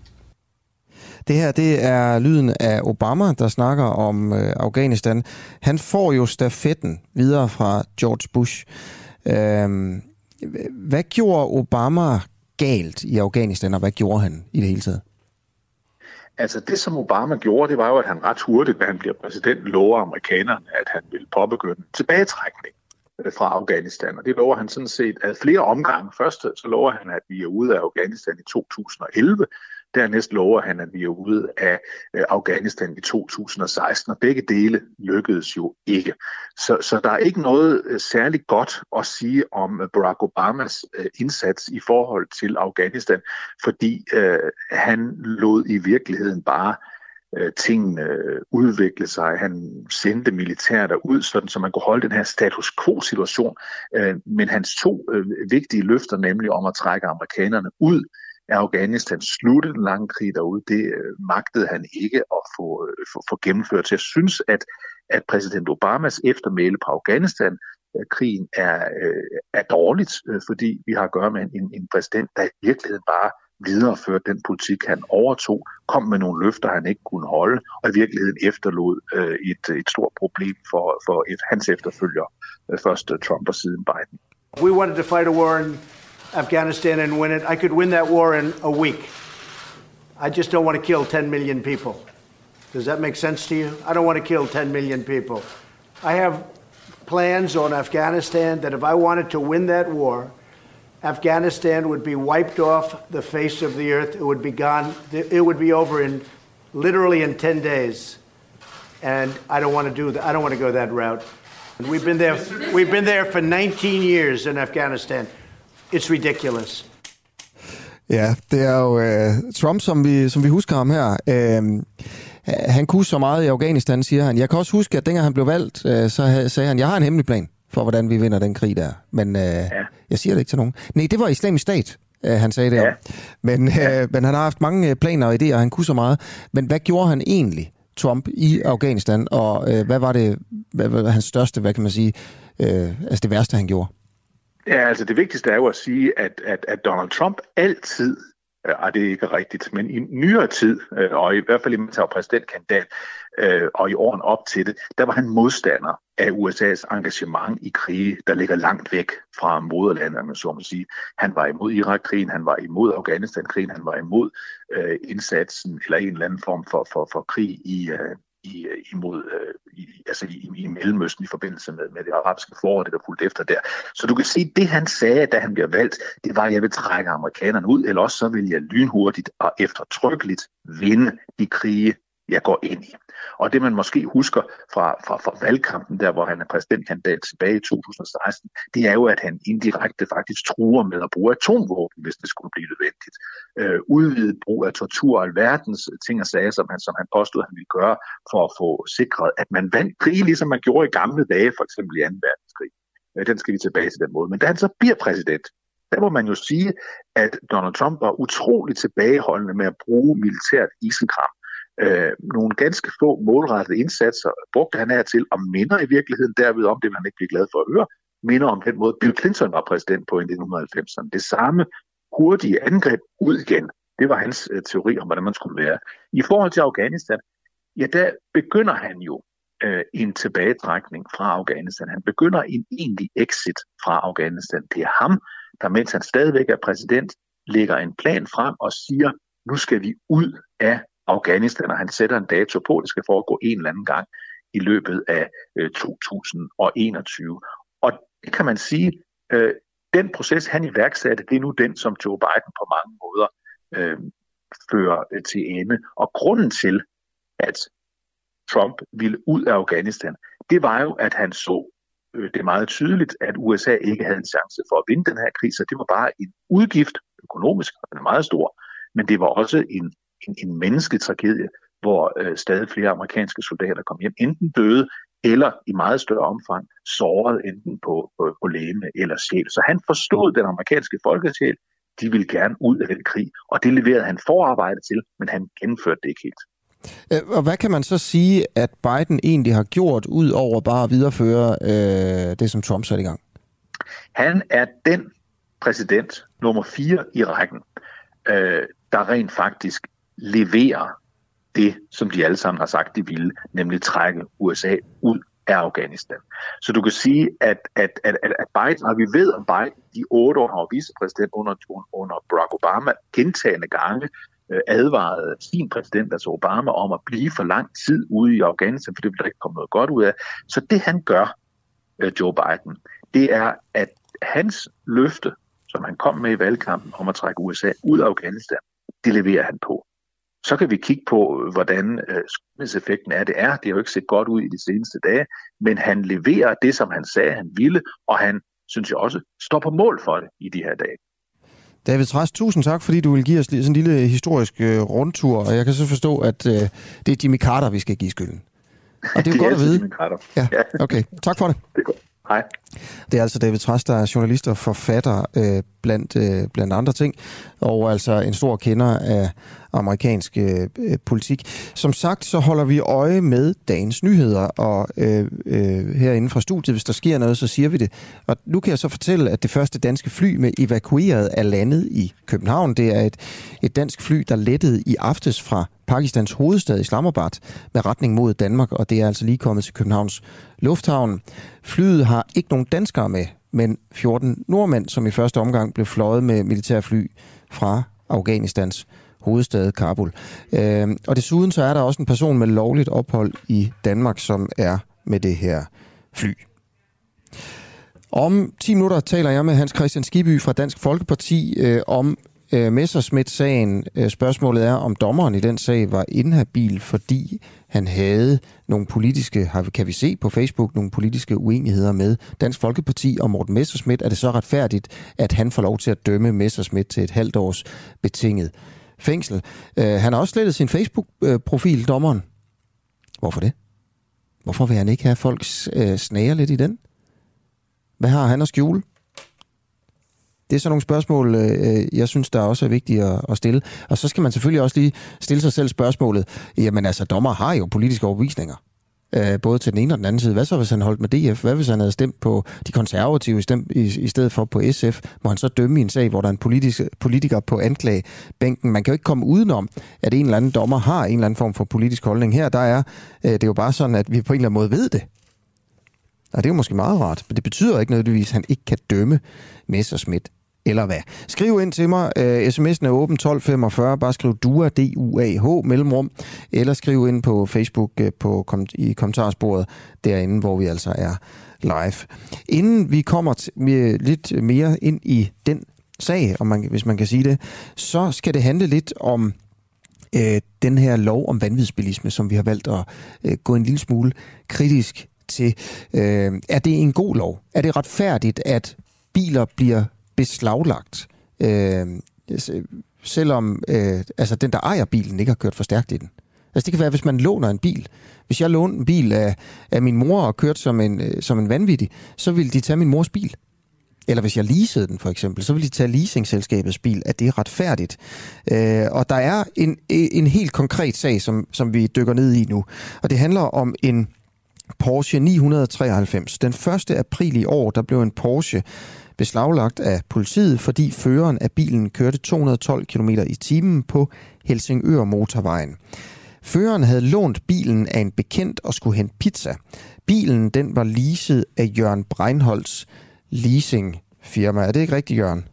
Det her, det er lyden af Obama, der snakker om øh, Afghanistan. Han får jo stafetten videre fra George Bush. Øhm, hvad gjorde Obama galt i Afghanistan, og hvad gjorde han i det hele taget? Altså det, som Obama gjorde, det var jo, at han ret hurtigt, da han bliver præsident, lover amerikanerne, at han ville påbegynde tilbagetrækning fra Afghanistan. Og det lover han sådan set af flere omgange. Først så lover han, at vi er ude af Afghanistan i to tusind og elleve. Dernæst lover han, at vi er ude af Afghanistan i to tusind og seksten, og begge dele lykkedes jo ikke. Så, så der er ikke noget særligt godt at sige om Barack Obamas indsats i forhold til Afghanistan, fordi øh, han lod i virkeligheden bare øh, tingene udvikle sig. Han sendte militær derud, sådan så man kunne holde den her status quo-situation. Øh, men hans to øh, vigtige løfter, nemlig om at trække amerikanerne ud af Afghanistan, slutte den lange krig derude, det øh, magtede han ikke at få, øh, få, få gennemført. Så jeg synes, at, at præsident Obamas eftermæle på Afghanistan at krigen er, øh, er dårligt, øh, fordi vi har at gøre med en, en præsident, der i virkeligheden bare videreførte den politik, han overtog, kom med nogle løfter, han ikke kunne holde, og i virkeligheden efterlod øh, et, et stort problem for, for et, hans efterfølger, øh, først Trump og siden Biden. We wanted to fight a war in Afghanistan and win it. I could win that war in a week. I just don't want to kill ten million people. Does that make sense to you? I don't want to kill ten million people. I have plans on Afghanistan that if I wanted to win that war, Afghanistan would be wiped off the face of the earth. It would be gone. It would be over in literally in ten days. And I don't want to do that. I don't want to go that route. And we've been there. We've been there for nineteen years in Afghanistan. It's ridiculous. Ja, det er jo uh, Trump, som vi, som vi husker ham her. Uh, han kunne så meget i Afghanistan, siger han. Jeg kan også huske, at dengang han blev valgt, uh, så sagde han, jeg har en hemmelig plan for, hvordan vi vinder den krig der. Men uh, ja. jeg siger det ikke til nogen. Nej, det var Islamisk Stat, uh, han sagde det. Ja. Men, uh, ja. men han har haft mange planer og idéer, og han kunne så meget. Men hvad gjorde han egentlig, Trump, i Afghanistan? Og uh, hvad var det, hvad var hans største, hvad kan man sige, uh, altså det værste, han gjorde? Ja, altså det vigtigste er jo at sige, at, at, at Donald Trump altid, og det er ikke rigtigt, men i nyere tid, og i hvert fald i man tager præsidentkandidat, og i årene op til det, der var han modstander af U S A's engagement i krige, der ligger langt væk fra moderlandet, så man sige. Han var imod Irak-krigen, han var imod Afghanistan-krigen, han var imod øh, indsatsen, eller en eller anden form for, for, for krig i øh, I, imod, øh, i, altså i, i Mellemøsten i forbindelse med, med det arabiske forår, det der fulgte efter der. Så du kan sige, det han sagde, da han bliver valgt, det var, at jeg vil trække amerikanerne ud, eller også så vil jeg lynhurtigt og eftertrykkeligt vinde de krige, jeg går ind i. Og det man måske husker fra, fra, fra valgkampen, der hvor han er præsidentkandidat tilbage i to tusind og seksten, det er jo, at han indirekte faktisk truer med at bruge atomvåben, hvis det skulle blive nødvendigt. Øh, udvidet brug af tortur og alverdens ting og sager, som han, som han påstod, han ville gøre for at få sikret, at man vandt krig, ligesom man gjorde i gamle dage, for eksempel i anden verdenskrig. Øh, den skal vi tilbage til den måde. Men da han så bliver præsident, der må man jo sige, at Donald Trump var utroligt tilbageholdende med at bruge militært isenkram. Øh, nogle ganske få målrettede indsatser brugte han her til, og minder i virkeligheden derved om, det man ikke bliver glad for at høre, minder om den måde, Bill Clinton var præsident på i nitten halvfemserne. Det samme hurtige angreb ud igen, det var hans øh, teori om, hvordan man skulle være. I forhold til Afghanistan, ja, der begynder han jo øh, en tilbagetrækning fra Afghanistan. Han begynder en egentlig exit fra Afghanistan. Det er ham, der mens han stadigvæk er præsident, lægger en plan frem og siger, nu skal vi ud af Afghanistan, og han sætter en dato på, det skal foregå en eller anden gang i løbet af øh, to tusind og enogtyve. Og det kan man sige, øh, den proces, han iværksatte, det er nu den, som Joe Biden på mange måder øh, fører øh, til ende. Og grunden til, at Trump ville ud af Afghanistan, det var jo, at han så øh, det meget tydeligt, at U S A ikke havde en chance for at vinde den her krig, så det var bare en udgift, økonomisk, og den er meget stor, men det var også en En, en mennesketragedie, hvor øh, stadig flere amerikanske soldater kom hjem, enten døde eller i meget større omfang såret enten på, på, på legeme eller sjæl. Så han forstod den amerikanske folkesjæl, de ville gerne ud af den krig, og det leverede han forarbejde til, men han gennemførte det ikke helt. Og hvad kan man så sige, at Biden egentlig har gjort, ud over bare at videreføre øh, det, som Trump satte i gang? Han er den præsident nummer fire i rækken, øh, der rent faktisk leverer det, som de alle sammen har sagt, de ville, nemlig trække U S A ud af Afghanistan. Så du kan sige, at, at, at, at Biden, og vi ved om Biden, de otte år har vicepræsident under, under Barack Obama, gentagende gange øh, advarede sin præsident, altså Obama, om at blive for lang tid ude i Afghanistan, for det vil der ikke komme noget godt ud af. Så det han gør, øh, Joe Biden, det er, at hans løfte, som han kom med i valgkampen om at trække U S A ud af Afghanistan, det leverer han på. Så kan vi kigge på, hvordan øh, skuddseffekten er. Det er. Det har jo ikke set godt ud i de seneste dage, men han leverer det, som han sagde, han ville, og han, synes jeg også, står på mål for det i de her dage. David Trads, tusind tak, fordi du vil give os sådan en lille historisk øh, rundtur, og jeg kan så forstå, at øh, det er Jimmy Carter, vi skal give skylden. Og det er jo godt at vide. Ja, okay. Tak for det. Det er godt. Hej. Det er altså David Trads, der er journalist og forfatter øh, blandt, øh, blandt andre ting, og altså en stor kender af amerikansk øh, politik. Som sagt, så holder vi øje med dagens nyheder, og øh, øh, herinde fra studiet, hvis der sker noget, så siger vi det. Og nu kan jeg så fortælle, at det første danske fly med evakueret er landet i København. Det er et, et dansk fly, der lettede i aftes fra Pakistans hovedstad Islamabad med retning mod Danmark, og det er altså lige kommet til Københavns Lufthavn. Flyet har ikke nogen danskere med, men fjorten nordmænd, som i første omgang blev fløjet med militærfly fra Afghanistans hovedstad Kabul. Øh, og desuden så er der også en person med lovligt ophold i Danmark, som er med det her fly. Om ti minutter taler jeg med Hans Kristian Skibby fra Dansk Folkeparti øh, om øh, Messerschmidt-sagen. Øh, spørgsmålet er, om dommeren i den sag var inhabil, fordi han havde nogle politiske, kan vi se på Facebook, nogle politiske uenigheder med Dansk Folkeparti og Morten Messerschmidt. Er det så retfærdigt, at han får lov til at dømme Messerschmidt til et halvt års betinget fængsel? Øh, han har også slettet sin Facebook-profil, dommeren. Hvorfor det? Hvorfor vil han ikke have folk øh, snager lidt i den? Hvad har han at skjule? Det er sådan nogle spørgsmål, øh, jeg synes, der også er vigtige at, at stille. Og så skal man selvfølgelig også lige stille sig selv spørgsmålet. Jamen altså, dommer har jo politiske overbevisninger. Øh, både til den ene og den anden side. Hvad så, hvis han holdt med D F? Hvad hvis han havde stemt på de konservative stemt, i, i stedet for på S F? Må han så dømme i en sag, hvor der er en politisk, politiker på anklagebænken? Man kan jo ikke komme udenom, at en eller anden dommer har en eller anden form for politisk holdning. Her der er øh, det er jo bare sådan, at vi på en eller anden måde ved det. Og det er jo måske meget rart, men det betyder ikke nødvendigvis, at han ikke kan dømme Messerschmidt, eller hvad. Skriv ind til mig. Uh, sms'en er åben tolv femogfyrre. Bare skriv D U A, D U A H, mellemrum. Eller skriv ind på Facebook uh, på, kom, i kommentarsporet derinde, hvor vi altså er live. Inden vi kommer t- med lidt mere ind i den sag, om man, hvis man kan sige det, så skal det handle lidt om uh, den her lov om vanvidsbilisme, som vi har valgt at uh, gå en lille smule kritisk til. Øh, er det en god lov? Er det retfærdigt, at biler bliver beslaglagt, øh, selvom øh, altså den, der ejer bilen, ikke har kørt for stærkt i den? Altså det kan være, hvis man låner en bil. Hvis jeg låner en bil af, af min mor og kørt som en, øh, som en vanvittig, så vil de tage min mors bil. Eller hvis jeg leasede den for eksempel, så vil de tage leasingselskabets bil. Er det retfærdigt? Øh, og der er en, en helt konkret sag, som, som vi dykker ned i nu. Og det handler om en Porsche ni treoghalvfems. Den første april i år, der blev en Porsche beslaglagt af politiet, fordi føreren af bilen kørte to hundrede og tolv kilometer i timen på Helsingør motorvejen. Føreren havde lånt bilen af en bekendt og skulle hente pizza. Bilen, den var leaset af Jørgen Breinholts leasingfirma. Er det ikke rigtigt, Jørgen?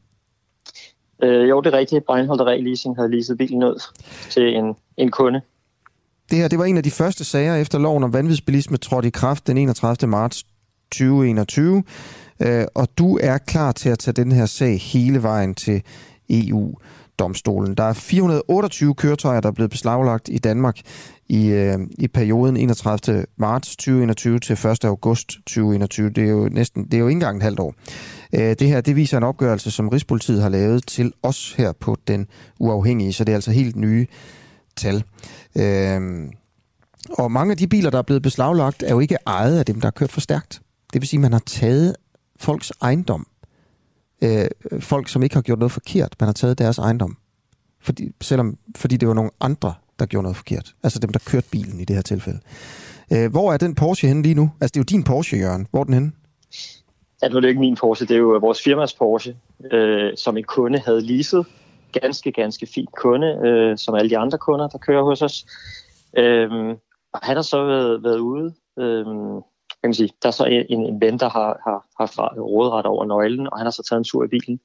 Øh, jo, det er rigtigt. Breinholt Re Leasing havde leaset bilen ud til en, en kunde. Det her, det var en af de første sager efter loven om vanvidsbilisme trådte i kraft den enogtredivte marts tyve enogtyve, øh, og du er klar til at tage den her sag hele vejen til E U-domstolen. Der er fire hundrede og otteogtyve køretøjer, der er blevet beslaglagt i Danmark i, øh, i perioden enogtredivte marts tyve enogtyve til første august tyve enogtyve. Det er jo næsten, det er jo ikke engang et halvt år. Øh, det her, det viser en opgørelse, som Rigspolitiet har lavet til os her på Den Uafhængige, så det er altså helt nye tal. Øhm, og mange af de biler, der er blevet beslaglagt, er jo ikke ejet af dem, der har kørt for stærkt. Det vil sige, at man har taget folks ejendom. Øh, folk, som ikke har gjort noget forkert, man har taget deres ejendom. Fordi, selvom, fordi det var nogle andre, der gjorde noget forkert. Altså dem, der kørte bilen i det her tilfælde. Øh, hvor er den Porsche henne lige nu? Altså det er jo din Porsche, Jørgen. Hvor er den henne? Ja, nu er det ikke min Porsche, det er jo vores firmas Porsche, øh, som en kunde havde leaset. Ganske, ganske fin kunde, øh, som alle de andre kunder, der kører hos os. Øhm, og han har så været, været ude. Øhm, kan man sige, der er så en, en ven, der har, har haft råderet over nøglen, og han har så taget en tur i bilen.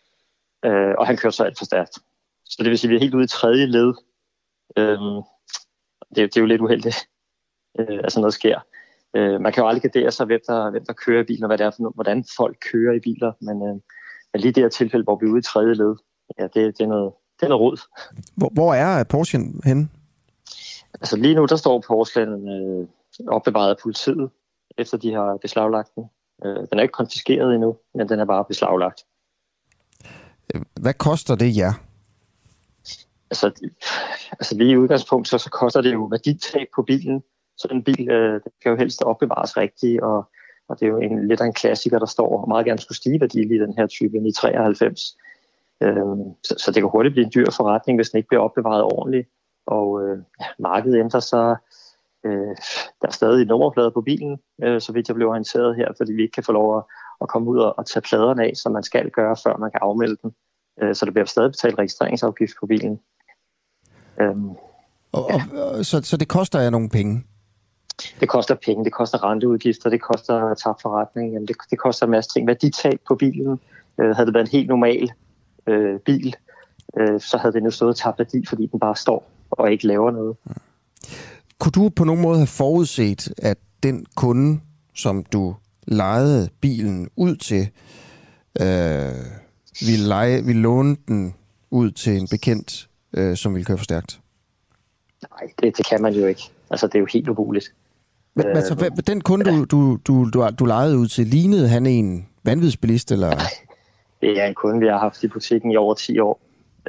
Øh, og han kører så alt for stærkt. Så det vil sige, at vi er helt ude i tredje led. Øhm, det, det er jo lidt uheldigt, øh, at sådan noget sker. Øh, man kan jo aldrig gardere sig, hvem der, hvem der kører i bilen, og hvad det er for noget, hvordan folk kører i biler. Men, øh, men lige det her tilfælde, hvor vi er ude i tredje led, ja, det, det, er noget, det er noget rod. Hvor, hvor er Porschen henne? Altså lige nu, der står Porschen øh, opbevaret af politiet, efter de har beslaglagt den. Øh, den er ikke konfiskeret endnu, men den er bare beslaglagt. Hvad koster det jer? Altså, altså lige i udgangspunkt, så, så koster det jo værditab på bilen. Så den bil, øh, den kan jo helst opbevares rigtigt, og, og det er jo en, lidt af en klassiker, der står meget gerne skulle stige værdi i den her type i treoghalvfems. Øhm, så, så det kan hurtigt blive en dyr forretning, hvis den ikke bliver opbevaret ordentligt. Og øh, ja, markedet ændrer sig. Øh, der er stadig nummerplader på bilen, øh, så vidt jeg blev orienteret her, fordi vi ikke kan få lov at, at komme ud og, og tage pladerne af, som man skal gøre, før man kan afmelde den. Øh, så der bliver stadig betalt registreringsafgift på bilen. Øhm, og, ja. og, så, så det koster jer nogle penge? Det koster penge, det koster renteudgifter, det koster tabt forretning, jamen det, det koster en masse ting. Værditab på bilen, øh, havde det været en helt normal øh, bil, øh, så havde den jo stået og tabt værdi, fordi den bare står og ikke laver noget. Kunne du på nogen måde have forudset, at den kunde, som du lejede bilen ud til, øh, ville, leje, ville låne den ud til en bekendt, øh, som ville køre for stærkt? Nej, det, det kan man jo ikke. Altså, det er jo helt umuligt. Men, øh, altså, hvad, den kunde, du, du, du, du, du lejede ud til, lignede han en vanvidsbilist, eller? Det er en kunde, vi har haft i butikken i over ti år,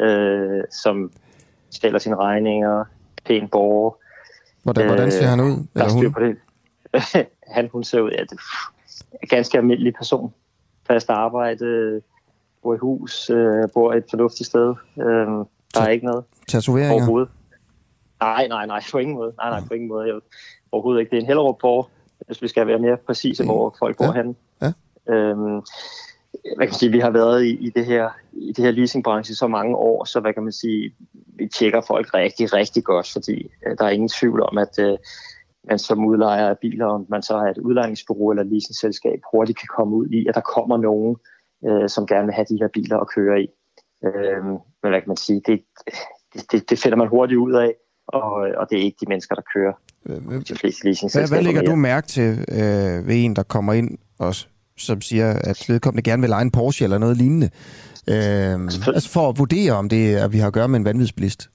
øh, som stiller sine regninger, pæn borger. Hvordan, hvordan ser han ud? Der styr på det. han, hun ser ud af ja, det er ganske almindelig person. Fast arbejde, bor i hus, øh, bor et fornuftigt sted. Øh, der Så, er ikke noget. Tatoveringer? Overhovedet. Nej, nej, nej, på ingen måde. Nej, nej, på ingen måde. Jeg, overhovedet ikke. Det er en Hellerup-borg, hvis vi skal være mere præcise, hvor folk bor ja. henne. Ja. Øhm, hvad kan man sige, vi har været i, i, det her, i det her leasingbranche så mange år, så hvad kan man sige, vi tjekker folk rigtig, rigtig godt, fordi øh, der er ingen tvivl om, at øh, man som udlejer af biler, om man så har et udlejningsbureau eller et leasingselskab, hurtigt kan komme ud i, at der kommer nogen, øh, som gerne vil have de her biler at køre i. Øh, men hvad kan man sige, det, det, det, det finder man hurtigt ud af, og, og det er ikke de mennesker, der kører de fleste leasingselskaber. Hvad, hvad lægger du mærke til øh, ved en, der kommer ind og som siger, at vedkommende gerne vil lege en Porsche eller noget lignende? Øh, altså for at vurdere, om det er, at vi har at gøre med en vanvidsbilist.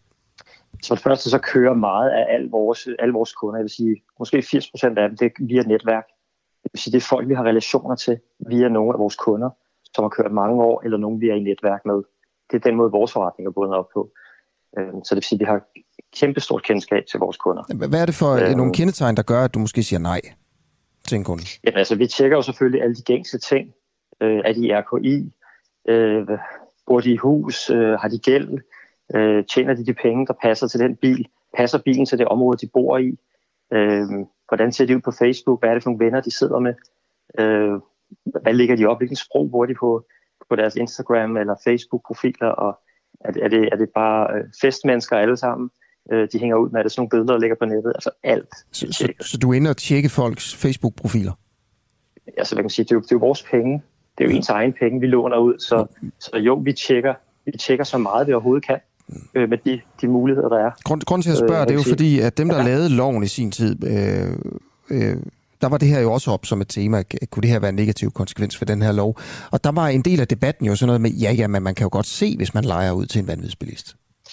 Så det første, så kører meget af alle vores, alle vores kunder. Jeg vil sige, måske firs procent af dem, det er via netværk. Det vil sige, det er folk, vi har relationer til via nogle af vores kunder, som har kørt mange år, eller nogen, vi er i netværk med. Det er den måde, vores forretning er bundet op på. Så det vil sige, at vi har kæmpestort kendskab til vores kunder. Hvad er det for øh, nogle kendetegn, der gør, at du måske siger nej til en kunde? Jamen altså, vi tjekker jo selvfølgelig alle de gængse ting. Øh, er de i R K I? Øh, bor de i hus? Øh, har de gæld? Øh, tjener de de penge, der passer til den bil? Passer bilen til det område, de bor i? Øh, hvordan ser de ud på Facebook? Hvad er det for nogle venner, de sidder med? Øh, hvad ligger de op? Hvilken sprog bruger de på, på deres Instagram eller Facebook-profiler? Og er det, er det, er det bare festmennesker alle sammen? Øh, de hænger ud med, er det sådan nogle billeder, der ligger på nettet? Altså alt. Så, så, så du er inde og tjekke folks Facebook-profiler? Altså, hvad kan man sige? Det er jo, det er jo vores penge. Det er jo ens egen penge, vi låner ud. Så, så jo, vi tjekker, vi tjekker så meget, vi overhovedet kan. Øh, med de, de muligheder, der er. Grund, grunden til at spørge, øh, det er jo sige. fordi, at dem, der ja. lavede loven i sin tid, øh, øh, der var det her jo også op som et tema. Kunne det her være en negativ konsekvens for den her lov? Og der var en del af debatten jo sådan noget med, ja, ja, men man kan jo godt se, hvis man lejer ud til en vanvidsbilist.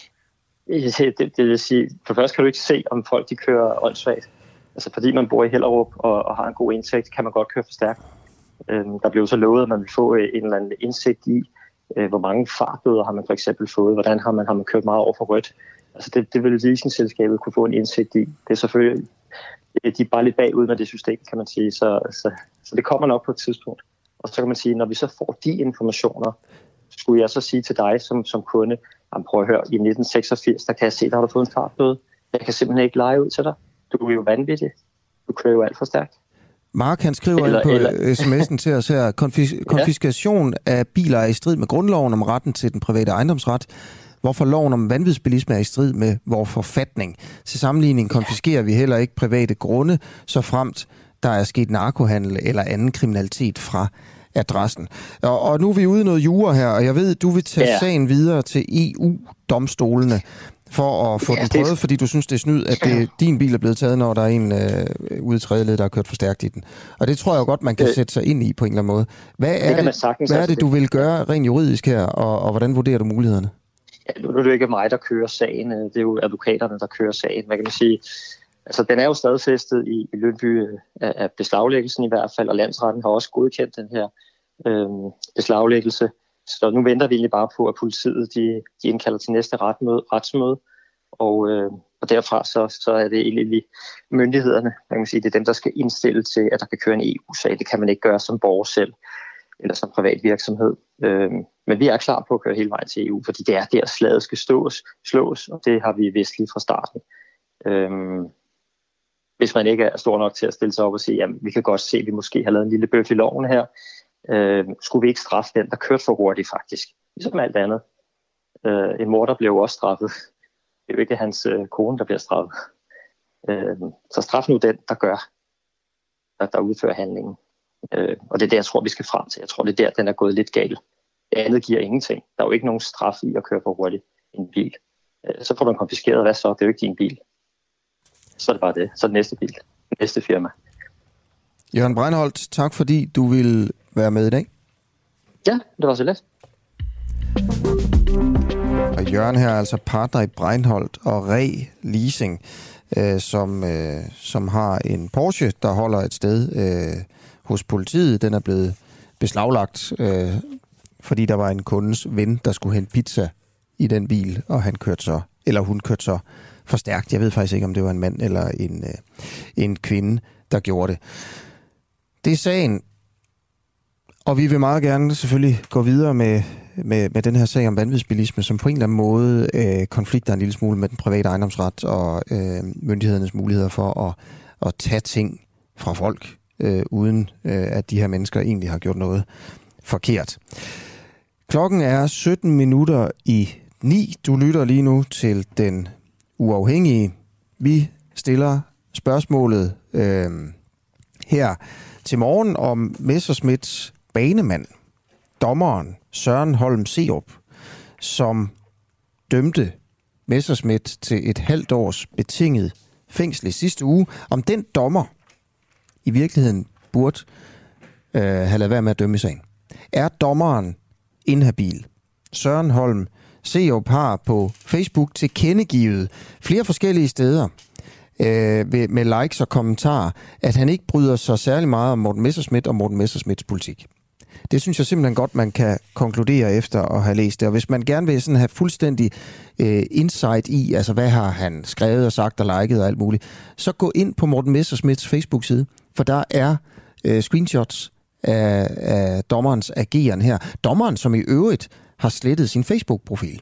Det, det, det vil sige, for først kan du ikke se, om folk de kører åndssvagt. Altså fordi man bor i Hellerup og, og har en god indtægt, kan man godt køre for stærkt. Øhm, der blev så lovet, at man vil få en eller anden indsigt i, øh, hvor mange fartbøder har man for eksempel fået, hvordan har man, har man kørt meget over for rødt. Altså det, det vil leasingselskabet kunne få en indsigt i. Det er selvfølgelig, de er bare lidt bagud med det system, kan man sige, så, så, så det kommer nok på et tidspunkt. Og så kan man sige, når vi så får de informationer, skulle jeg så sige til dig som, som kunde, jamen prøv at høre, i nitten seksogfirs, der kan jeg se, der har du fået en fartbøde. Jeg kan simpelthen ikke leje ud til dig. Du er jo vanvittig. Du kører jo alt for stærkt. Mark, han skriver eller, ind på eller... sms'en til os her, Konfis- konfiskation ja. af biler er i strid med grundloven om retten til den private ejendomsret, hvorfor loven om vanvidsbilisme er i strid med vores forfatning. Til sammenligning konfiskerer vi heller ikke private grunde, så fremt der er sket narkohandel eller anden kriminalitet fra adressen. Og, og nu er vi ude i noget jura her, og jeg ved, du vil tage ja. sagen videre til E U-domstolene for at få ja, den prøvet, det... fordi du synes, det er snyd, at det, din bil er blevet taget, når der er en øh, ude i tredje led, der har kørt for stærkt i den. Og det tror jeg jo godt, man kan øh, sætte sig ind i på en eller anden måde. Hvad er det, det, sagtens, hvad er det du vil gøre rent juridisk her, og, og hvordan vurderer du mulighederne? Ja, nu er det jo ikke mig, der kører sagen. Det er jo advokaterne, der kører sagen. Hvad kan man sige? Altså, den er jo stadfæstet i, i Lyngby af, af beslaglæggelsen i hvert fald, og landsretten har også godkendt den her øh, beslaglæggelse. Så nu venter vi egentlig bare på, at politiet de, de indkalder til næste retmøde, retsmøde, og, øh, og og derfra så, så er det egentlig myndighederne, man kan sige, det er dem, der skal indstille til, at der kan køre en E U-sag. Det kan man ikke gøre som borger selv, eller som privat virksomhed. Øhm, men vi er klar på at køre hele vejen til E U, fordi det er der, slaget skal stås, slås, og det har vi vidst lige fra starten. Øhm, hvis man ikke er stor nok til at stille sig op og sige, jamen vi kan godt se, at vi måske har lavet en lille bøf i loven her, øhm, skulle vi ikke straffe den, der kørte for hurtigt faktisk, ligesom alt andet. Øh, en morder blev også straffet. Det er jo ikke hans øh, kone, der bliver straffet. Øh, så straf nu den, der gør, at der udfører handlingen. Øh, og det er der, jeg tror, vi skal frem til. Jeg tror, det er der, den er gået lidt galt. Det andet giver ingenting. Der er jo ikke nogen straf i at køre for hurtigt i en bil. Øh, så får man konfiskeret, hvad så? Det er jo ikke din bil. Så er det bare det. Så er det næste bil. Næste firma. Jørgen Breinholt, tak fordi du ville være med i dag. Ja, det var så let. Og Jørgen her er altså partner i Breinholt og Re Leasing, øh, som, øh, som har en Porsche, der holder et sted øh, hos politiet. Den er blevet beslaglagt, øh, fordi der var en kundens ven, der skulle hente pizza i den bil, og han kørte så, eller hun kørte så for stærkt. Jeg ved faktisk ikke, om det var en mand eller en, øh, en kvinde, der gjorde det. Det er sagen, og vi vil meget gerne selvfølgelig gå videre med Med, med den her sag om vanvidsbilisme, som på en eller anden måde øh, konflikter en lille smule med den private ejendomsret og øh, myndighedernes muligheder for at, at tage ting fra folk, øh, uden øh, at de her mennesker egentlig har gjort noget forkert. Klokken er sytten minutter i ni. Du lytter lige nu til Den Uafhængige. Vi stiller spørgsmålet øh, her til morgen om Messerschmidts banemand, dommeren Søren Holm Serup, som dømte Messerschmidt til et halvt års betinget fængsel i sidste uge, om den dommer i virkeligheden burde øh, have lavet være med at dømme i sagen. Er dommeren inhabil? Søren Holm Serup har på Facebook tilkendegivet flere forskellige steder øh, med likes og kommentarer, at han ikke bryder sig særlig meget om Morten Messerschmidt og Morten Messerschmidts politik. Det synes jeg simpelthen godt, man kan konkludere efter at have læst det. Og hvis man gerne vil sådan have fuldstændig øh, insight i, altså hvad har han skrevet og sagt og liket og alt muligt, så gå ind på Morten Messerschmidts Facebook-side, for der er øh, screenshots af, af dommerens ageren her. Dommeren, som i øvrigt har slettet sin Facebook-profil.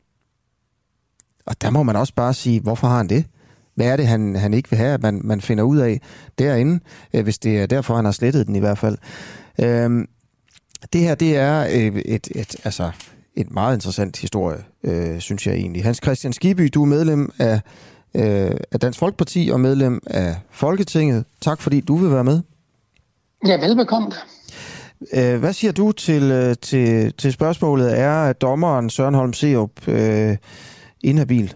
Og der må man også bare sige, hvorfor har han det? Hvad er det, han, han ikke vil have, at man, man finder ud af derinde, øh, hvis det er derfor, han har slettet den i hvert fald. Øh, Det her, det er et, et, et, altså et meget interessant historie, øh, synes jeg egentlig. Hans Kristian Skibby, du er medlem af, øh, af Dansk Folkeparti og medlem af Folketinget. Tak fordi du vil være med. Ja, velbekomme. Øh, hvad siger du til, til, til spørgsmålet? Er dommeren Søren Holm Serup øh, inhabil?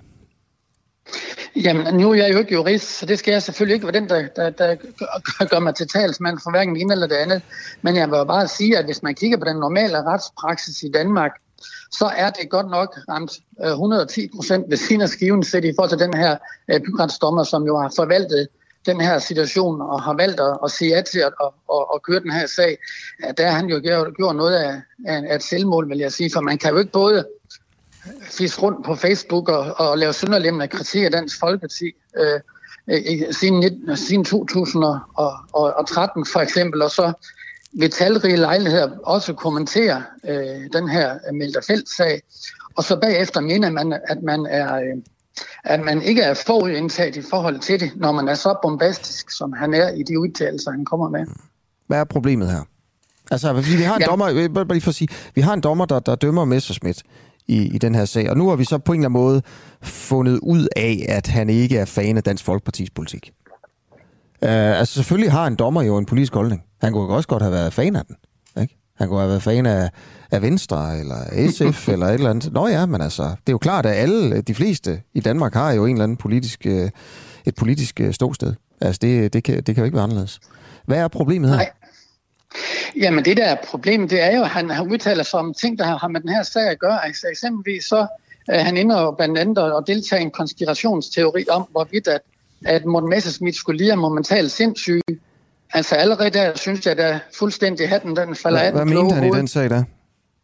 Jamen, nu er jeg jo ikke jurist, så det skal jeg selvfølgelig ikke være den, der, der, der gør mig til talsmand for hverken det ene eller det andet. Men jeg vil bare sige, at hvis man kigger på den normale retspraksis i Danmark, så er det godt nok ramt et hundrede og ti procent ved siden af skiven set i forhold til den her byretsdommer, som jo har forvaltet den her situation og har valgt at, at sige ja til at, at, at, at køre den her sag. Der har han jo gjort, gjort noget af, af et selvmål, vil jeg sige, for man kan jo ikke både fisk rundt på Facebook og, og lave sønderlemmende kritik af Dansk Folkeparti øh, øh, siden, nitten, siden to tusind og tretten for eksempel, og så ved talrige lejligheder også kommentere øh, den her Melder Felt-sag, og så bagefter mener man, at man er øh, at man ikke er forudindtaget i forhold til det, når man er så bombastisk, som han er i de udtalelser, han kommer med. Hvad er problemet her? Altså, vi har en ja. dommer, bare lige for at sige, vi har en dommer, der, der dømmer Messerschmidt i, i den her sag. Og nu har vi så på en eller anden måde fundet ud af, at han ikke er fan af Dansk Folkepartis politik. Uh, altså selvfølgelig har en dommer jo en politisk holdning. Han kunne også godt have været fan af den. Ikke? Han kunne have været fan af, af Venstre eller S F eller et eller andet. Nå ja, men altså, det er jo klart, at alle, de fleste i Danmark har jo en eller anden politisk, et politisk ståsted. Altså det, det, kan, det kan jo ikke være anderledes. Hvad er problemet her? Nej. Jamen det der er problemet, det er jo, at han har udtalt sig om ting, der har med den her sag at gøre. Altså eksempelvis så er han inde og blandt andet og deltager i en konspirationsteori om, hvorvidt at, at Morten Messerschmidt skulle lide af momentalt sindssyge. Altså allerede der synes jeg, at der fuldstændig hatten, den falder af den. Hvad mente han i den sag der?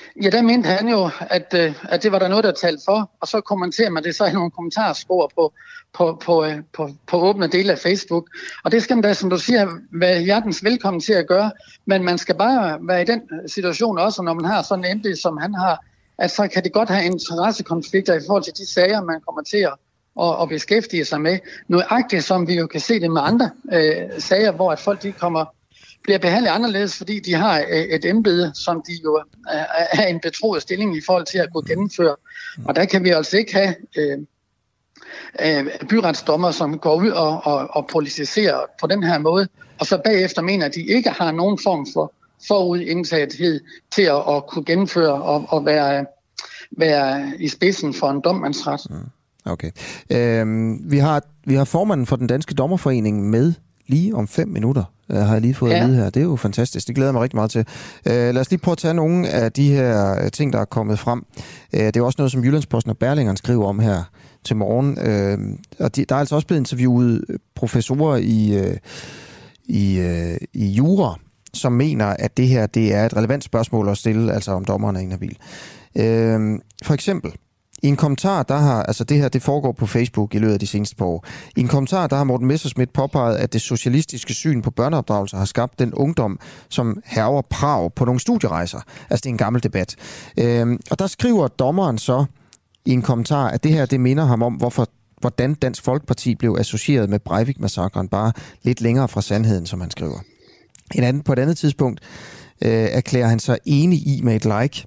Ja, der mente han jo, at, øh, at det var der noget, der talte for, og så kommenterer man det så i nogle kommentarspor på, på, på, øh, på, på åbne dele af Facebook. Og det skal man da, som du siger, være hjertens velkommen til at gøre, men man skal bare være i den situation også, når man har sådan en embede, som han har, at så kan det godt have interessekonflikter i forhold til de sager, man kommer til at, at, at beskæftige sig med. Nøjagtigt som vi jo kan se det med andre øh, sager, hvor at folk de kommer bliver behandlet anderledes, fordi de har et embede, som de jo er en betroet stilling i forhold til at kunne gennemføre. Og der kan vi altså ikke have øh, øh, byretsdommer, som går ud og, og, og politiserer på den her måde, og så bagefter mener, at de ikke har nogen form for forudindtagethed til at, at kunne gennemføre og, og være, være i spidsen for en dommandsret. Okay. Øhm, vi, har, vi har formanden for den danske dommerforening med lige om fem minutter, har jeg lige fået ja. at vide her. Det er jo fantastisk. Det glæder mig rigtig meget til. Uh, lad os lige prøve at tage nogle af de her ting, der er kommet frem. Uh, det er også noget, som Jyllandsposten og Berlingeren skriver om her til morgen. Uh, og de, der er altså også blevet interviewet professorer i, uh, i, uh, i jura, som mener, at det her det er et relevant spørgsmål at stille, altså om dommeren er inhabil. Uh, for eksempel, i en kommentar, der har, altså det her, det foregår på Facebook i løbet af de seneste par år. I en kommentar, der har Morten Messerschmidt påpeget, at det socialistiske syn på børneopdragelse har skabt den ungdom, som hærger Prag på nogle studierejser. Altså det er en gammel debat. Øhm, og der skriver dommeren så i en kommentar, at det her, det minder ham om, hvorfor, hvordan Dansk Folkeparti blev associeret med Breivik-massakren, bare lidt længere fra sandheden, som han skriver. En anden, på et andet tidspunkt øh, erklærer han sig enig i med et like,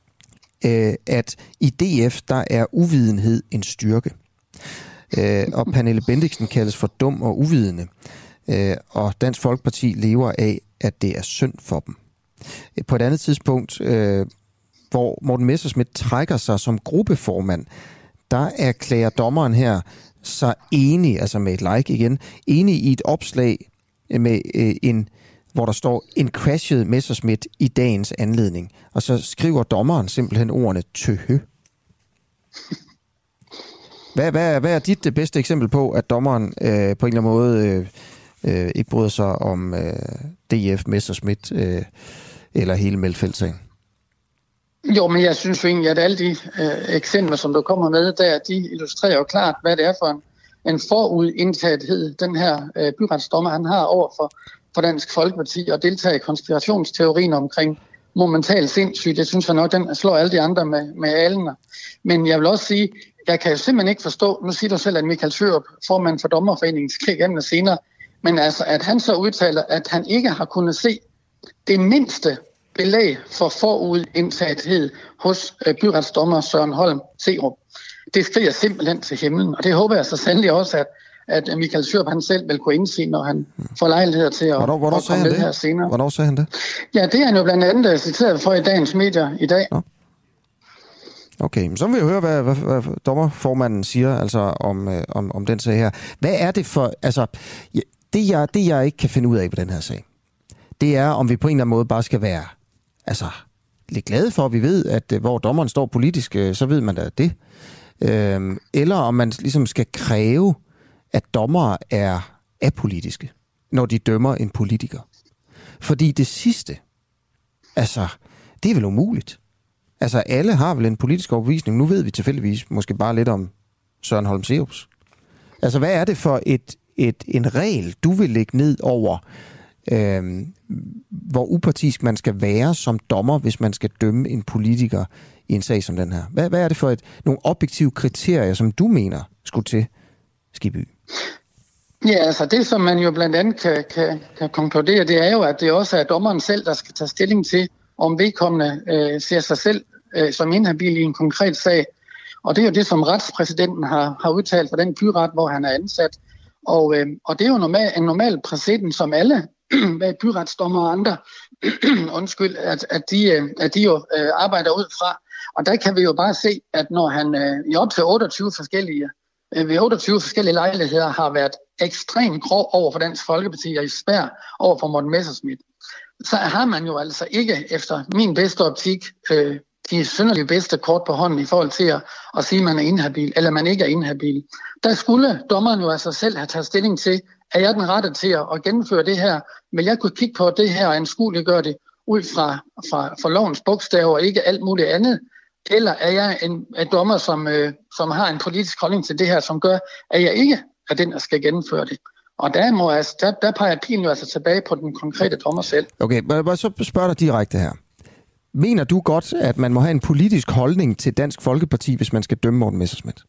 at i D F, der er uvidenhed en styrke. Og Pernille Bendixen kaldes for dum og uvidende. Og Dansk Folkeparti lever af, at det er synd for dem. På et andet tidspunkt, hvor Morten Messerschmidt trækker sig som gruppeformand, der erklærer dommeren her sig enig, altså med et like igen, enig i et opslag med en hvor der står en crashet Messerschmidt i dagens anledning. Og så skriver dommeren simpelthen ordene tøhø. Hvad, hvad, hvad er dit det bedste eksempel på, at dommeren øh, på en eller anden måde øh, øh, ikke bryder sig om øh, D F, Messerschmidt øh, eller hele Mælfeldt-sagen? Jo, men jeg synes jo egentlig, at alle de øh, eksempler, som du kommer med der, de illustrerer jo klart, hvad det er for en, en forudindtagethed, den her øh, byretsdommer, han har over for for Dansk Folkeparti og deltage i konspirationsteorien omkring momental sindssyg. Det synes jeg nok, den slår alle de andre med, med alener. Men jeg vil også sige, jeg kan jo simpelthen ikke forstå, nu siger du selv, at Michael Sjørup, formand for Dommerforeningens krig emne senere, men altså, at han så udtaler, at han ikke har kunnet se det mindste belæg for forudindtagethed hos øh, byretsdommer Søren Holm Serup. Det skriger simpelthen til himlen, og det håber jeg så sandelig også, at at Michael Sjørup han selv vil kunne indse, når han får lejligheder til at, hvornår, hvornår at komme med her senere. Hvornår sagde han det? Ja, det er han jo blandt andet citeret for i dagens medier i dag. Nå. Okay, så vil jeg høre, hvad, hvad, hvad dommerformanden siger altså om, øh, om, om den sag her. Hvad er det for... Altså, det jeg, det jeg ikke kan finde ud af på den her sag, det er, om vi på en eller anden måde bare skal være altså, lidt glade for, at vi ved, at hvor dommeren står politisk, så ved man da det. Øh, eller om man ligesom skal kræve, at dommere er apolitiske, når de dømmer en politiker. Fordi det sidste, altså, det er vel umuligt. Altså, alle har vel en politisk overbevisning. Nu ved vi tilfældigvis måske bare lidt om Søren Holm Serups. Altså, hvad er det for et, et, en regel, du vil lægge ned over, øh, hvor upartisk man skal være som dommer, hvis man skal dømme en politiker i en sag som den her? Hvad, hvad er det for et, nogle objektive kriterier, som du mener skulle til, Skibby? Ja, altså det, som man jo blandt andet kan, kan, kan konkludere, det er jo, at det også er dommeren selv, der skal tage stilling til, om vedkommende øh, ser sig selv øh, som inhabil i en konkret sag. Og det er jo det, som retspræsidenten har, har udtalt for den byret, hvor han er ansat. Og, øh, og det er jo normal, en normal præcedens, som alle byretsdommer og andre undskyld, at, at, de, at de jo øh, arbejder ud fra. Og der kan vi jo bare se, at når han øh, i op til otteogtyve forskellige ved otteogtyve forskellige lejligheder har været ekstremt grov over for Dansk Folkeparti og i spær over for Morten Messerschmidt, så har man jo altså ikke efter min bedste optik øh, de synderlige bedste kort på hånden i forhold til at, at sige, at man er inhabil, eller man ikke er inhabil. Der skulle dommeren jo altså selv have taget stilling til, er jeg den rette til at, at gennemføre det her? Vil jeg kunne kigge på det her og anskueliggøre det ud fra, fra, fra lovens bogstaver og ikke alt muligt andet? Eller er jeg en, en dommer, som, øh, som har en politisk holdning til det her, som gør, at jeg ikke er den, der skal gennemføre det? Og der, må altså, der, der peger pilen jo altså tilbage på den konkrete dommer selv. Okay, men jeg så spørger dig direkte her. Mener du godt, at man må have en politisk holdning til Dansk Folkeparti, hvis man skal dømme Morten Messerschmidt?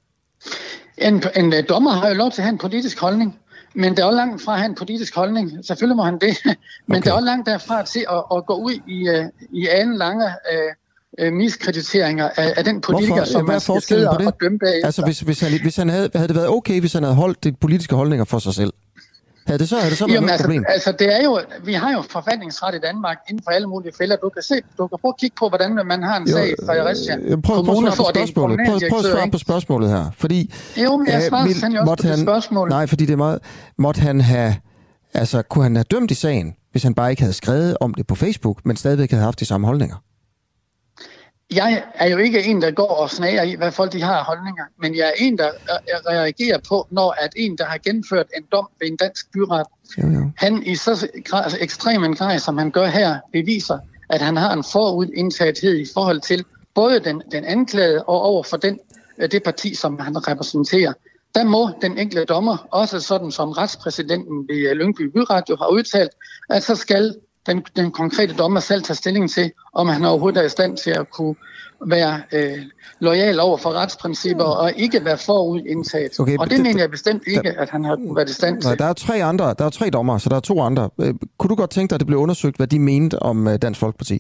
En, en dommer har jo lov til at have en politisk holdning, men det er også langt fra at have en politisk holdning. Selvfølgelig må han det, men okay. Det er også langt derfra til at, at gå ud i, i anden lange uh, miskrediteringer af, af den politiker, Hvorfor? som man skal sidde og dømme bagefter. Altså, hvis, hvis, han, hvis han havde, havde det været okay, hvis han havde holdt de politiske holdninger for sig selv? Havde det så, havde det så været Jamen, et altså, problem? Altså, det er jo, vi har jo forfatningsret i Danmark inden for alle mulige fælder. Du kan se, du kan prøve at kigge på, hvordan man har en jo, sag i Fredericia. Prøv, prøv, prøv, prøv, spørgsmålet. Prøv, prøv at svare på spørgsmålet her. Fordi, jo, men jeg svarer øh, jo også på det spørgsmål. Nej, fordi det er meget... Måtte han have... Altså, kunne han have dømt i sagen, hvis han bare ikke havde skrevet om det på Facebook, men stadigvæk havde haft de samme holdninger? Jeg er jo ikke en, der går og snager i, hvad folk de har holdninger, men jeg er en, der reagerer på, når at en, der har gennemført en dom ved en dansk byret, jo, jo. han i så altså ekstrem en grad, som han gør her, beviser, at han har en forudindtagethed i forhold til både den, den anklagede og over for den, det parti, som han repræsenterer. Der må den enkelte dommer, også sådan som retspræsidenten ved Lyngby Byret jo har udtalt, at så skal Den, den konkrete dommer selv tager stilling til, om han overhovedet er i stand til at kunne være øh, lojal over for retsprincipper og ikke være forudindtaget. Okay, og det, det mener jeg bestemt ikke, der, at han har været i stand til. Der er tre andre, der er tre dommer, så der er to andre. Kunne du godt tænke dig, at det blev undersøgt, hvad de mente om Dansk Folkeparti?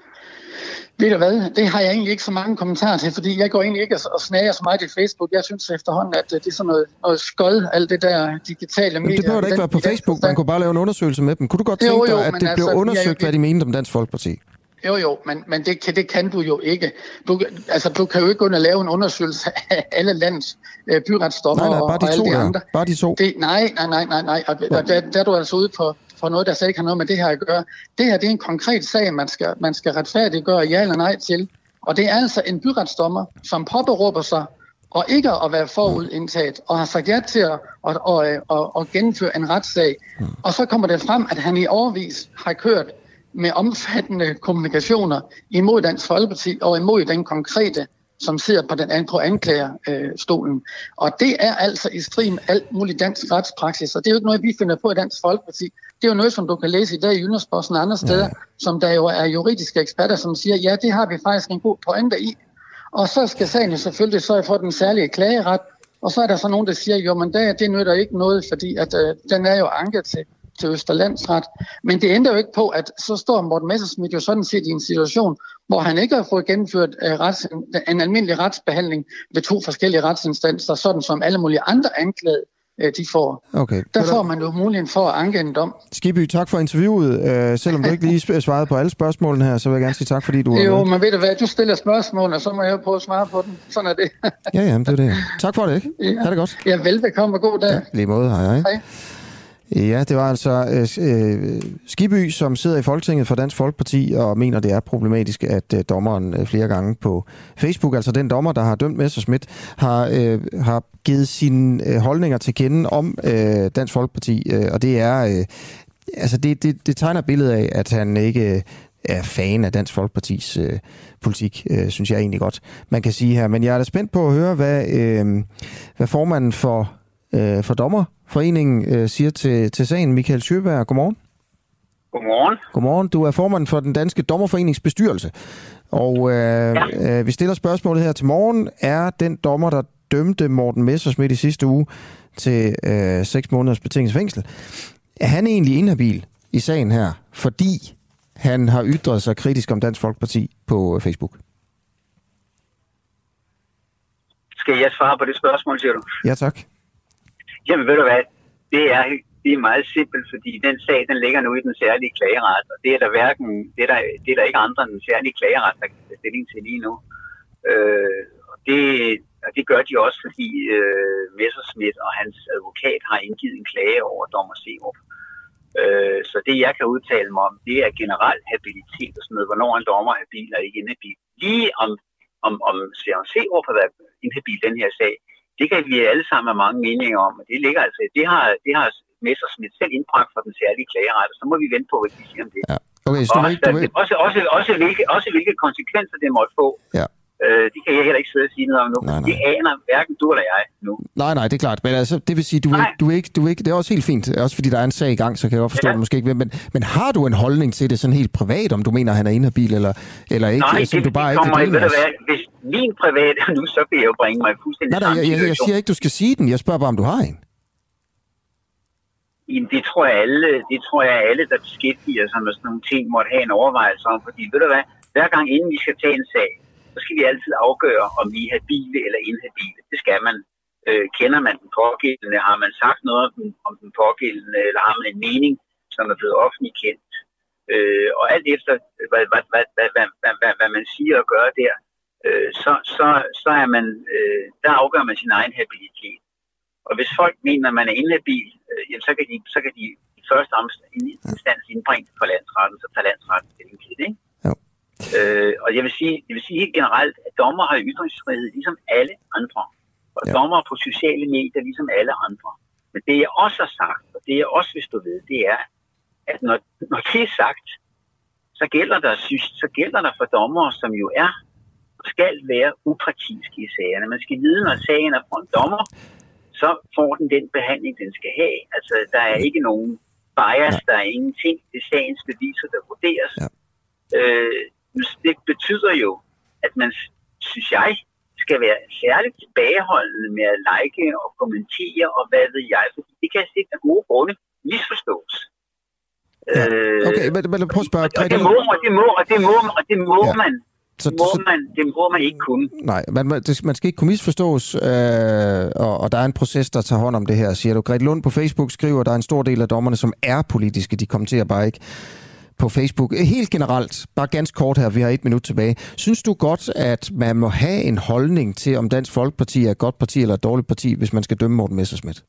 Ved du hvad, det har jeg egentlig ikke så mange kommentarer til, fordi jeg går egentlig ikke og snager så meget i Facebook. Jeg synes efterhånden, at det er sådan noget, noget skod, alt det der digitale medier. Men det behøver da ikke være på Facebook, man kunne bare lave en undersøgelse med dem. Kunne du godt tænke jo, jo, dig, at det altså, blev undersøgt, hvad de mente om Dansk Folkeparti? Jo, jo, men, men det, kan, det kan du jo ikke. Du, altså, du kan jo ikke gå ind og lave en undersøgelse af alle landets øh, byretsdommer og, og alle de andre. Bare de to? Det, nej, nej, nej, nej, nej. Og, og der, der er du altså ude på, på noget, der slet ikke har noget med det her at gøre. Det her, det er en konkret sag, man skal, man skal retfærdiggøre ja eller nej til. Og det er altså en byretsdommer, som påberåber sig og ikke at være forudindtaget, og har sagt ja til at, at, at, at, at gennemføre en retssag. Og så kommer det frem, at han i årevis har kørt med omfattende kommunikationer imod Dansk Folkeparti og imod den konkrete, som sidder på, den, på anklagerstolen. Og det er altså i strid med alt muligt dansk retspraksis, og det er jo ikke noget, vi finder på i Dansk Folkeparti. Det er jo noget, som du kan læse i dag i Jyllandsposten og andre steder, ja. Som der jo er juridiske eksperter, som siger, ja, det har vi faktisk en god pointe i. Og så skal sagen jo selvfølgelig så få den særlige klageret, og så er der så nogen, der siger, jo, men det, det nytter ikke noget, fordi at, øh, den er jo anket til til Østerlandsret. Men det ændrer jo ikke på, at så står Morten Messerschmidt jo sådan set i en situation, hvor han ikke har fået gennemført uh, rets, en almindelig retsbehandling ved to forskellige retsinstanser, sådan som alle mulige andre anklagede uh, de får. Okay. Der får man jo muligheden for at anke en dom. Skibby, tak for interviewet. Uh, selvom du ikke lige svarede på alle spørgsmålene her, så vil jeg gerne sige tak, fordi du... Jo, men ved du hvad, du stiller spørgsmål, og så må jeg jo prøve at svare på den. Sådan er det. ja, ja, det er det. Tak for det, ikke? Ja. Ha' det godt. Ja, velbekomme og god dag. Ja, lige måde, hej hej. Hej. Ja, det var altså øh, Skibby, som sidder i Folketinget for Dansk Folkeparti og mener, det er problematisk, at øh, dommeren øh, flere gange på Facebook, altså den dommer, der har dømt Messerschmidt, har, øh, har givet sine øh, holdninger til kende om øh, Dansk Folkeparti, øh, og det er øh, altså det, det, det tegner billedet af, at han ikke øh, er fan af Dansk Folkepartis øh, politik, øh, synes jeg egentlig godt, man kan sige her. Men jeg er da spændt på at høre, hvad, øh, hvad formanden for, øh, for dommer Foreningen øh, siger til, til sagen. Michael Sjøberg, godmorgen. Godmorgen. Godmorgen. Du er formand for den danske dommerforenings bestyrelse. Og øh, ja. øh, vi stiller spørgsmålet her til morgen. Er den dommer, der dømte Morten Messerschmidt i sidste uge til øh, seks måneders betinget fængsel, er han egentlig inhabil i sagen her, fordi han har ytret sig kritisk om Dansk Folkeparti på Facebook? Skal jeg svare på det spørgsmål, siger du? Ja, tak. Jamen ved du hvad, det er, det er meget simpelt, fordi den sag, den ligger nu i den særlige klageret, og det er der hverken, det er der, det er der ikke andre end den særlige klageret, der kan tage stilling til lige nu. Øh, og, det, og det gør de også, fordi øh, Messerschmidt og hans advokat har indgivet en klage over dommer Serup. Øh, så det jeg kan udtale mig om, det er generelt habilitet og sådan noget, hvornår en dommer er habil og ikke inhabil. Lige om, om, om Serup har været inhabil den her sag, det kan vi alle sammen have mange meninger om, og det ligger altså, det har, det har Messerschmidt selv indbragt for den særlige klageret, og så må vi vente på, hvad de siger om det. Ja. Okay, så du også, ikke, du ikke... også, også, også, hvilke, også hvilke konsekvenser det måtte få. Ja. Øh, det kan jeg heller ikke sidde og sige noget om nu. Nej, nej. Det aner hverken du eller jeg nu. Nej, nej, det er klart. Men altså, det vil sige, du er, du er ikke, du er ikke, det er også helt fint. Også fordi der er en sag i gang, så kan jeg godt forstå ja. det måske ikke. Men, men har du en holdning til det sådan helt privat, om du mener, han er inhabil eller, eller ikke? Nej, som det, du bare det ikke kommer vil ikke. Være, hvis min privat nu, så vil jeg jo bringe mig fuldstændig nej, nej, jeg, jeg, jeg siger ikke, du skal sige den. Jeg spørger bare, om du har en. Jamen, det tror jeg alle, det tror jeg alle, der beskæftiger sig med sådan nogle ting, måtte have en overvejelse om. Fordi ved du hvad, hver gang inden vi skal tage en sag, så skal vi altid afgøre, om vi er habile eller inhabile. Det skal man. Øh, kender man den pågældende? Har man sagt noget om den, om den pågældende? Eller har man en mening, som er blevet offentligt kendt? Øh, og alt efter, hvad, hvad, hvad, hvad, hvad, hvad, hvad, hvad man siger og gør der, øh, så, så, så er man, øh, der afgør man sin egen habilitet. Og hvis folk mener, at man er inhabil, øh, jamen, så kan de, så kan de i første instans indbringe for landsretten, så tager landsretten stilling til det, ikke? Øh, og jeg vil, sige, jeg vil sige helt generelt, at dommer har ytringsfrihed ligesom alle andre. Og ja. dommer på sociale medier ligesom alle andre. Men det jeg også har sagt, og det jeg også vil stå ved, det er, at når, når det er sagt, så gælder der, så gælder der for dommer, som jo er og skal være upartiske i sagerne. Man skal vide, når sagen er for en dommer, så får den den behandling, den skal have. Altså, der er ikke nogen bias, ja. der er ingenting. Det er sagens beviser, der vurderes. Ja. Øh, det betyder jo, at man, synes jeg, skal være særligt tilbageholdende med at like og kommentere, og hvad ved jeg, fordi det kan sikkert af gode grunde misforstås. Ja. Okay, men, men prøv at spørge. Og det må, og det må, og det må, og det må ja. man. Så, må så, man, det må man ikke kunne. Nej, man, man skal ikke kunne misforstås, øh, og, og der er en proces, der tager hånd om det her, siger du. Grete Lund på Facebook skriver, at der er en stor del af dommerne, som er politiske. De kommenterer bare ikke på Facebook. Helt generelt, bare ganske kort her, vi har et minut tilbage. Synes du godt, at man må have en holdning til, om Dansk Folkeparti er et godt parti eller et dårligt parti, hvis man skal dømme Morten Messerschmidt?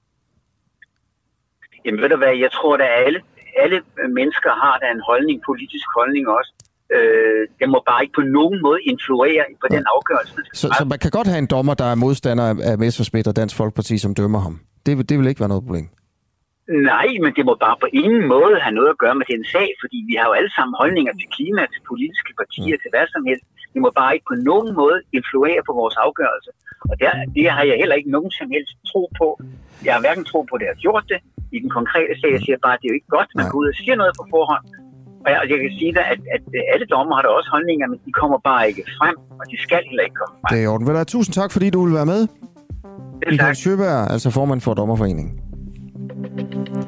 Jamen ved du hvad, jeg tror, at alle, alle mennesker har da en holdning, politisk holdning også. Øh, det må bare ikke på nogen måde influere på ja. den afgørelse. Så, så man kan godt have en dommer, der er modstander af Messerschmidt og Dansk Folkeparti, som dømmer ham. Det, det vil ikke være noget problem. Nej, men det må bare på ingen måde have noget at gøre med den sag, fordi vi har jo alle sammen holdninger til klima, til politiske partier, til hvad som helst. Det må bare ikke på nogen måde influere på vores afgørelse. Og der, det har jeg heller ikke nogen som helst tro på. Jeg har hverken tro på, at det har gjort det. I den konkrete sag, jeg siger bare, at det er jo ikke godt, man går ud og siger noget på forhånd. Og jeg, og jeg kan sige dig, at, at alle dommer har der også holdninger, men de kommer bare ikke frem, og de skal heller ikke komme frem. Det er i orden. Vel, tusind tak, fordi du vil være med. Michael Sjöberg, altså formand for Dommerforeningen.